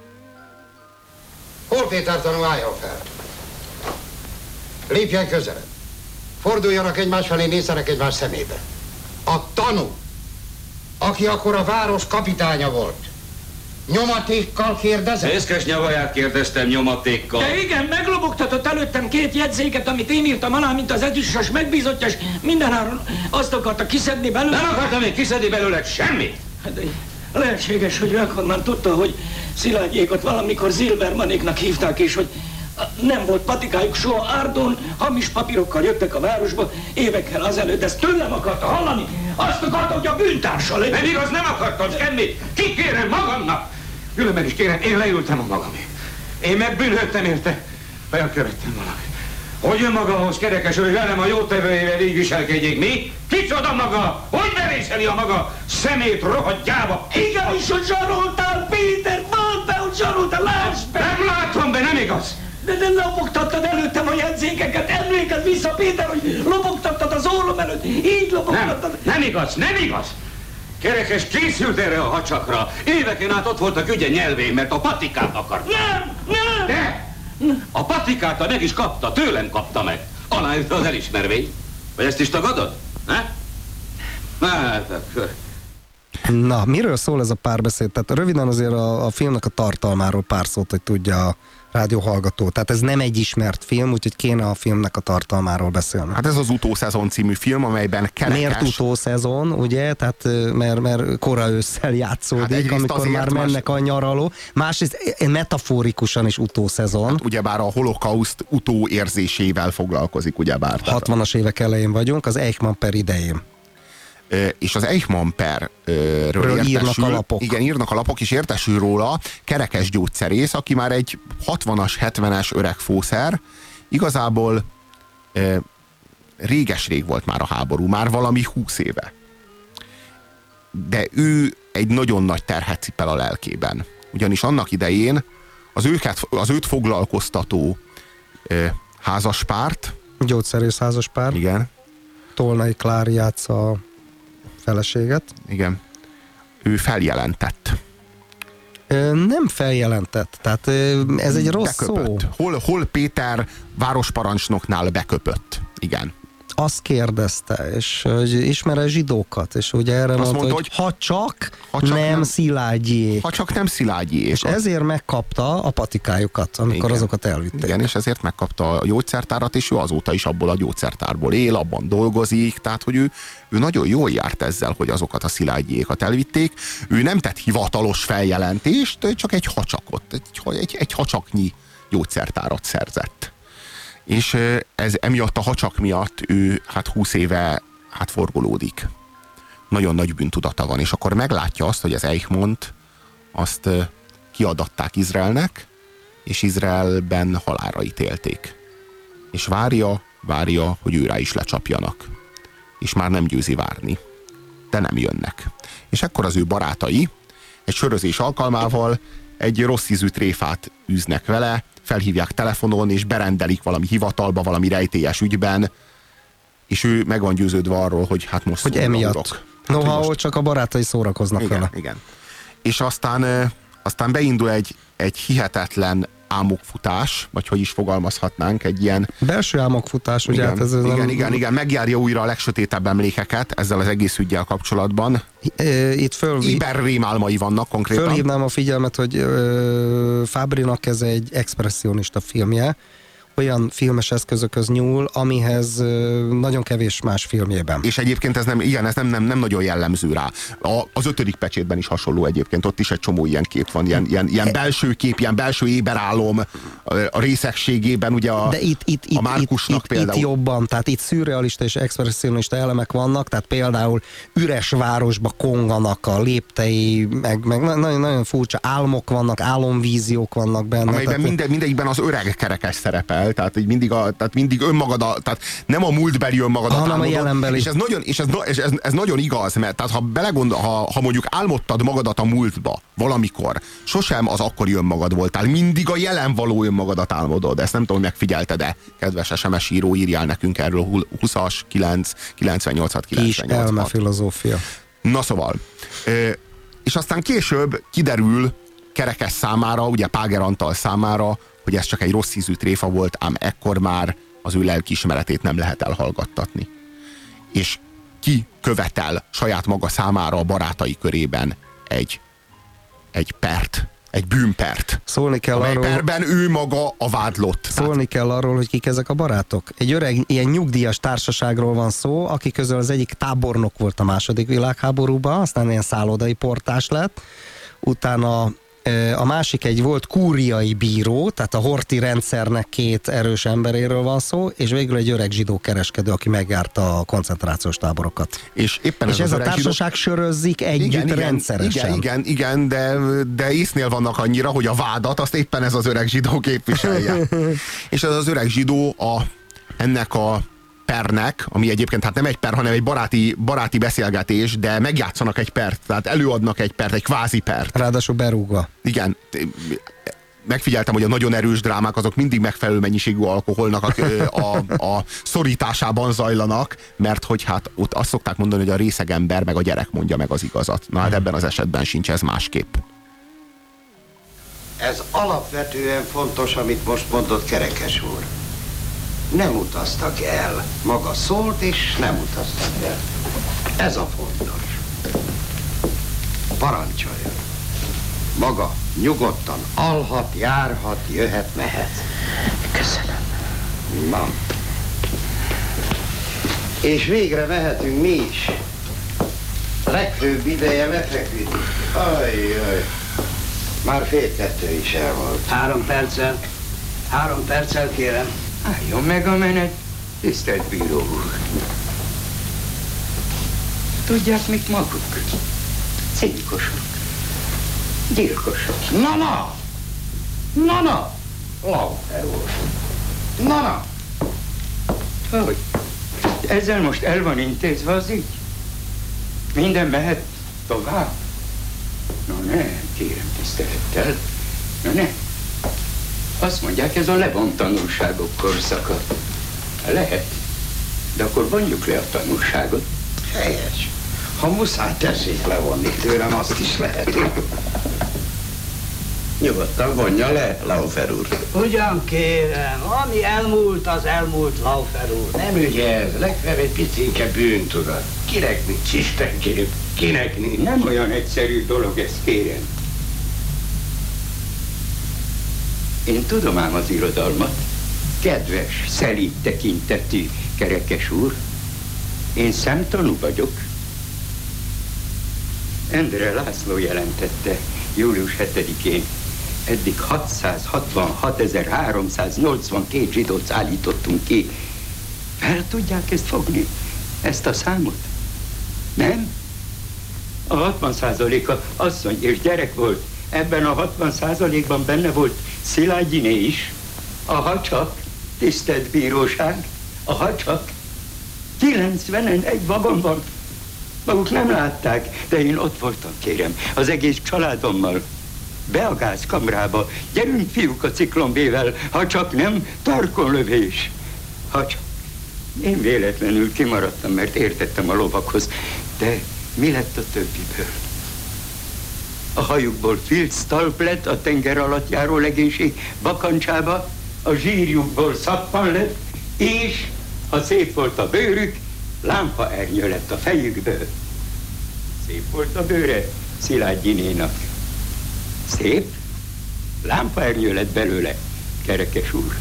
Speaker 19: Hol Péter tanú, álljon fel! Lépjen közelebb! Forduljanak egymás felé, nézzenek egymás szemébe! A tanú, aki akkor a város kapitánya volt, nyomatékkal kérdezett?
Speaker 20: Fészkes nyavaját kérdeztem nyomatékkal.
Speaker 21: De igen, meglobogtatott előttem két jegyzéket, amit én írtam alá, mint az ezüstös megbízottja, és mindenáron azt akarta kiszedni belőle.
Speaker 20: Nem akartam még kiszedni belőle semmit!
Speaker 21: Hát, lehetséges, hogy ő onnan tudta, hogy Szilágyékot valamikor Zilbermanéknak hívták, és hogy nem volt patikájuk soha Árdon, hamis papírokkal jöttek a városba évekkel azelőtt, de ezt tőlem akarta hallani. Azt akarta, hogy a bűntársa legyen.
Speaker 20: Nem igaz, nem akartam semmit. Kikérem magamnak. Különben is kérem, én leültem a magamé. Én megbűnhődtem érte, vagy elkövettem valamit. Hogy jön maga ahhoz, kerekes, hogy velem a jótevőjével így viselkedjék? Mi? Kicsoda maga? Hogy merészeli a maga szemét rohadjába?
Speaker 21: Igen, is, hogy zsaroltál, Péter, mondd be, hogy zsaroltál, lásd be!
Speaker 20: Nem látom be, nem igaz?
Speaker 21: De, de lobogtattad előttem a jegyzékeket, emlékezz vissza, Péter, hogy lobogtattad az orrom előtt, így lobogtattad.
Speaker 20: Nem, nem igaz, nem igaz! Kerekes készült erre a hacsakra. Éveken át ott voltak ügye nyelvén, mert a patikát akart.
Speaker 21: Nem, nem!
Speaker 20: De! A patikát meg is kapta, tőlem kapta meg. Aláírta az elismervényt. Vagy ezt is tagadod? Ne? Hát akkor...
Speaker 7: Na, miről szól ez a párbeszéd? Tehát röviden azért a, a filmnek a tartalmáról pár szót, hogy tudja a rádióhallgató. Tehát ez nem egy ismert film, úgyhogy kéne a filmnek a tartalmáról beszélni.
Speaker 2: Hát ez az Utószezon című film, amelyben kerekes...
Speaker 7: Miért utószezon, ugye? Tehát mert, mert kora ősszel játszódik, hát amikor már mennek más... a nyaraló. Másrészt metaforikusan is utószezon. Hát
Speaker 2: ugyebár a holokauszt utóérzésével foglalkozik, ugyebár.
Speaker 7: hatvanas évek elején vagyunk, az Eichmann per idején.
Speaker 2: És az Eichmann perről
Speaker 7: írnak a lapok.
Speaker 2: Igen, írnak a lapok, és értesül róla Kerekes gyógyszerész, aki már egy hatvanas, hetvenes öreg fószer. Igazából e, réges-rég volt már a háború, már valami húsz éve. De ő egy nagyon nagy terhet cipel a lelkében. Ugyanis annak idején az, őket, az őt foglalkoztató e, házaspárt,
Speaker 7: gyógyszerész házaspár.
Speaker 2: Igen.
Speaker 7: Tolnai Klári játsza a feleséget.
Speaker 2: Igen. Ő feljelentett.
Speaker 7: Ö, nem feljelentett, tehát ö, ez egy rossz
Speaker 2: beköpött.
Speaker 7: szó.
Speaker 2: Hol, hol Péter városparancsnoknál beköpött. Igen.
Speaker 7: Azt kérdezte, és hogy ismer-e zsidókat, és ugye erre mondta, mondta, hogy, hogy ha csak, ha csak nem, nem Szilágyék.
Speaker 2: Ha csak nem Szilágyék.
Speaker 7: És ezért megkapta a patikájukat, amikor igen. azokat elvitték.
Speaker 2: Igen, és ezért megkapta a gyógyszertárat, és ő azóta is abból a gyógyszertárból él, abban dolgozik, tehát hogy ő, ő nagyon jól járt ezzel, hogy azokat a Szilágyékat elvitték. Ő nem tett hivatalos feljelentést, csak egy hacsakot, egy, egy, egy hacsaknyi gyógyszertárat szerzett. És ez emiatt a hacsak miatt ő hát húsz éve hát forgolódik. Nagyon nagy bűntudata van, és akkor meglátja azt, hogy az Eichmannt azt kiadatták Izraelnek, és Izraelben halálra ítélték. És várja, várja, hogy őrá is lecsapjanak. És már nem győzi várni. de nem jönnek. És ekkor az ő barátai egy sörözés alkalmával egy rossz ízű tréfát űznek vele, felhívják telefonon, és berendelik valami hivatalba, valami rejtélyes ügyben, és ő meg van győződve arról, hogy hát most
Speaker 7: hogy emiatt. Noha hát, most... csak a barátai szórakoznak
Speaker 2: igen,
Speaker 7: vele.
Speaker 2: Igen. És aztán, aztán beindul egy, egy hihetetlen álmokfutás, vagy hogy is fogalmazhatnánk, egy ilyen...
Speaker 7: Belső álmokfutás, ugye?
Speaker 2: Igen,
Speaker 7: hát ez
Speaker 2: igen,
Speaker 7: nem...
Speaker 2: igen, igen, megjárja újra a legsötétebb emlékeket ezzel az egész üggyel kapcsolatban.
Speaker 7: Itt föl...
Speaker 2: Iberrémálmai vannak konkrétan.
Speaker 7: Fölhívnám a figyelmet, hogy ö, Fábrinak ez egy expresszionista filmje, olyan filmes eszközökhöz nyúl, amihez nagyon kevés más filmjében.
Speaker 2: És egyébként ez nem, igen, ez nem, nem, nem nagyon jellemző rá. A, az ötödik pecsétben is hasonló egyébként, ott is egy csomó ilyen kép van, ilyen, ilyen, ilyen belső kép, ilyen belső éberálom a részegségében, ugye a,
Speaker 7: de itt, itt,
Speaker 2: a Márkusnak
Speaker 7: itt,
Speaker 2: például.
Speaker 7: Itt jobban, tehát itt szürrealista és expresszionista elemek vannak, tehát például üres városba konganak a léptei, meg, meg nagyon, nagyon furcsa álmok vannak, álomvíziók vannak benne.
Speaker 2: Amelyben
Speaker 7: tehát,
Speaker 2: minden, mindegyikben az öreg kerekes szerepel. Tehát, hogy mindig, a, tehát mindig önmagad, a, tehát nem a múltbeli önmagadat
Speaker 7: hanem
Speaker 2: álmodod,
Speaker 7: a jelenbeli.
Speaker 2: És ez nagyon, és ez, ez, ez, ez nagyon igaz, mert tehát ha belegondol, ha, ha mondjuk álmodtad magadat a múltba valamikor, sosem az akkori önmagad voltál, mindig a jelen való önmagadat álmodod. Ezt nem tudom, megfigyelted-e, kedves es em es író, írjál nekünk erről huszas, kilenc, kilencvennyolc, kilencvennyolc.
Speaker 7: Kis elme filozófia.
Speaker 2: Na szóval, és aztán később kiderül Kerekes számára, ugye Páger Antal számára, hogy ez csak egy rossz ízű tréfa volt, ám ekkor már az ő lelkiismeretét nem lehet elhallgattatni. És ki követel saját maga számára a barátai körében egy, egy pert, egy bűnpert.
Speaker 7: Szólni kell
Speaker 2: amely
Speaker 7: arról,
Speaker 2: perben ő maga a vádlott.
Speaker 7: Szólni kell arról, hogy kik ezek a barátok. Egy öreg, ilyen nyugdíjas társaságról van szó, aki közül az egyik tábornok volt a második világháborúban, aztán ilyen szállodai portás lett, utána a másik egy volt kúriai bíró, tehát a Horthy rendszernek két erős emberéről van szó, és végül egy öreg zsidó kereskedő, aki megjárta a koncentrációs táborokat.
Speaker 2: És, éppen
Speaker 7: és ez, ez a társaság zsidó... sörözzik együtt igen, rendszeresen.
Speaker 2: Igen, igen, igen, de, de észnél vannak annyira, hogy a vádat azt éppen ez az öreg zsidó képviselje. És ez az öreg zsidó a, ennek a pernek, ami egyébként hát nem egy per, hanem egy baráti, baráti beszélgetés, de megjátszanak egy pert, tehát előadnak egy pert, egy kvázi pert.
Speaker 7: Ráadásul berúgva.
Speaker 2: Igen. Megfigyeltem, hogy a nagyon erős drámák azok mindig megfelelő mennyiségű alkoholnak a, a, a szorításában zajlanak, mert hogy hát ott azt szokták mondani, hogy a részeg ember meg a gyerek mondja meg az igazat. Na hát ebben az esetben sincs ez másképp.
Speaker 19: Ez alapvetően fontos, amit most mondott Kerekes úr. Nem utaztak el. Maga szólt, és nem utaztak el. Ez a fontos. Parancsoljon. Maga nyugodtan alhat, járhat, jöhet, mehet.
Speaker 17: Köszönöm.
Speaker 19: Na. És végre mehetünk mi is. Legfőbb ideje lefeküdni. Ajjaj. Már fél kettő is el volt.
Speaker 4: Három perccel. Három perccel kérem.
Speaker 5: Álljon meg a menet, tisztelt bíró úr. Tudják, mit maguk? Cinkosok. Gyilkosok.
Speaker 19: Na, na! Na, na! Laufer úr. Na, na!
Speaker 5: Hogy? Ezzel most el van intézve az ügy? Minden mehet tovább? Na ne, kérem tisztelettel. Na ne. Azt mondják, ez a levont tanulságok korszaka. Lehet. De akkor vonjuk le a tanulságot.
Speaker 19: Helyes. Ha muszáj, tessék levonni tőlem, azt is lehet. Nyugodtan vonja le, Laufer úr.
Speaker 4: Ugyan kérem, ami elmúlt, az elmúlt, Laufer úr.
Speaker 19: Nem ügye ez, legfeljebb egy picinke bűntudat. Kinek nincs, Isten kérem, kinek nincs?
Speaker 5: Nem olyan egyszerű dolog ez, kérem. Én tudom ám az irodalmat. Kedves, szelíd tekintetű Kerekes úr. Én szemtanú vagyok. Endre László jelentette július hetedikén. Eddig hatszázhatvanhatezer-háromszáznyolcvankét zsidót állítottunk ki. El tudják ezt fogni? Ezt a számot? Nem? A hatvan százaléka asszony és gyerek volt. Ebben a hatvan százalékban benne volt Szilágyiné is. Aha csak, tisztelt bíróság, aha csak, kilencvenen egy vagon van. Maguk nem látták, de én ott voltam, kérem, az egész családommal. Be a gázkamrába, gyerünk fiúk a ciklonbével, ha csak nem tarkonlövés. Ha csak... Én véletlenül kimaradtam, mert értettem a lovakhoz, de mi lett a többiből? A hajukból filctalp lett a tenger alatt járó legénység bakancsába, a zsírjukból szappan lett, és, ha szép volt a bőrük, lámpaernyő lett a fejükből. Szép volt a bőre Szilágyinénak. Szép? Lámpaernyő lett belőle, kerekes úr.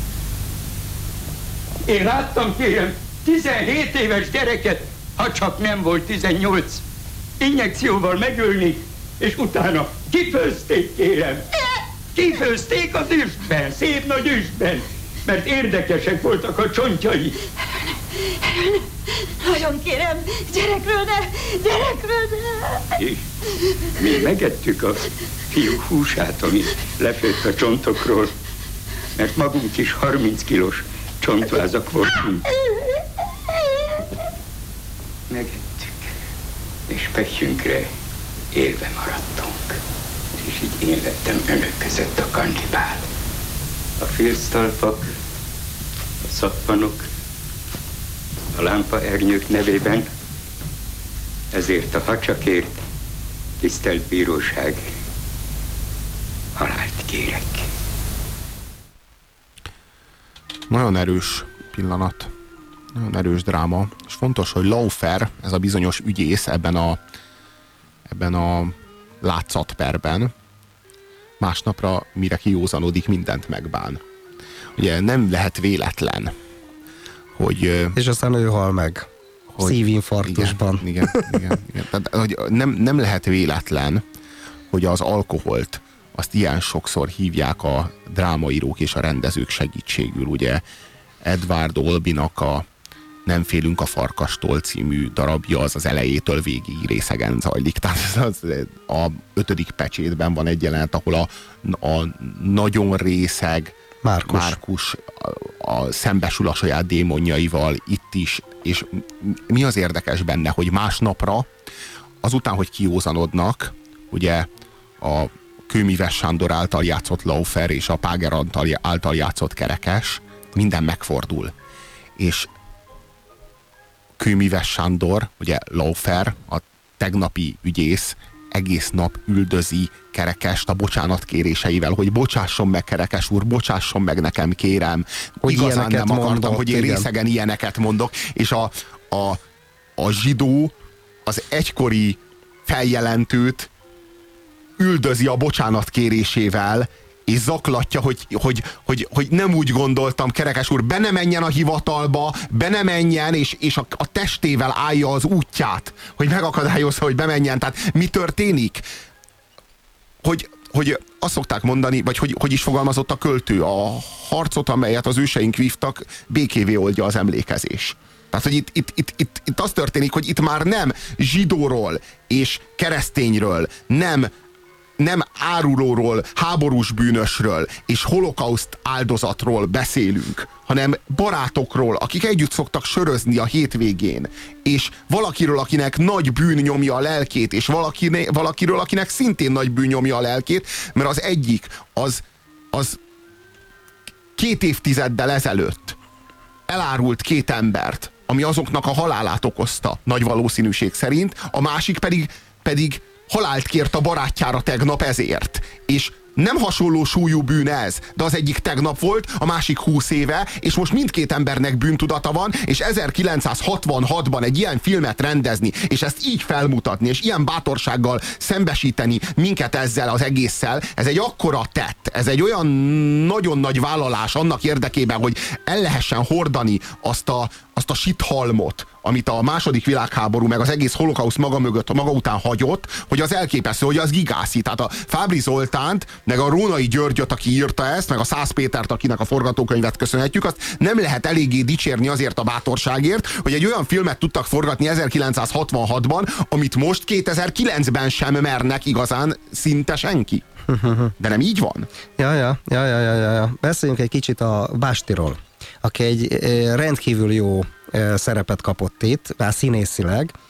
Speaker 5: Én láttam, kérem, tizenhét éves gyereket, ha csak nem volt tizennyolc, injekcióval megölni, és utána kifőzték, kérem. Kifőzték a üstben, szép nagy üstben, mert érdekesek voltak a csontjai.
Speaker 15: Nagyon kérem, gyerekről ne, gyerekről ne.
Speaker 5: És mi megettük a fiúk húsát, ami lefőtt a csontokról, mert magunk is harminc kilós csontvázak voltunk. Megettük, és pehjünkre élve maradtunk. És így én lettem önök között a kannibál. A filctalpak, a szappanok, a lámpaernyők nevében, ezért a hacsakért, tisztelt bíróság, halált kérek.
Speaker 2: Nagyon erős pillanat, nagyon erős dráma, és fontos, hogy Laufer, ez a bizonyos ügyész ebben a, ebben a látszatperben, másnapra, mire kijózanodik, mindent megbán. Ugye nem lehet véletlen, hogy...
Speaker 7: És aztán ő hal meg. Hogy, szívinfarktusban.
Speaker 2: Igen, igen, igen, igen. Tehát, hogy nem, nem lehet véletlen, hogy az alkoholt azt ilyen sokszor hívják a drámaírók és a rendezők segítségül. Ugye Edward Albinak a Nem félünk a farkastól című darabja az az elejétől végig részegen zajlik. Tehát az, a ötödik pecsétben van egy jelenet, ahol a, a nagyon részeg
Speaker 7: Márkus,
Speaker 2: Márkus a, a szembesül a saját démonjaival itt is, és mi az érdekes benne, hogy másnapra, azután, hogy kiózanodnak, ugye a Kőmíves Sándor által játszott Laufer és a Páger által játszott Kerekes, minden megfordul. És Kőmíves Sándor, ugye Laufer, a tegnapi ügyész, egész nap üldözi Kerekest a bocsánatkéréseivel, hogy bocsásson meg, Kerekes úr, bocsásson meg nekem, kérem. Hogy igazán nem akartam, mondott, hogy én igen. részegen ilyeneket mondok. És a, a, a zsidó az egykori feljelentőt üldözi a bocsánatkérésével, és zaklatja, hogy, hogy, hogy, hogy nem úgy gondoltam, Kerekes úr, be ne menjen a hivatalba, be ne menjen, és, és a, a testével állja az útját, hogy megakadályozza, hogy bemenjen. Tehát mi történik? Hogy, hogy azt szokták mondani, vagy hogy, hogy is fogalmazott a költő, a harcot, amelyet az őseink vívtak, békévé oldja az emlékezés. Tehát, hogy itt, itt, itt, itt, itt az történik, hogy itt már nem zsidóról és keresztényről, nem nem árulóról, háborús bűnösről és holokauszt áldozatról beszélünk, hanem barátokról, akik együtt szoktak sörözni a hétvégén, és valakiről, akinek nagy bűn nyomja a lelkét, és valaki, valakiről, akinek szintén nagy bűn nyomja a lelkét, mert az egyik az, az két évtizeddel ezelőtt elárult két embert, ami azoknak a halálát okozta, nagy valószínűség szerint, a másik pedig, pedig halált kért a barátjára tegnap ezért. És nem hasonló súlyú bűn ez, de az egyik tegnap volt, a másik húsz éve, és most mindkét embernek bűntudata van, és ezerkilencszázhatvanhatban egy ilyen filmet rendezni, és ezt így felmutatni, és ilyen bátorsággal szembesíteni minket ezzel az egésszel, ez egy akkora tett, ez egy olyan nagyon nagy vállalás annak érdekében, hogy el lehessen hordani azt a, azt a sithalmot, amit a második világháború meg az egész holokauszt maga mögött, maga után hagyott, hogy az elképesztő, hogy az gigászi. Tehát a Fábri Zoltánt, meg a Rónai Györgyöt, aki írta ezt, meg a Szász Pétert, akinek a forgatókönyvet köszönhetjük, azt nem lehet eléggé dicsérni azért a bátorságért, hogy egy olyan filmet tudtak forgatni ezerkilencszázhatvanhatban, amit most kétezer-kilencben sem mernek igazán szinte senki. De nem így van?
Speaker 7: Ja, ja, ja, ja, ja, ja. Beszéljünk egy kicsit a Bástiról, aki egy rendkívül jó szerepet kapott itt, már színészileg.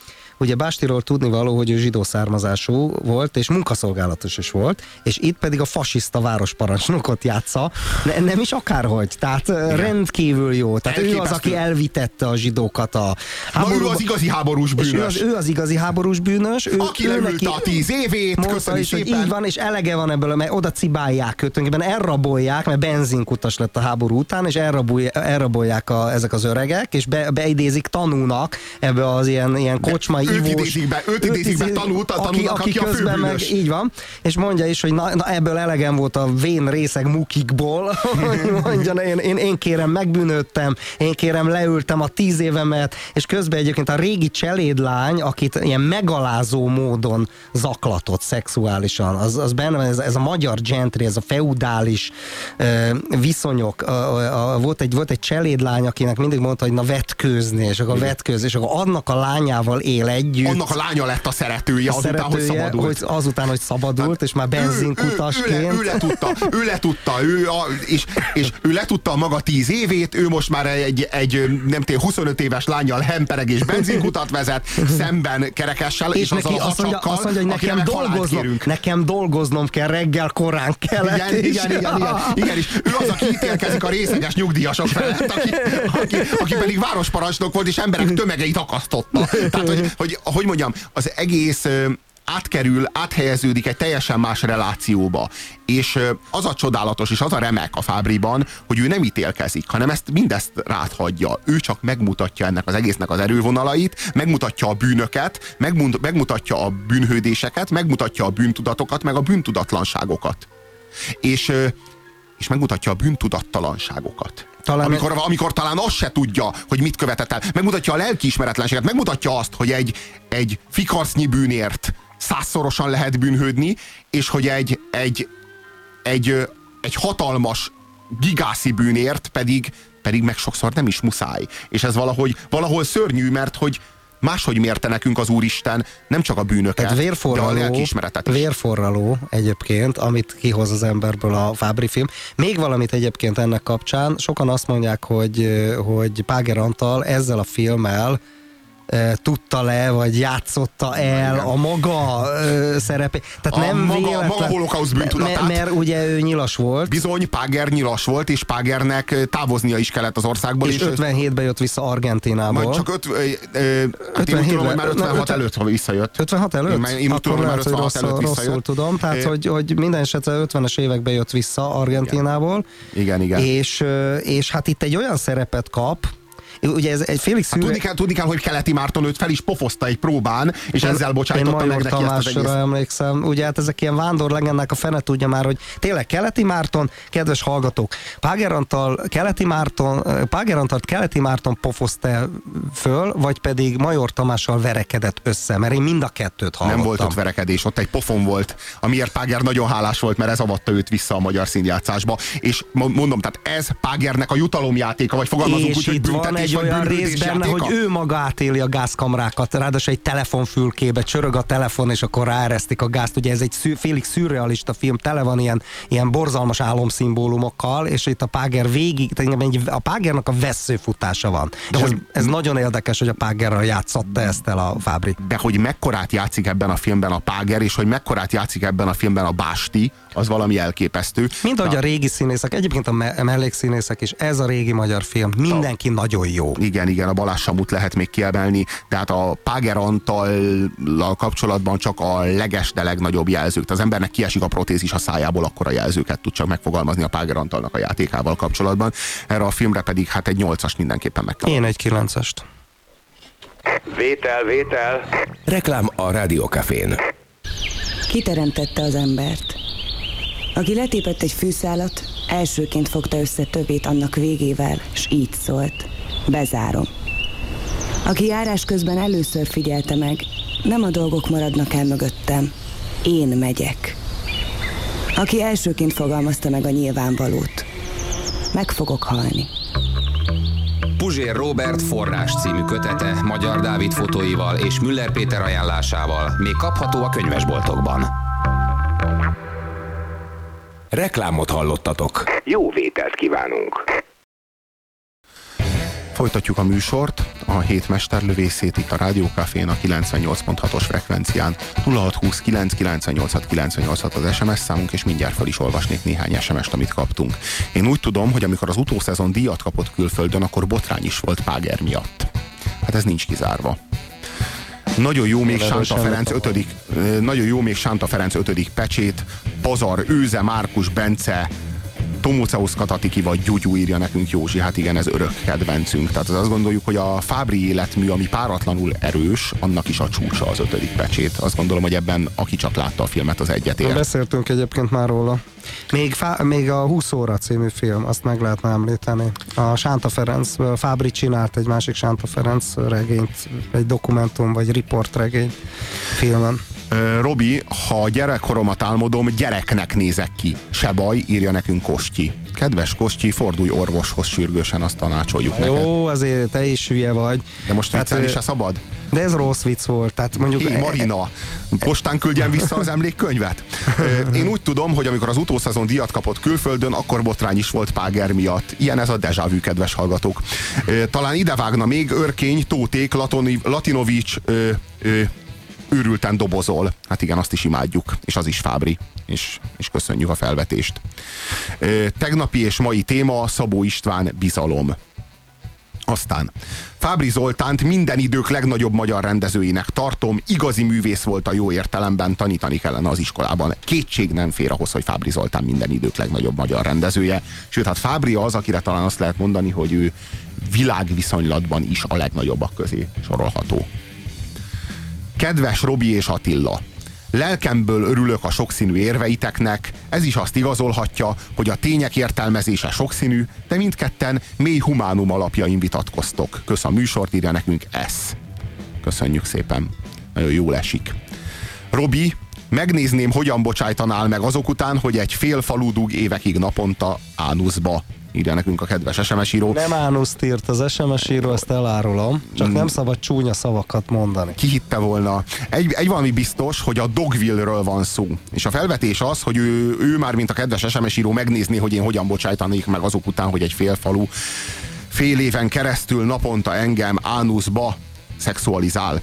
Speaker 7: ugye Bástiról tudnivaló, hogy ő zsidó származású volt, és munkaszolgálatos is volt, és itt pedig a fasiszta városparancsnokot játsza, ne, nem is akárhogy, tehát igen. rendkívül jó. Tehát ő az, aki elvitette a zsidókat a háborúba.
Speaker 2: Na, ő az igazi háborús bűnös.
Speaker 7: Ő az, ő az igazi háborús bűnös. Ő,
Speaker 2: aki leülte a tíz évét, köszönjük szépen.
Speaker 7: Így van, és elege van ebből, mert oda cibálják őt, tulajdonképpen elrabolják, mert benzinkutas lett a háború után, és elrabolják, elrabolják a, ezek az öregek, és be, beidézik tanúnak ebbe az ilyen, ilyen kocsmai
Speaker 2: őt
Speaker 7: ivós...
Speaker 2: Idézik be, őt idézik be tanút, a tanúnak, aki, aki, aki a főbűnös. Meg,
Speaker 7: így van, és mondja is, hogy na, na ebből elegem volt a vén részeg mukikból, mondja, én, én, én kérem, megbűnődtem, én kérem, leültem a tíz évemet, és közben egyébként a régi cselédlány, akit ilyen megalázó módon zaklatott szexuálisan, az, az benne van, ez, ez a magyar gentry, ez a feudális uh, viszonyok, uh, uh, volt, egy, volt egy cselédlány, akinek mindig mondta, hogy na vetkőzni, és akkor vetkőzni, és akkor annak a lányával él együtt.
Speaker 2: Annak a lánya lett a szeretője,
Speaker 7: a
Speaker 2: azután,
Speaker 7: szeretője,
Speaker 2: hogy szabadult.
Speaker 7: Hogy azután, hogy szabadult, hát, és már benzinkutasként.
Speaker 2: Ő, ő, ő, ő letudta, ő letudta, ő a, és, és ő letudta maga tíz évét, ő most már egy, egy nem tudom, huszonöt éves lányjal hempereg és benzinkutat vezet, szemben kerekessel, és, és
Speaker 7: neki
Speaker 2: azzal a
Speaker 7: azt mondja,
Speaker 2: hacsakkal,
Speaker 7: azt mondja, hogy nekem dolgoznom, nekem dolgoznom kell, reggel korán kellett.
Speaker 2: Igen, igen, igen, igen, igen, és ő az, aki ítélkezik a részeges nyugdíjasok felett, aki, aki, aki pedig városparancsnok volt, és emberek tömegeit akasztotta. Tehát, hogy, hogy, hogy mondjam, az egész átkerül, áthelyeződik egy teljesen más relációba. És az a csodálatos, és az a remek a Fábriban, hogy ő nem ítélkezik, hanem ezt mindezt ráthagyja. Ő csak megmutatja ennek az egésznek az erővonalait, megmutatja a bűnöket, megmutatja a bűnhődéseket, megmutatja a bűntudatokat, meg a bűntudatlanságokat. És, és megmutatja a bűntudattalanságokat. Talán amikor, amikor talán azt se tudja, hogy mit követett el. Megmutatja a lelkiismeretlenséget, megmutatja azt, hogy egy, egy fikarsznyi bűnért százszorosan lehet bűnhődni, és hogy egy, egy, egy, egy hatalmas gigászi bűnért pedig, pedig meg sokszor nem is muszáj. És ez valahogy, valahol szörnyű, mert hogy máshogy mérte nekünk az Úristen nem csak a bűnöket, de a lelkiismeretet is.
Speaker 7: Vérforraló egyébként, amit kihoz az emberből a Fábri film. Még valamit egyébként ennek kapcsán, sokan azt mondják, hogy, hogy Páger Antal ezzel a filmmel tudta le, vagy játszotta el a maga ö, szerepét. Tehát
Speaker 2: a
Speaker 7: nem
Speaker 2: maga,
Speaker 7: véletlen,
Speaker 2: maga holokauszt bűntudatát.
Speaker 7: Mert, mert ugye ő nyilas volt.
Speaker 2: Bizony, Páger nyilas volt, és Págernek távoznia is kellett az országból.
Speaker 7: És, és ötvenhétben jött vissza Argentinából.
Speaker 2: Majd csak öt, ö, ö, hát én úgy tudom, hogy már ötvenhat előtt visszajött.
Speaker 7: ötvenhat előtt?
Speaker 2: Én, én úgy tudom, hogy már ötvenhat előtt visszajött.
Speaker 7: Rosszul tudom, tehát hogy, hogy minden esetre ötvenes években jött vissza Argentinából.
Speaker 2: Igen, igen.
Speaker 7: És, és hát itt egy olyan szerepet kap, ugye ez egy félig szűre...
Speaker 2: Hát tudni, kell, tudni kell, hogy Keleti Márton őt fel is pofozta egy próbán, és én, ezzel bocsájtotta meg neki ezt az egész.
Speaker 7: Emlékszem, ugye hát ezek ilyen vándorlegendák, a fene tudja már, hogy tényleg Keleti Márton, kedves hallgatók, Páger Antal, Keleti Márton, Páger Antalt Keleti Márton pofozta föl, vagy pedig Major Tamással verekedett össze, mert én mind a kettőt hallottam.
Speaker 2: Nem volt ott verekedés, ott egy pofon volt, amiért Páger nagyon hálás volt, mert ez avatta őt vissza a magyar színjátszásba, és mondom, tehát ez Págernek a jutalomjátéka, vagy fogalmazunk úgy, hogy büntetés.
Speaker 7: Egy olyan rész benne, hogy ő maga átéli a gázkamrákat, ráadásul egy telefonfülkébe csörög a telefon, és akkor ráeresztik a gázt. Ugye ez egy szű, félig szürrealista film, tele van ilyen, ilyen borzalmas álomszimbólumokkal, és itt a Páger végig, a Págernak a vesszőfutása van. De hogy, ez, ez nagyon érdekes, hogy a Págerral játszotta ezt el a Fábri.
Speaker 2: De hogy mekkorát játszik ebben a filmben a Páger, és hogy mekkorát játszik ebben a filmben a Básti, az valami elképesztő.
Speaker 7: Mint ahogy a régi színészek, egyébként a me- mellékszínészek is, ez a régi magyar film, mindenki a, nagyon jó.
Speaker 2: Igen, igen, a Balázs Samut lehet még kiemelni, tehát a Páger Antallal kapcsolatban csak a leges, de legnagyobb jelzők. Az embernek kiesik a protézis a szájából, akkor a jelzőket tud csak megfogalmazni a Páger Antalnak a játékával kapcsolatban. Erre a filmre pedig hát egy nyolcast mindenképpen meg kell.
Speaker 7: Én egy kilencest.
Speaker 1: Vétel, vétel. Reklám a Rádiókafén.
Speaker 12: Kiteremtette az embert. Aki letépett egy fűszálat, elsőként fogta össze többét annak végével, s így szólt: bezárom. Aki járás közben először figyelte meg, nem a dolgok maradnak el mögöttem, én megyek. Aki elsőként fogalmazta meg a nyilvánvalót, meg fogok halni.
Speaker 1: Puzsér Róbert forrás című kötete Magyar Dávid fotóival és Müller Péter ajánlásával még kapható a könyvesboltokban. Reklámot hallottatok. Jó vételt kívánunk!
Speaker 2: Folytatjuk a műsort, a hét mesterlövészét itt a Rádió Cafén a kilencvennyolc pont hatos frekvencián. nulla hat húsz kilenc kilencvennyolc kilencvennyolc az es em es számunk, és mindjárt fel is olvasnék néhány es em est, amit kaptunk. Én úgy tudom, hogy amikor az utószezon díjat kapott külföldön, akkor botrány is volt Páger miatt. Hát ez nincs kizárva. Nagyon jó még Sánta Ferenc ötödik, nagyon jó még Sánta Ferenc ötödik pecsét, Pazar, Őze, Márkus, Bence, Tomóceusz Katatiki vagy Gyugyú, írja nekünk Józsi. Hát igen, ez örök kedvencünk. Tehát azt gondoljuk, hogy a Fábri életmű, ami páratlanul erős, annak is a csúcsa az ötödik pecsét. Azt gondolom, hogy ebben aki csak látta a filmet, az egyetért.
Speaker 7: Beszéltünk egyébként már róla. Még, Fá- még a húsz óra című film, azt meg lehetne említeni. A Sánta Ferenc, Fábri csinált egy másik Sánta Ferenc regényt, egy dokumentum vagy riportregény filmen.
Speaker 2: Robi, ha gyerekkoromat álmodom, gyereknek nézek ki. Se baj, írja nekünk Kostyi. Kedves Kostyi, fordulj orvoshoz sürgősen, azt tanácsoljuk neked.
Speaker 7: Jó, azért te is hülye vagy.
Speaker 2: De most viccelni se szabad?
Speaker 7: De ez rossz vicc volt. Tehát mondjuk...
Speaker 2: Hé, Marina, postán küldjen vissza az emlékkönyvet? Én úgy tudom, hogy amikor az utószezon díjat kapott külföldön, akkor botrány is volt Páger miatt. Ilyen ez a déjà vu, kedves hallgatók. Talán idevágna még Örkény, Tóték, Latinovics, ö, ö, őrülten dobozol. Hát igen, azt is imádjuk. És az is Fábri. És, és köszönjük a felvetést. Ö, tegnapi és mai téma Szabó István, bizalom. Aztán Fábri Zoltánt minden idők legnagyobb magyar rendezőjének tartom, igazi művész volt a jó értelemben, tanítani kellene az iskolában. Kétség nem fér ahhoz, hogy Fábri Zoltán minden idők legnagyobb magyar rendezője. Sőt, hát Fábri az, akire talán azt lehet mondani, hogy ő világviszonylatban is a legnagyobbak közé sorolható. Kedves Robi és Attila, lelkemből örülök a sokszínű érveiteknek, ez is azt igazolhatja, hogy a tények értelmezése sokszínű, de mindketten mély humánum alapjain vitatkoztok. Kösz a műsort, írja nekünk ez. Köszönjük szépen. Nagyon jól esik. Robi, megnézném, hogyan bocsájtanál meg azok után, hogy egy fél falu dug évekig naponta ánuszba. Írja nekünk a kedves es em es író.
Speaker 7: Nem ánuszt írt az es em es író, ezt elárulom. Csak mm. nem szabad csúnya szavakat mondani.
Speaker 2: Ki hitte volna? Egy, egy valami biztos, hogy a Dogville-ről van szó. És a felvetés az, hogy ő, ő már, mint a kedves es em es író, megnézni, hogy én hogyan bocsájtanék meg azok után, hogy egy fél falu fél éven keresztül naponta engem ánuszba szexualizál.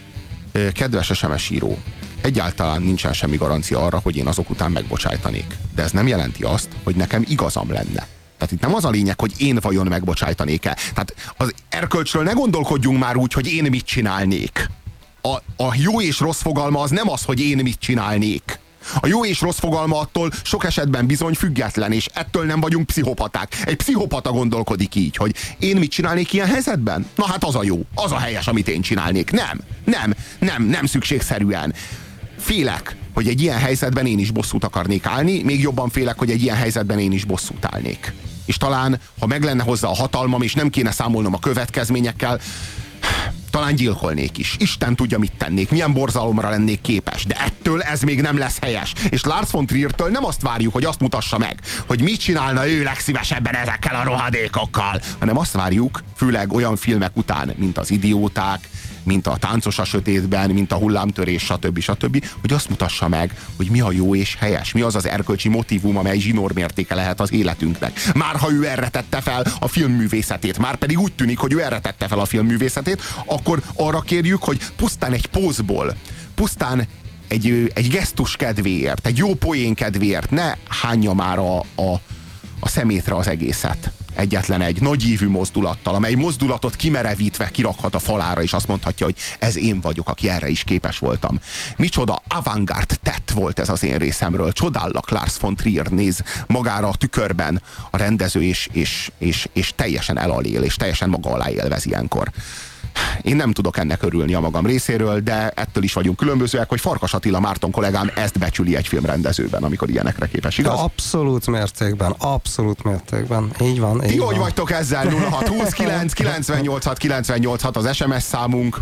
Speaker 2: Kedves es em es író, egyáltalán nincsen semmi garancia arra, hogy én azok után megbocsájtanék. De ez nem jelenti azt, hogy nekem igazam lenne. Tehát itt nem az a lényeg, hogy én vajon megbocsájtanék-e. Tehát az erkölcsről ne gondolkodjunk már úgy, hogy én mit csinálnék. A, a jó és rossz fogalma az nem az, hogy én mit csinálnék. A jó és rossz fogalma attól sok esetben bizony független, és ettől nem vagyunk pszichopaták. Egy pszichopata gondolkodik így, hogy én mit csinálnék ilyen helyzetben? Na hát az a jó, az a helyes, amit én csinálnék. Nem, nem, nem, nem szükségszerűen. Félek, hogy egy ilyen helyzetben én is bosszút akarnék állni, még jobban félek, hogy egy ilyen helyzetben én is bosszút állnék. És talán, ha meg lenne hozzá a hatalmam, és nem kéne számolnom a következményekkel, talán gyilkolnék is. Isten tudja, mit tennék, milyen borzalomra lennék képes, de ettől ez még nem lesz helyes. És Lars von Triertől nem azt várjuk, hogy azt mutassa meg, hogy mit csinálna ő legszívesebben ezekkel a rohadékokkal, hanem azt várjuk, főleg olyan filmek után, mint az Idióták, mint a Táncos a sötétben, mint a Hullámtörés, stb. stb., hogy azt mutassa meg, hogy mi a jó és helyes, mi az az erkölcsi motívum, amely zsinórmértéke lehet az életünknek. Már ha ő erre tette fel a filmművészetét, már pedig úgy tűnik, hogy ő erre tette fel a filmművészetét, akkor arra kérjük, hogy pusztán egy pózból, pusztán egy, egy gesztus kedvéért, egy jó poén kedvéért ne hányja már a, a, a szemétre az egészet. Egyetlen egy nagyívű mozdulattal, amely mozdulatot kimerevítve kirakhat a falára, és azt mondhatja, hogy ez én vagyok, aki erre is képes voltam. Micsoda avantgárd tett volt ez az én részemről. Csodállak, Lars von Trier, néz magára a tükörben a rendező, és, és, és, és teljesen elalél, és teljesen maga alá élvez ilyenkor. Én nem tudok ennek örülni a magam részéről, de ettől is vagyunk különbözőek, hogy Farkas Attila Márton kollégám ezt becsüli egy filmrendezőben, amikor ilyenekre képes, igaz?
Speaker 7: Abszolút mértékben, abszolút mértékben. Így van.
Speaker 2: Ti
Speaker 7: így
Speaker 2: hogy
Speaker 7: van.
Speaker 2: vagytok ezzel? nulla hat húsz kilencvennyolc hat kilencvennyolc hat az es em es számunk.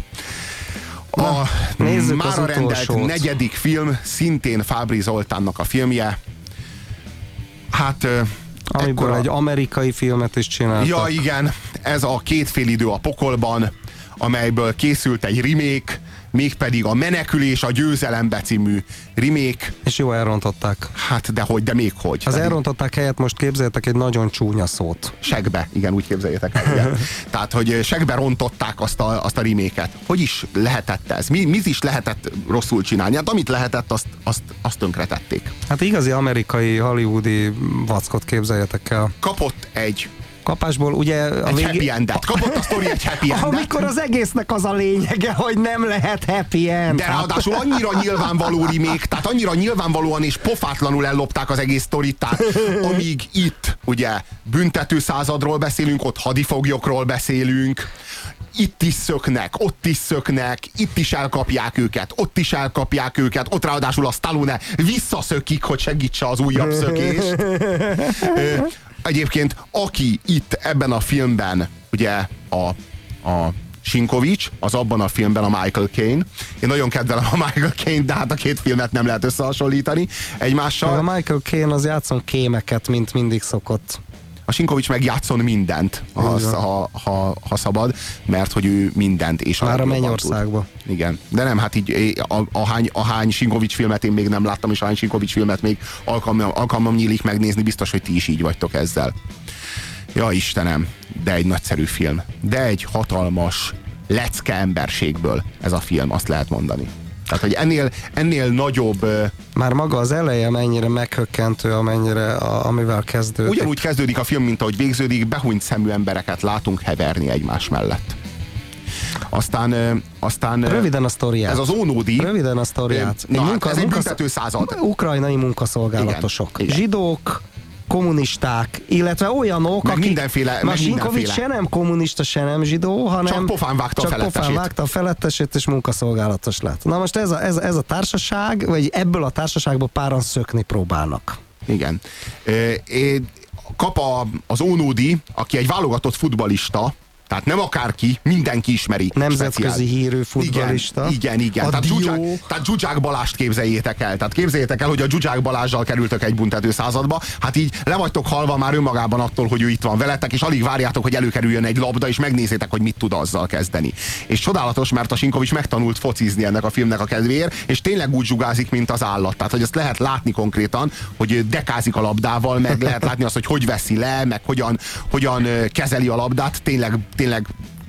Speaker 2: A
Speaker 7: Na,
Speaker 2: mára rendelt negyedik film, szintén Fábri Zoltánnak a filmje. Hát...
Speaker 7: Amiből ekkora... egy amerikai filmet is csináltak.
Speaker 2: Ja, igen, ez a Két fél idő a pokolban, amelyből készült egy remake, mégpedig a Menekülés a győzelembe című remake.
Speaker 7: És jó, elrontották.
Speaker 2: Hát dehogy, de még hogy.
Speaker 7: Az
Speaker 2: Tehát
Speaker 7: elrontották helyett most képzeljétek egy nagyon csúnya szót.
Speaker 2: Segbe, igen, úgy képzeljétek el. Igen. Tehát, hogy segbe rontották azt a, azt a remake-et. Hogy is lehetett ez? Mi, mi is lehetett rosszul csinálni? Hát amit lehetett, azt, azt, azt tönkretették.
Speaker 7: Hát igazi amerikai, hollywoodi vackot képzeljetek el.
Speaker 2: Kapott egy
Speaker 7: kapásból, ugye a
Speaker 2: egy
Speaker 7: végé...
Speaker 2: happy endet. Kapott a sztori egy happy endet.
Speaker 7: Amikor az egésznek az a lényege, hogy nem lehet happy end.
Speaker 2: De ráadásul annyira nyilvánvaló remake, tehát annyira nyilvánvalóan és pofátlanul ellopták az egész sztorit, tehát amíg itt ugye büntető századról beszélünk, ott hadifoglyokról beszélünk, itt is szöknek, ott is szöknek, itt is elkapják őket, ott is elkapják őket, ott ráadásul a Stallone visszaszökik, hogy segítse az újabb szökést. Egyébként, aki itt ebben a filmben, ugye a, a Sinkovics, az abban a filmben a Michael Caine. Én nagyon kedvelem a Michael Caine, de hát a két filmet nem lehet összehasonlítani egymással.
Speaker 7: A Michael Caine az játszon kémeket, mint mindig szokott.
Speaker 2: A Sinkovics meg játszon mindent, ha, ha, ha, ha szabad, mert hogy ő mindent. És
Speaker 7: már a Mennyországban.
Speaker 2: Igen, de nem, hát így a, a, hány, a hány Sinkovics filmet én még nem láttam, és a hány Sinkovics filmet még alkalmam, alkalmam nyílik megnézni, biztos, hogy ti is így vagytok ezzel. Ja, Istenem, de egy nagyszerű film. De egy hatalmas lecke emberségből ez a film, azt lehet mondani. Tehát, hogy ennél, ennél nagyobb...
Speaker 7: Már maga az eleje mennyire meghökkentő, amennyire, a, amivel kezdődik.
Speaker 2: Ugyanúgy kezdődik a film, mint ahogy végződik, behúnyt szemű embereket látunk heverni egymás mellett. Aztán... aztán
Speaker 7: röviden a sztoriát.
Speaker 2: Ez az Ónódi.
Speaker 7: Röviden a sztoriát.
Speaker 2: Na,
Speaker 7: munka,
Speaker 2: ez egy
Speaker 7: munka,
Speaker 2: büntető század.
Speaker 7: Ukrajnai munkaszolgálatosok.
Speaker 2: Igen, igen.
Speaker 7: Zsidók, kommunisták, illetve olyanok,
Speaker 2: meg
Speaker 7: akik...
Speaker 2: mindenféle, meg
Speaker 7: Sinkovics se nem kommunista, se nem zsidó, hanem...
Speaker 2: Csak pofán vágta
Speaker 7: csak
Speaker 2: a felettesét.
Speaker 7: pofán vágta a felettesét, és munkaszolgálatos lett. Na most ez a, ez, ez a társaság, vagy ebből a társaságból páran szökni próbálnak.
Speaker 2: Igen. Kap a, az Ónódi, aki egy válogatott futballista, tehát nem akárki, mindenki ismeri.
Speaker 7: Nemzetközi hírű futballista.
Speaker 2: Igen, igen, igen. Tehát, Zsuzsák, tehát Zsuzsák Balást képzeljétek el. Tehát képzeljétek el, hogy a Zsuzsák Balással kerültök egy büntető századba. Hát így le vagytok halva már önmagában attól, hogy ő itt van veletek, és alig várjátok, hogy előkerüljön egy labda, és megnézzétek, hogy mit tud azzal kezdeni. És csodálatos, mert a Sinkovics megtanult focizni ennek a filmnek a kedvéért, és tényleg úgy zsugázik, mint az állat. Tehát, hogy ezt lehet látni konkrétan, hogy dekázik a labdával, meg lehet látni azt, hogy hogy veszi le, meg hogyan, hogyan kezeli a labdát. Tényleg tényleg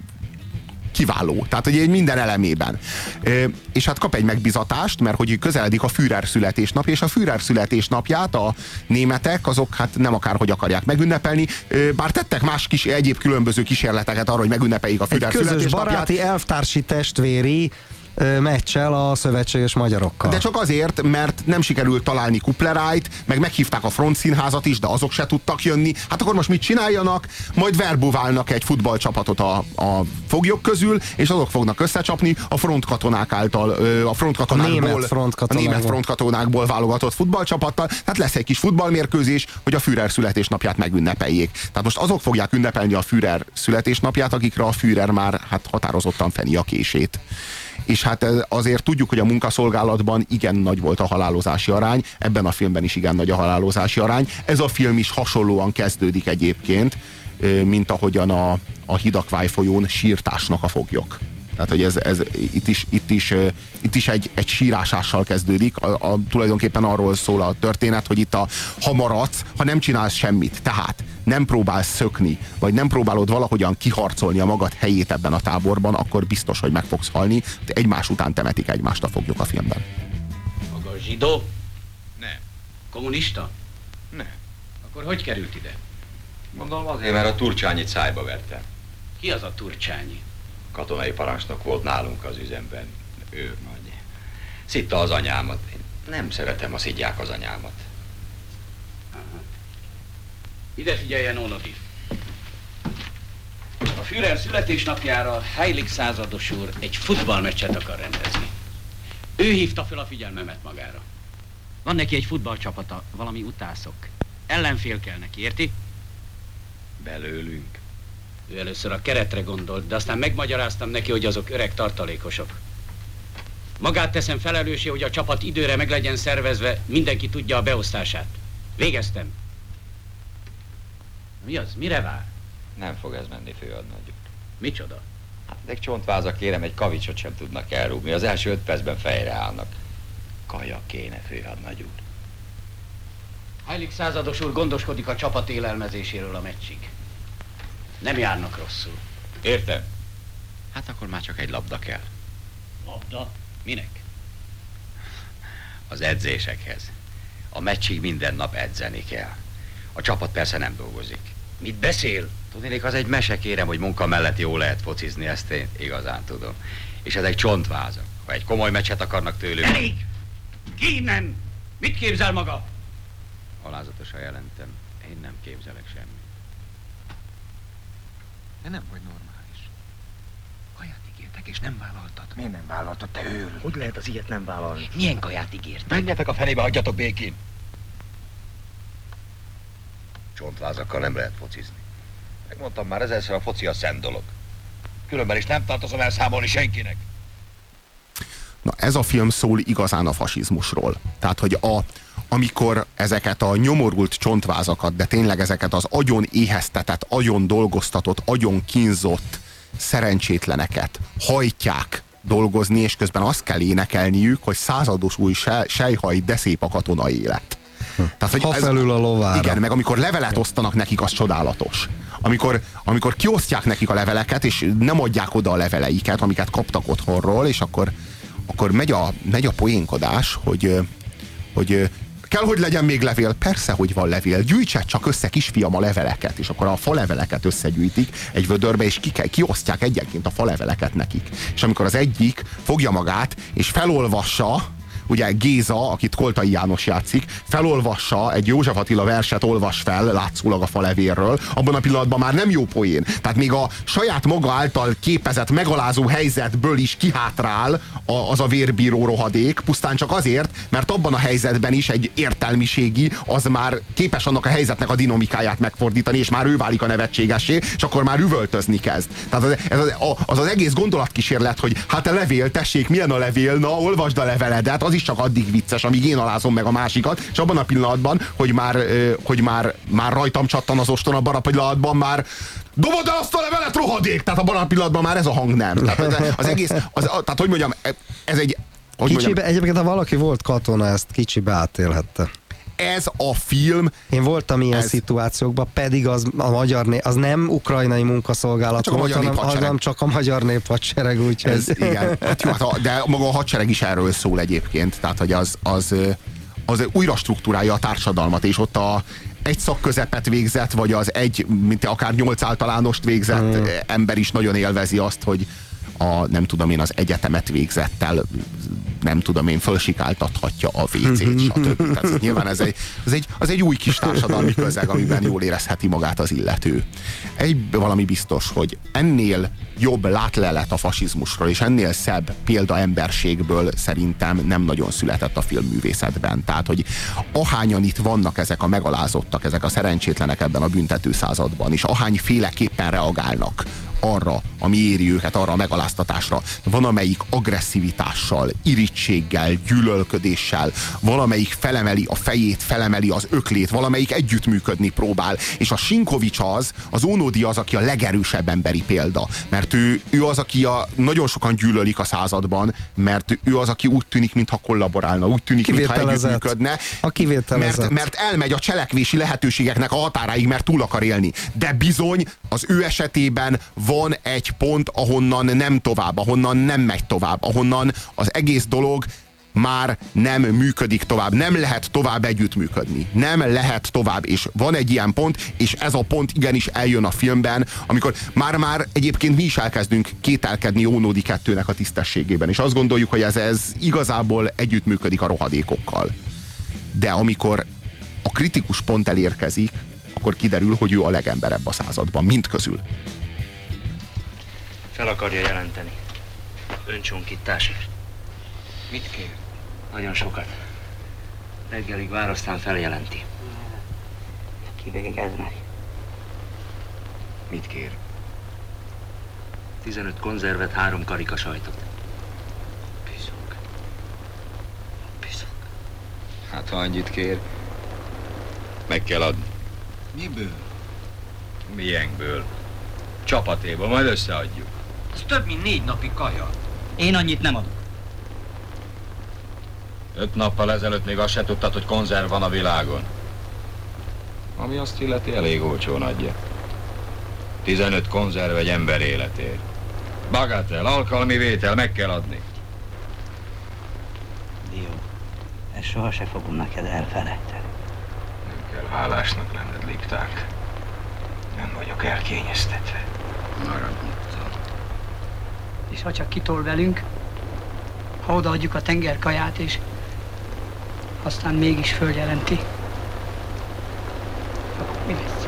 Speaker 2: kiváló. Tehát, hogy minden elemében. E, és hát kap egy megbizatást, mert hogy közeledik a Führer születésnapja, és a Führer születésnapját a németek azok hát nem akárhogy akarják megünnepelni, e, bár tettek más kis, egyéb különböző kísérleteket arra, hogy megünnepeljék a Führer születésnapját.
Speaker 7: Egy közös baráti, elvtársi, testvéri meccsel a szövetséges magyarokkal.
Speaker 2: De csak azért, mert nem sikerült találni Kuplerájt, meg meghívták a Front Színházat is, de azok se tudtak jönni. Hát akkor most mit csináljanak? Majd verbuválnak egy futballcsapatot a, a foglyok közül, és azok fognak összecsapni a frontkatonák által, a frontkatonákból,
Speaker 7: a német frontkatonákból.
Speaker 2: a német frontkatonákból válogatott futballcsapattal. Tehát lesz egy kis futballmérkőzés, hogy a Führer születésnapját megünnepeljék. Tehát most azok fogják ünnepelni a Führer születésnapját, akikre a Führer már hát határozottan feni a kését. És hát azért tudjuk, hogy a munkaszolgálatban igen nagy volt a halálozási arány, ebben a filmben is igen nagy a halálozási arány. Ez a film is hasonlóan kezdődik egyébként, mint ahogyan a, a Hidakvály folyón sírtásnak a foglyok. Tehát, hogy ez, ez itt is, itt is, itt is egy, egy sírásással kezdődik. A, a, tulajdonképpen arról szól a történet, hogy itt a, ha maradsz, ha nem csinálsz semmit, tehát nem próbálsz szökni, vagy nem próbálod valahogyan kiharcolni a magad helyét ebben a táborban, akkor biztos, hogy meg fogsz halni. De egymás után temetik egymást a foglyok a filmben.
Speaker 6: Maga zsidó?
Speaker 22: Nem.
Speaker 6: Kommunista?
Speaker 22: Nem.
Speaker 6: Akkor hogy került ide?
Speaker 22: Gondolom azért, mert a Turcsányit szájba verte.
Speaker 6: Ki az a Turcsányi?
Speaker 22: Katonai parancsnok volt nálunk az üzemben. Ő nagy. Szitta az anyámat. Én nem szeretem, ha szidják az anyámat.
Speaker 6: Aha. Ide figyeljen, Ónodi. A Führer születésnapjára Heilig százados úr egy futballmeccset akar rendezni. Ő hívta fel a figyelmemet magára. Van neki egy futballcsapata, valami utászok. Ellenfél kell neki, érti?
Speaker 22: Belőlünk.
Speaker 6: Ő először a keretre gondolt, de aztán megmagyaráztam neki, hogy azok öreg tartalékosok. Magát teszem felelőssé, hogy a csapat időre meg legyen szervezve, mindenki tudja a beosztását. Végeztem. Mi az? Mire vár?
Speaker 22: Nem fog ez menni, főadnagy úr.
Speaker 6: Micsoda?
Speaker 22: Hát, de csontvázak, kérem, egy kavicsot sem tudnak elrúgni. Az első öt percben fejre állnak. Kaja kéne, főhadnagy úr.
Speaker 6: Hajlik százados úr gondoskodik a csapat élelmezéséről a meccsig. Nem járnak rosszul.
Speaker 22: Értem. Hát akkor már csak egy labda kell.
Speaker 6: Labda? Minek?
Speaker 22: Az edzésekhez. A meccsig minden nap edzeni kell. A csapat persze nem dolgozik.
Speaker 6: Mit beszél?
Speaker 22: Tudnék, az egy mese, kérem, hogy munka mellett jó lehet focizni, ezt én igazán tudom. És ezek csontvázak. Ha egy komoly meccset akarnak tőlük...
Speaker 6: Elég! Ki innen! Mit képzel maga?
Speaker 22: Alázatosan jelentem, én nem képzelek semmit.
Speaker 16: De nem vagy normális. Kaját ígértek, és nem vállaltad.
Speaker 8: Miért nem vállaltad, te őrült? Hogy lehet az ilyet nem vállalni?
Speaker 6: Milyen kaját ígért?
Speaker 8: Menjetek a fenébe, hagyjatok békén!
Speaker 22: Csontvázakkal nem lehet focizni. Megmondtam már ezerszer, a foci a szent dolog. Különben is nem tartozom elszámolni senkinek.
Speaker 2: Na, ez a film szól igazán a fasizmusról. Tehát, hogy a, amikor ezeket a nyomorult csontvázakat, de tényleg ezeket az agyon éheztetett, agyon dolgoztatott, agyon kínzott szerencsétleneket hajtják dolgozni, és közben azt kell énekelniük, hogy százados új se, sejhaj, de szép a katona élet. Tehát, hogy
Speaker 7: ha
Speaker 2: ez,
Speaker 7: felül a lovára.
Speaker 2: Igen, meg amikor levelet osztanak nekik, az csodálatos. Amikor, amikor kiosztják nekik a leveleket, és nem adják oda a leveleiket, amiket kaptak otthonról, és akkor, akkor megy, a, megy a poénkodás, hogy, hogy kell, hogy legyen még levél. Persze, hogy van levél. Gyűjtsed csak össze, kisfiam, a leveleket. És akkor a faleveleket összegyűjtik egy vödörbe, és ki, kiosztják egyenként a faleveleket nekik. És amikor az egyik fogja magát, és felolvassa, ugye Géza, akit Koltai János játszik, felolvassa, egy József Attila verset olvas fel, látszólag a falevérről, abban a pillanatban már nem jó poén. Tehát még a saját maga által képezett megalázó helyzetből is kihátrál a, az a vérbíró rohadék, pusztán csak azért, mert abban a helyzetben is egy értelmiségi, az már képes annak a helyzetnek a dinamikáját megfordítani, és már ő válik a nevetségessé, és akkor már üvöltözni kezd. Tehát az ez az, az, az egész gondolatkísérlet, hogy hát a levél, tessék, milyen a levél, na, olvasd a leveledet, az is csak addig vicces, amíg én alázom meg a másikat, és abban a pillanatban, hogy már, hogy már, már rajtam csattan az oston, abban a pillanatban már dobod el azt a levelet, rohadék! Tehát abban a pillanatban már ez a hang nem. Tehát az, az egész, az, tehát hogy mondjam, ez egy... Hogy
Speaker 7: kicsibe,
Speaker 2: mondjam,
Speaker 7: egyébként, ha valaki volt katona, ezt kicsibe átélhette.
Speaker 2: Ez a film...
Speaker 7: Én voltam ilyen
Speaker 2: ez...
Speaker 7: szituációkban, pedig az a magyar nép, az nem ukrajnai munkaszolgálat
Speaker 2: csak
Speaker 7: volt, hanem, hanem csak a magyar néphadsereg, úgyhogy...
Speaker 2: Ez, igen, hát jó, hát, de maga a hadsereg is erről szól egyébként, tehát hogy az, az, az újra struktúrálja a társadalmat, és ott a egy szakközepet végzett, vagy az egy, mint akár nyolc általánost végzett hmm. ember is nagyon élvezi azt, hogy a, nem tudom én, az egyetemet végzettel, nem tudom én, fölsikáltathatja a vécét, stb. Tehát nyilván ez egy, ez egy, az egy új kis társadalmi közeg, amiben jól érezheti magát az illető. Egy valami biztos, hogy ennél jobb látlelet a fasizmusról, és ennél szebb példa emberségből szerintem nem nagyon született a filmművészetben. Tehát, hogy ahányan itt vannak ezek a megalázottak, ezek a szerencsétlenek ebben a büntető században, és ahányféleképpen reagálnak arra, ami éri őket, arra a megaláztatásra, van amelyik agresszivitással, irítséggel, gyűlölködéssel, valamelyik felemeli a fejét, felemeli az öklét, valamelyik együttműködni próbál, és a Sinkovics az, az Ónodi az, aki a legerősebb emberi példa, mert ő, ő az, aki a, nagyon sokan gyűlölik a században, mert ő az, aki úgy tűnik, mintha kollaborálna, úgy tűnik, mintha együttműködne,
Speaker 7: a
Speaker 2: mert, mert elmegy a cselekvési lehetőségeknek a határáig, mert túl akar élni. De bizony, az ő esetében van egy pont, ahonnan nem tovább, ahonnan nem megy tovább, ahonnan az egész dolog már nem működik tovább, nem lehet tovább együttműködni. Nem lehet tovább, és van egy ilyen pont, és ez a pont igenis eljön a filmben, amikor már-már egyébként mi is elkezdünk kételkedni Ónodi kettőnek a tisztességében, és azt gondoljuk, hogy ez, ez igazából együttműködik a rohadékokkal. De amikor a kritikus pont elérkezik, akkor kiderül, hogy ő a legemberebb a században, mind közül.
Speaker 9: Fel akarja jelenteni. Öncsonkításért.
Speaker 6: Mit kér?
Speaker 9: Nagyon sokat. Reggelig vár, aztán feljelenti. Kivégeznek.
Speaker 22: Mit kér?
Speaker 9: tizenöt konzervet, három karika sajtot.
Speaker 22: Bizony. Bizony. Hát ha annyit kér, meg kell adni.
Speaker 8: Miből?
Speaker 22: Milyenkből? Csapatéból, majd összeadjuk.
Speaker 3: Ez több mint négy napi kaja.
Speaker 13: Én annyit nem adok.
Speaker 22: Öt nappal ezelőtt még azt se tudtad, hogy konzerv van a világon. Ami azt illeti, elég olcsón adja. tizenöt konzerv egy ember életéért. Bagatel, alkalmi vétel, meg kell adni.
Speaker 9: Dió, ezt soha se fogom neked elfelejteni.
Speaker 22: Nem kell hálásnak lenned, Liptánk. Nem vagyok elkényeztetve. Maradj nyugton.
Speaker 11: És ha csak kitol velünk, ha odaadjuk a tengerkaját, és aztán mégis följelenti, akkor mi lesz?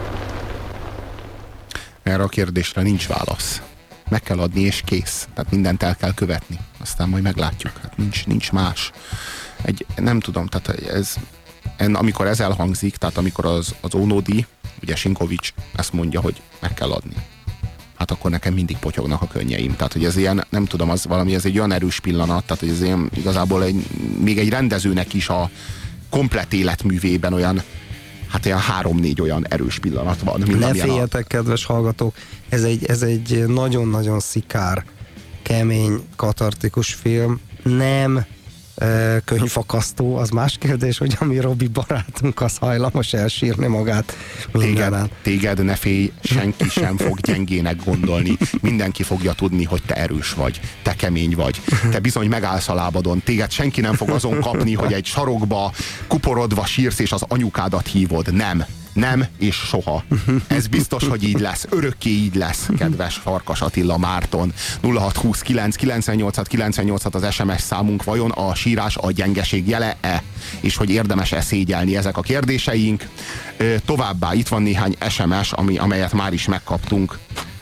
Speaker 2: Erre a kérdésre nincs válasz. Meg kell adni, és kész. Tehát mindent el kell követni. Aztán majd meglátjuk. Hát nincs, nincs más. Egy, nem tudom, tehát ez, amikor ez elhangzik, tehát amikor az, az Ónodi, ugye Sinkovics ezt mondja, hogy meg kell adni. Hát akkor nekem mindig potyognak a könnyeim. Tehát, hogy ez ilyen, nem tudom, az valami, ez egy olyan erős pillanat, tehát, hogy ez ilyen, igazából egy, még egy rendezőnek is a komplett életművében olyan, hát olyan három-négy olyan erős pillanat van.
Speaker 7: Ne féljetek, kedves hallgatók, ez egy, ez egy nagyon-nagyon szikár, kemény, katartikus film. Nem e, könyvfakasztó, az más kérdés, hogy ami Robi barátunk, az hajlamos elsírni magát
Speaker 2: téged, téged ne félj, senki sem fog gyengének gondolni. Mindenki fogja tudni, hogy te erős vagy, te kemény vagy, te bizony megállsz a lábadon. Téged senki nem fog azon kapni, hogy egy sarokba kuporodva sírsz és az anyukádat hívod. Nem. Nem, és soha. Ez biztos, hogy így lesz. Örökké így lesz, kedves Farkas Attila Márton. nulla hat húsz kilenc kilencvennyolc kilencvennyolc az es em es számunk. Vajon a sírás a gyengeség jele-e? És hogy érdemes-e szégyelni, ezek a kérdéseink. Továbbá itt van néhány es em es, ami, amelyet már is megkaptunk.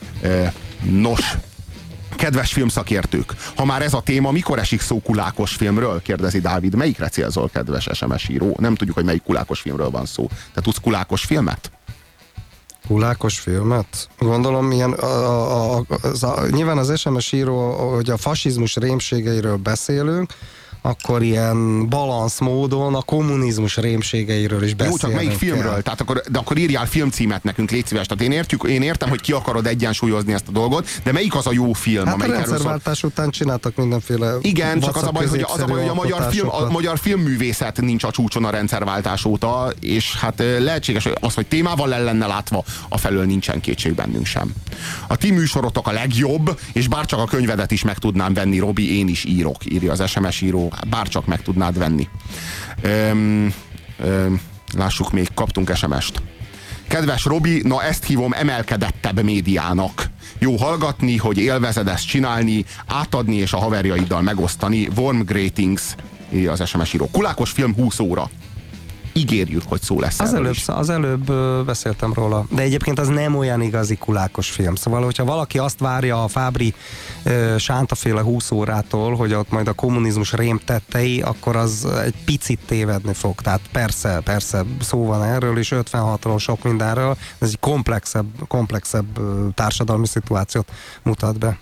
Speaker 2: Nos, kedves filmszakértők, ha már ez a téma, mikor esik szó kulákos filmről? Kérdezi Dávid. Melyikre célzol, kedves es em es író? Nem tudjuk, hogy melyik kulákos filmről van szó. Te tudsz kulákos filmet?
Speaker 7: Kulákos filmet? Gondolom, ilyen, a, a, a, az, a, nyilván az es em es író, hogy a fasizmus rémségeiről beszélünk, akkor ilyen balansz módon a kommunizmus rémségeiről is beszélünk.
Speaker 2: Jó, csak melyik filmről?
Speaker 7: Kell.
Speaker 2: Tehát akkor, de akkor írjál filmcímet nekünk, légy szíves. Tehát én, értjük, én értem, hogy ki akarod egyensúlyozni ezt a dolgot, de melyik az a jó film?
Speaker 7: Hát a rendszerváltás szól... után csináltak mindenféle.
Speaker 2: Igen, csak az a baj, hogy, az a, baj, hogy a, magyar film, a magyar filmművészet nincs a csúcson a rendszerváltás óta, és hát lehetséges, hogy az, hogy témával el lenne látva, afelől nincsen kétség bennünk sem. A ti műsorotok a legjobb, és bárcsak a könyvedet is meg tudnám venni, Robi, én is írok, írja az es em es író. Bárcsak meg tudnád venni. Öm, öm, lássuk még, kaptunk es em est. Kedves Robi, na ezt hívom emelkedettebb médiának. Jó hallgatni, hogy élvezed ezt csinálni, átadni és a haverjaiddal megosztani. Warm greetings, az es em es író. Kulákos film húsz óra. Ígérjük, hogy szó lesz.
Speaker 7: Az előbb, az előbb beszéltem róla, de egyébként az nem olyan igazi kulákos film. Szóval, hogyha valaki azt várja a Fábri uh, Sántaféle húsz órától, hogy ott majd a kommunizmus rémtettei, akkor az egy picit tévedni fog. Tehát persze, persze szó van erről is, ötvenhatról, sok mindenről, ez egy komplexebb, komplexebb uh, társadalmi szituációt mutat be.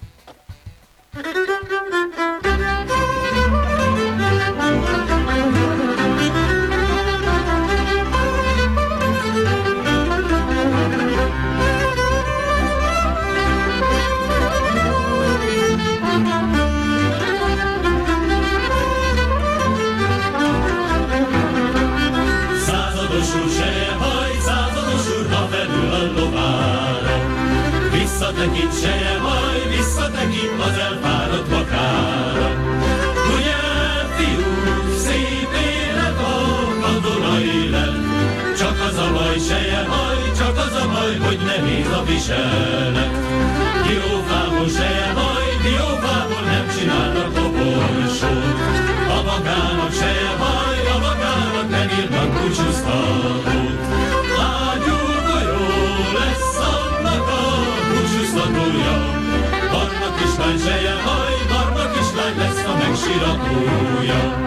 Speaker 23: Visszatekint selyehaj, visszatekint az elfáradt makára. Ugye, fiú, szép élet a katona élet. Csak az a baj, selyehaj, csak az a baj, hogy nehéz a viselet. Diófából selyehaj, diófából nem csinálnak koporsót. A magának selyehaj, a magának nem írnak búcsúztatót. Ágyul golyó lesz annak a búcsúztatója. Barna kislány selyehaj, barna kislány lesz a megsiratója.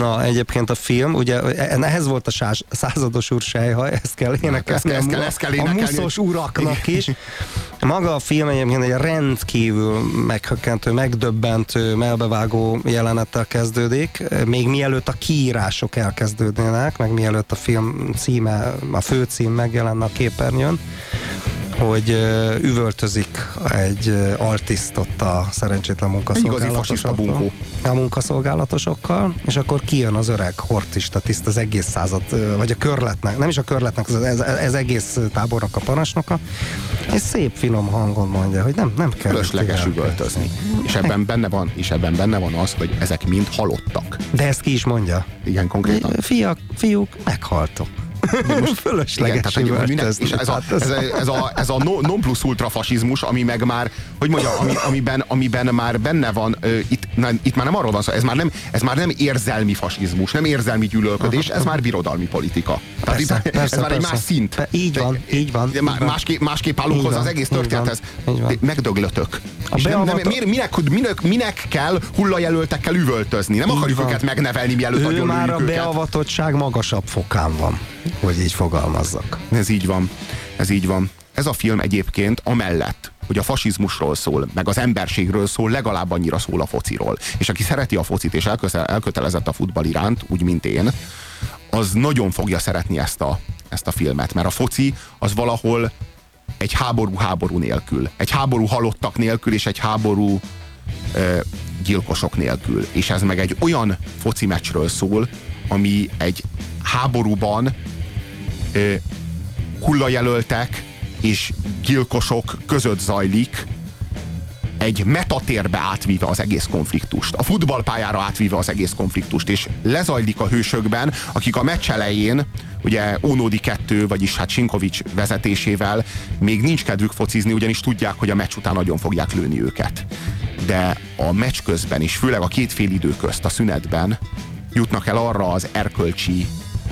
Speaker 7: Na, egyébként a film, ugye ehhez volt a sás, százados úr sejhaj, ezt kell énekelni, ezt kell, ezt kell a muszos uraknak is. Maga a film egyébként egy rendkívül meghökkentő, megdöbbentő, melbevágó jelenettel kezdődik, még mielőtt a kiírások elkezdődnének, meg mielőtt a film címe, a főcím megjelenne a képernyőn, hogy üvöltözik egy altiszt ott a szerencsétlen munkaszolgálatosokkal. A munkaszolgálatosokkal, és akkor kijön az öreg hortista tiszt az egész század, vagy a körletnek, nem is a körletnek, ez, ez egész tábornak a parancsnoka, és szép finom hangon mondja, hogy nem, nem kell.
Speaker 2: Fölösleges üvöltözni. És ebben benne van, és ebben benne van az, hogy ezek mind halottak.
Speaker 7: De ezt ki is mondja.
Speaker 2: Igen, konkrétan.
Speaker 7: Fiak, fiúk, meghaltok. Fölösleges üvöltözni.
Speaker 2: És ez a, ez a, ez a, ez a non plus ultra fasizmus, ami meg már, hogy mondja, ami, amiben, amiben már benne van, uh, itt, na, itt már nem arról van szó, ez már nem, ez már nem érzelmi fasizmus, nem érzelmi gyűlölködés, ez már birodalmi politika. Tehát
Speaker 7: persze,
Speaker 2: itt,
Speaker 7: persze,
Speaker 2: ez már
Speaker 7: persze.
Speaker 2: egy más szint.
Speaker 7: De így van, így van.
Speaker 2: Má, másképp, másképp állunk hozzá az egész történethez. Megdöglötök. És nem, nem, miért, minek, minek, minek kell hullajelöltekkel üvöltözni? Nem akarjuk van. őket megnevelni, mielőtt
Speaker 7: ő már a
Speaker 2: őket.
Speaker 7: Beavatottság magasabb fokán van, hogy így fogalmazzak.
Speaker 2: Ez így van. Ez így van. Ez a film egyébként amellett, hogy a fasizmusról szól, meg az emberségről szól, legalább annyira szól a fociról. És aki szereti a focit és elkötelezett a futball iránt, úgy mint én, az nagyon fogja szeretni ezt a, ezt a filmet, mert a foci az valahol egy háború háború nélkül. Egy háború halottak nélkül, és egy háború ö, gyilkosok nélkül. És ez meg egy olyan foci meccsről szól, ami egy háborúban ö, hullajelöltek és gyilkosok között zajlik, egy metatérbe átvíve az egész konfliktust, a futballpályára átvíve az egész konfliktust, és lezajlik a hősökben, akik a meccs elején, ugye Ónódi kettő, vagyis hát Sinkovics vezetésével még nincs kedvük focizni, ugyanis tudják, hogy a meccs után nagyon fogják lőni őket. De a meccs közben, és főleg a két fél idő közt, a szünetben jutnak el arra az erkölcsi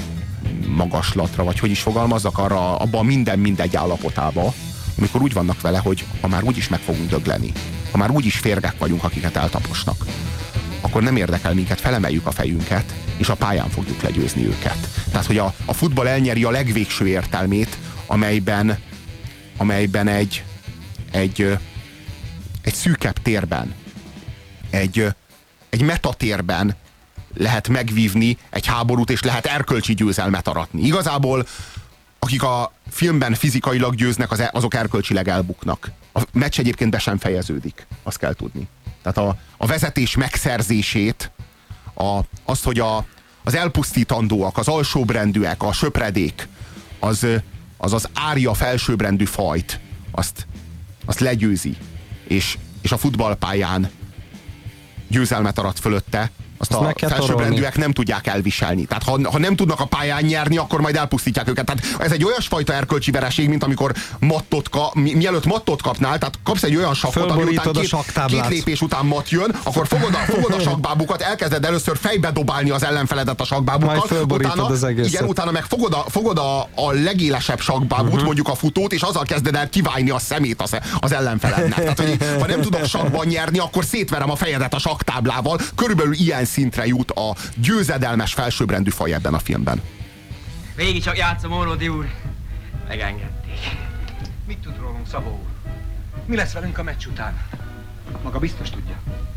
Speaker 2: magaslatra, vagy hogy is fogalmazzak, arra, abba a minden mindegy állapotába, amikor úgy vannak vele, hogy ha már úgyis meg fogunk dögleni, ha már úgyis férgek vagyunk, akiket eltaposnak, akkor nem érdekel minket, felemeljük a fejünket, és a pályán fogjuk legyőzni őket. Tehát, hogy a, a futball elnyeri a legvégső értelmét, amelyben, amelyben egy, egy, egy szűkebb térben, egy, egy metatérben lehet megvívni egy háborút, és lehet erkölcsi győzelmet aratni. Igazából akik a filmben fizikailag győznek, az, azok erkölcsileg elbuknak. A meccs egyébként be sem fejeződik, azt kell tudni. Tehát a, a vezetés megszerzését, a, azt, hogy a, az elpusztítandóak, az alsóbrendűek, a söpredék, az az, az árja felsőbbrendű fajt, azt, azt legyőzi. És, és a futballpályán győzelmet arat fölötte, azt a felsőbbrendűek nem tudják elviselni. Tehát ha, ha nem tudnak a pályán nyerni, akkor majd elpusztítják őket. Tehát ez egy olyasfajta erkölcsi vereség, mint amikor mattot ka, mi, mielőtt mattot kapnál, tehát kapsz egy olyan sakkot, ami után két, két lépés után matt jön, akkor fogod a, fogod a sakkbábukat, elkezded először fejbe dobálni az ellenfeledet a sakkbábukkal, utána, igen, utána meg fogod a, fogod a, a legélesebb sakkbábut, uh-huh. mondjuk a futót, és azzal kezded el kiválni a szemét az, az ellenfelednek. Tehát, hogy ha nem tudok sakkban nyerni, akkor szétverem a fejedet a sakktáblával. Körülbelül ilyen szintre jut a győzedelmes felsőbbrendű faj ebben a filmben.
Speaker 3: Végig csak játszom, Óródi úr. Megengedték.
Speaker 8: Mit tud rólunk, Szabó úr? Mi lesz velünk a meccs után? Maga biztos tudja.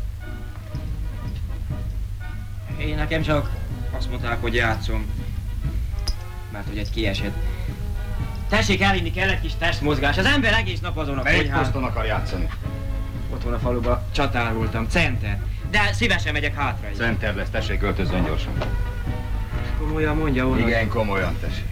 Speaker 3: Én nekem csak azt mondták, hogy játszom. Mert hogy egy kiesett. Tessék elvinni, kell egy kis testmozgás. Az ember egész nap azon a konyhán.
Speaker 8: Melyik poszton akar játszani?
Speaker 3: Otthon a faluban csatárultam. Center. De szívesen megyek hátra is.
Speaker 8: Center lesz, tessék, öltözön gyorsan.
Speaker 3: Komolyan mondja, Óródi?
Speaker 8: Igen, komolyan, tessék.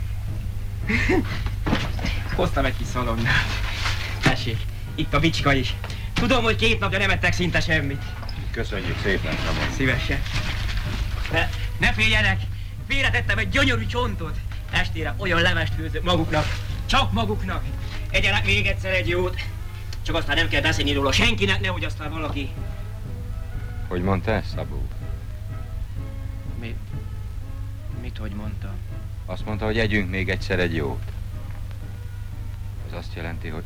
Speaker 3: Hoztam egy kis szalonnát. Tessék, itt a bicska is. Tudom, hogy két napja nem ettek szinte semmit.
Speaker 8: Köszönjük szépen, Szabó.
Speaker 3: Szívesen. De ne féljenek, félretettem egy gyönyörű csontot. Estére olyan levest főzök maguknak, csak maguknak. Egyenek még egyszer egy jót. Csak aztán nem kell beszélni róla senkinek, nehogy aztán valaki...
Speaker 22: Hogy mondta ezt, Szabó?
Speaker 3: Mi? Mit, hogy mondta?
Speaker 22: Azt mondta, hogy együnk még egyszer egy jót. Ez azt jelenti, hogy...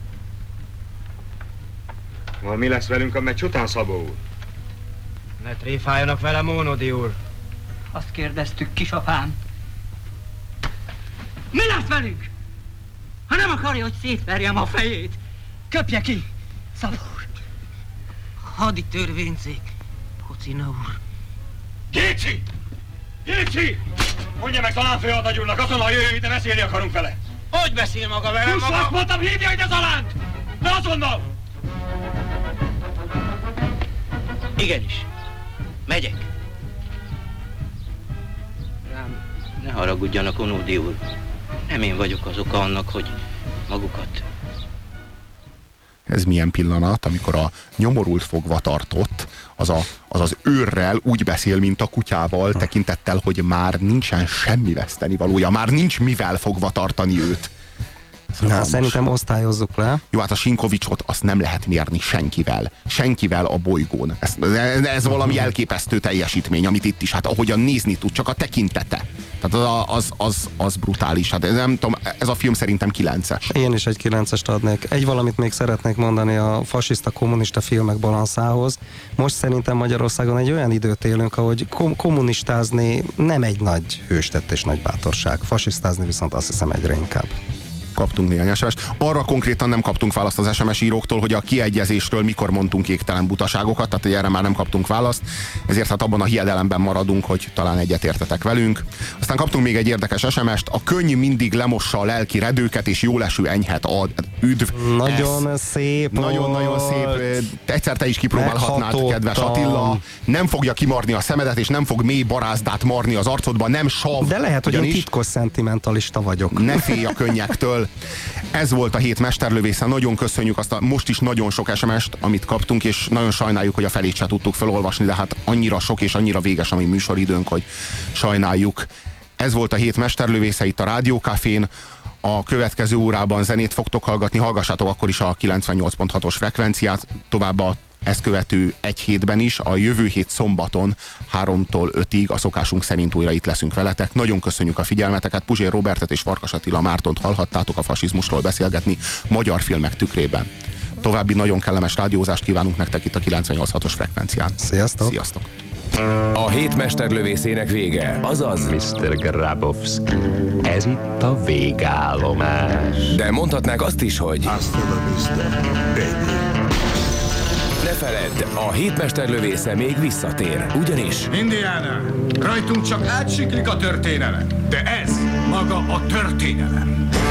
Speaker 8: Val mi lesz velünk a meccs után, Szabó úr?
Speaker 3: Ne tréfáljanak velem, Ónodi úr.
Speaker 11: Azt kérdeztük, kisapám. Mi lesz velünk? Ha nem akarja, hogy szétverjem a fejét, köpje ki, Szabó úr. Hadi törvényszék, Kocina úr.
Speaker 20: Gécsi! Gécsi! Mondja meg Zalán főhadnagyúrnak, azonnal jöjjön ide, beszélni akarunk vele.
Speaker 3: Hogy beszél maga velem?
Speaker 20: Húsz, azt mondtam, hívja ide Zalánt! De azonnal!
Speaker 3: Igenis. Megyek.
Speaker 9: Rám ne haragudjanak, Onódi úr. Nem én vagyok az oka annak, hogy magukat...
Speaker 2: Ez milyen pillanat, amikor a nyomorult fogvatartott az, a, az az őrrel úgy beszél, mint a kutyával, tekintettel, hogy már nincsen semmi vesztenivalója, már nincs mivel fogva tartani őt.
Speaker 7: Na, szerintem osztályozzuk le.
Speaker 2: Jó, hát a Sinkovicsot azt nem lehet mérni senkivel. Senkivel a bolygón. Ez, ez valami elképesztő teljesítmény, amit itt is, hát ahogyan nézni tud, csak a tekintete. Tehát az, az, az brutális. Hát nem tudom, ez a film szerintem kilences.
Speaker 7: Én is egy kilencest adnék. Egy valamit még szeretnék mondani a fasiszta, kommunista filmek balanszához. Most szerintem Magyarországon egy olyan időt élünk, ahogy kom- kommunistázni nem egy nagy hőstett és nagy bátorság. Fasisztázni viszont azt hiszem egyre inkább.
Speaker 2: Kaptunk néhány es em est. Arra konkrétan nem kaptunk választ az es em es íróktól, hogy a kiegyezésről mikor mondtunk égtelen butaságokat, tehát hogy erre már nem kaptunk választ, ezért hát abban a hiedelemben maradunk, hogy talán egyetértetek velünk. Aztán kaptunk még egy érdekes es em est, a könny mindig lemossa a lelki redőket, és jóleső enyhet ad. Üdv!
Speaker 7: Nagyon
Speaker 2: ez
Speaker 7: szép
Speaker 2: Nagyon-nagyon szép. Egyszer te is kipróbálhatnád, kedves Attila. Nem fogja kimarni a szemedet, és nem fog mély barázdát marni az arcodba, nem sav.
Speaker 7: De lehet, hogy én titkos szentimentalista vagyok.
Speaker 2: Ne félj a könnyektől. Ez volt a hét mesterlövésze. Nagyon köszönjük azt a most is nagyon sok es em est, amit kaptunk, és nagyon sajnáljuk, hogy a felét se tudtuk felolvasni, de hát annyira sok és annyira véges a mi műsoridőnk, hogy sajnáljuk. Ez volt a hét mesterlövésze itt a Rádió Cafén. A következő órában zenét fogtok hallgatni, hallgassátok akkor is a kilencvennyolc pont hatos frekvenciát, továbbá ezt követő egy hétben is, a jövő hét szombaton háromtól ötig a szokásunk szerint újra itt leszünk veletek. Nagyon köszönjük a figyelmeteket, Puzsér Robertet és Farkas Attila Mártont hallhattátok a fasizmusról beszélgetni magyar filmek tükrében. További nagyon kellemes rádiózást kívánunk nektek itt a kilencvennyolc pont hatos frekvencián.
Speaker 7: Sziasztok!
Speaker 2: Sziasztok!
Speaker 1: A hét mesterlövészének vége, azaz
Speaker 10: miszter Grabowski, ez itt a végállomás.
Speaker 1: De mondhatnák azt is, hogy
Speaker 10: Hasta la vista, baby.
Speaker 1: Ne feledd, a hét mesterlövésze még visszatér, ugyanis...
Speaker 20: Indiana, rajtunk csak átsiklik a történelem, de ez maga a történelem.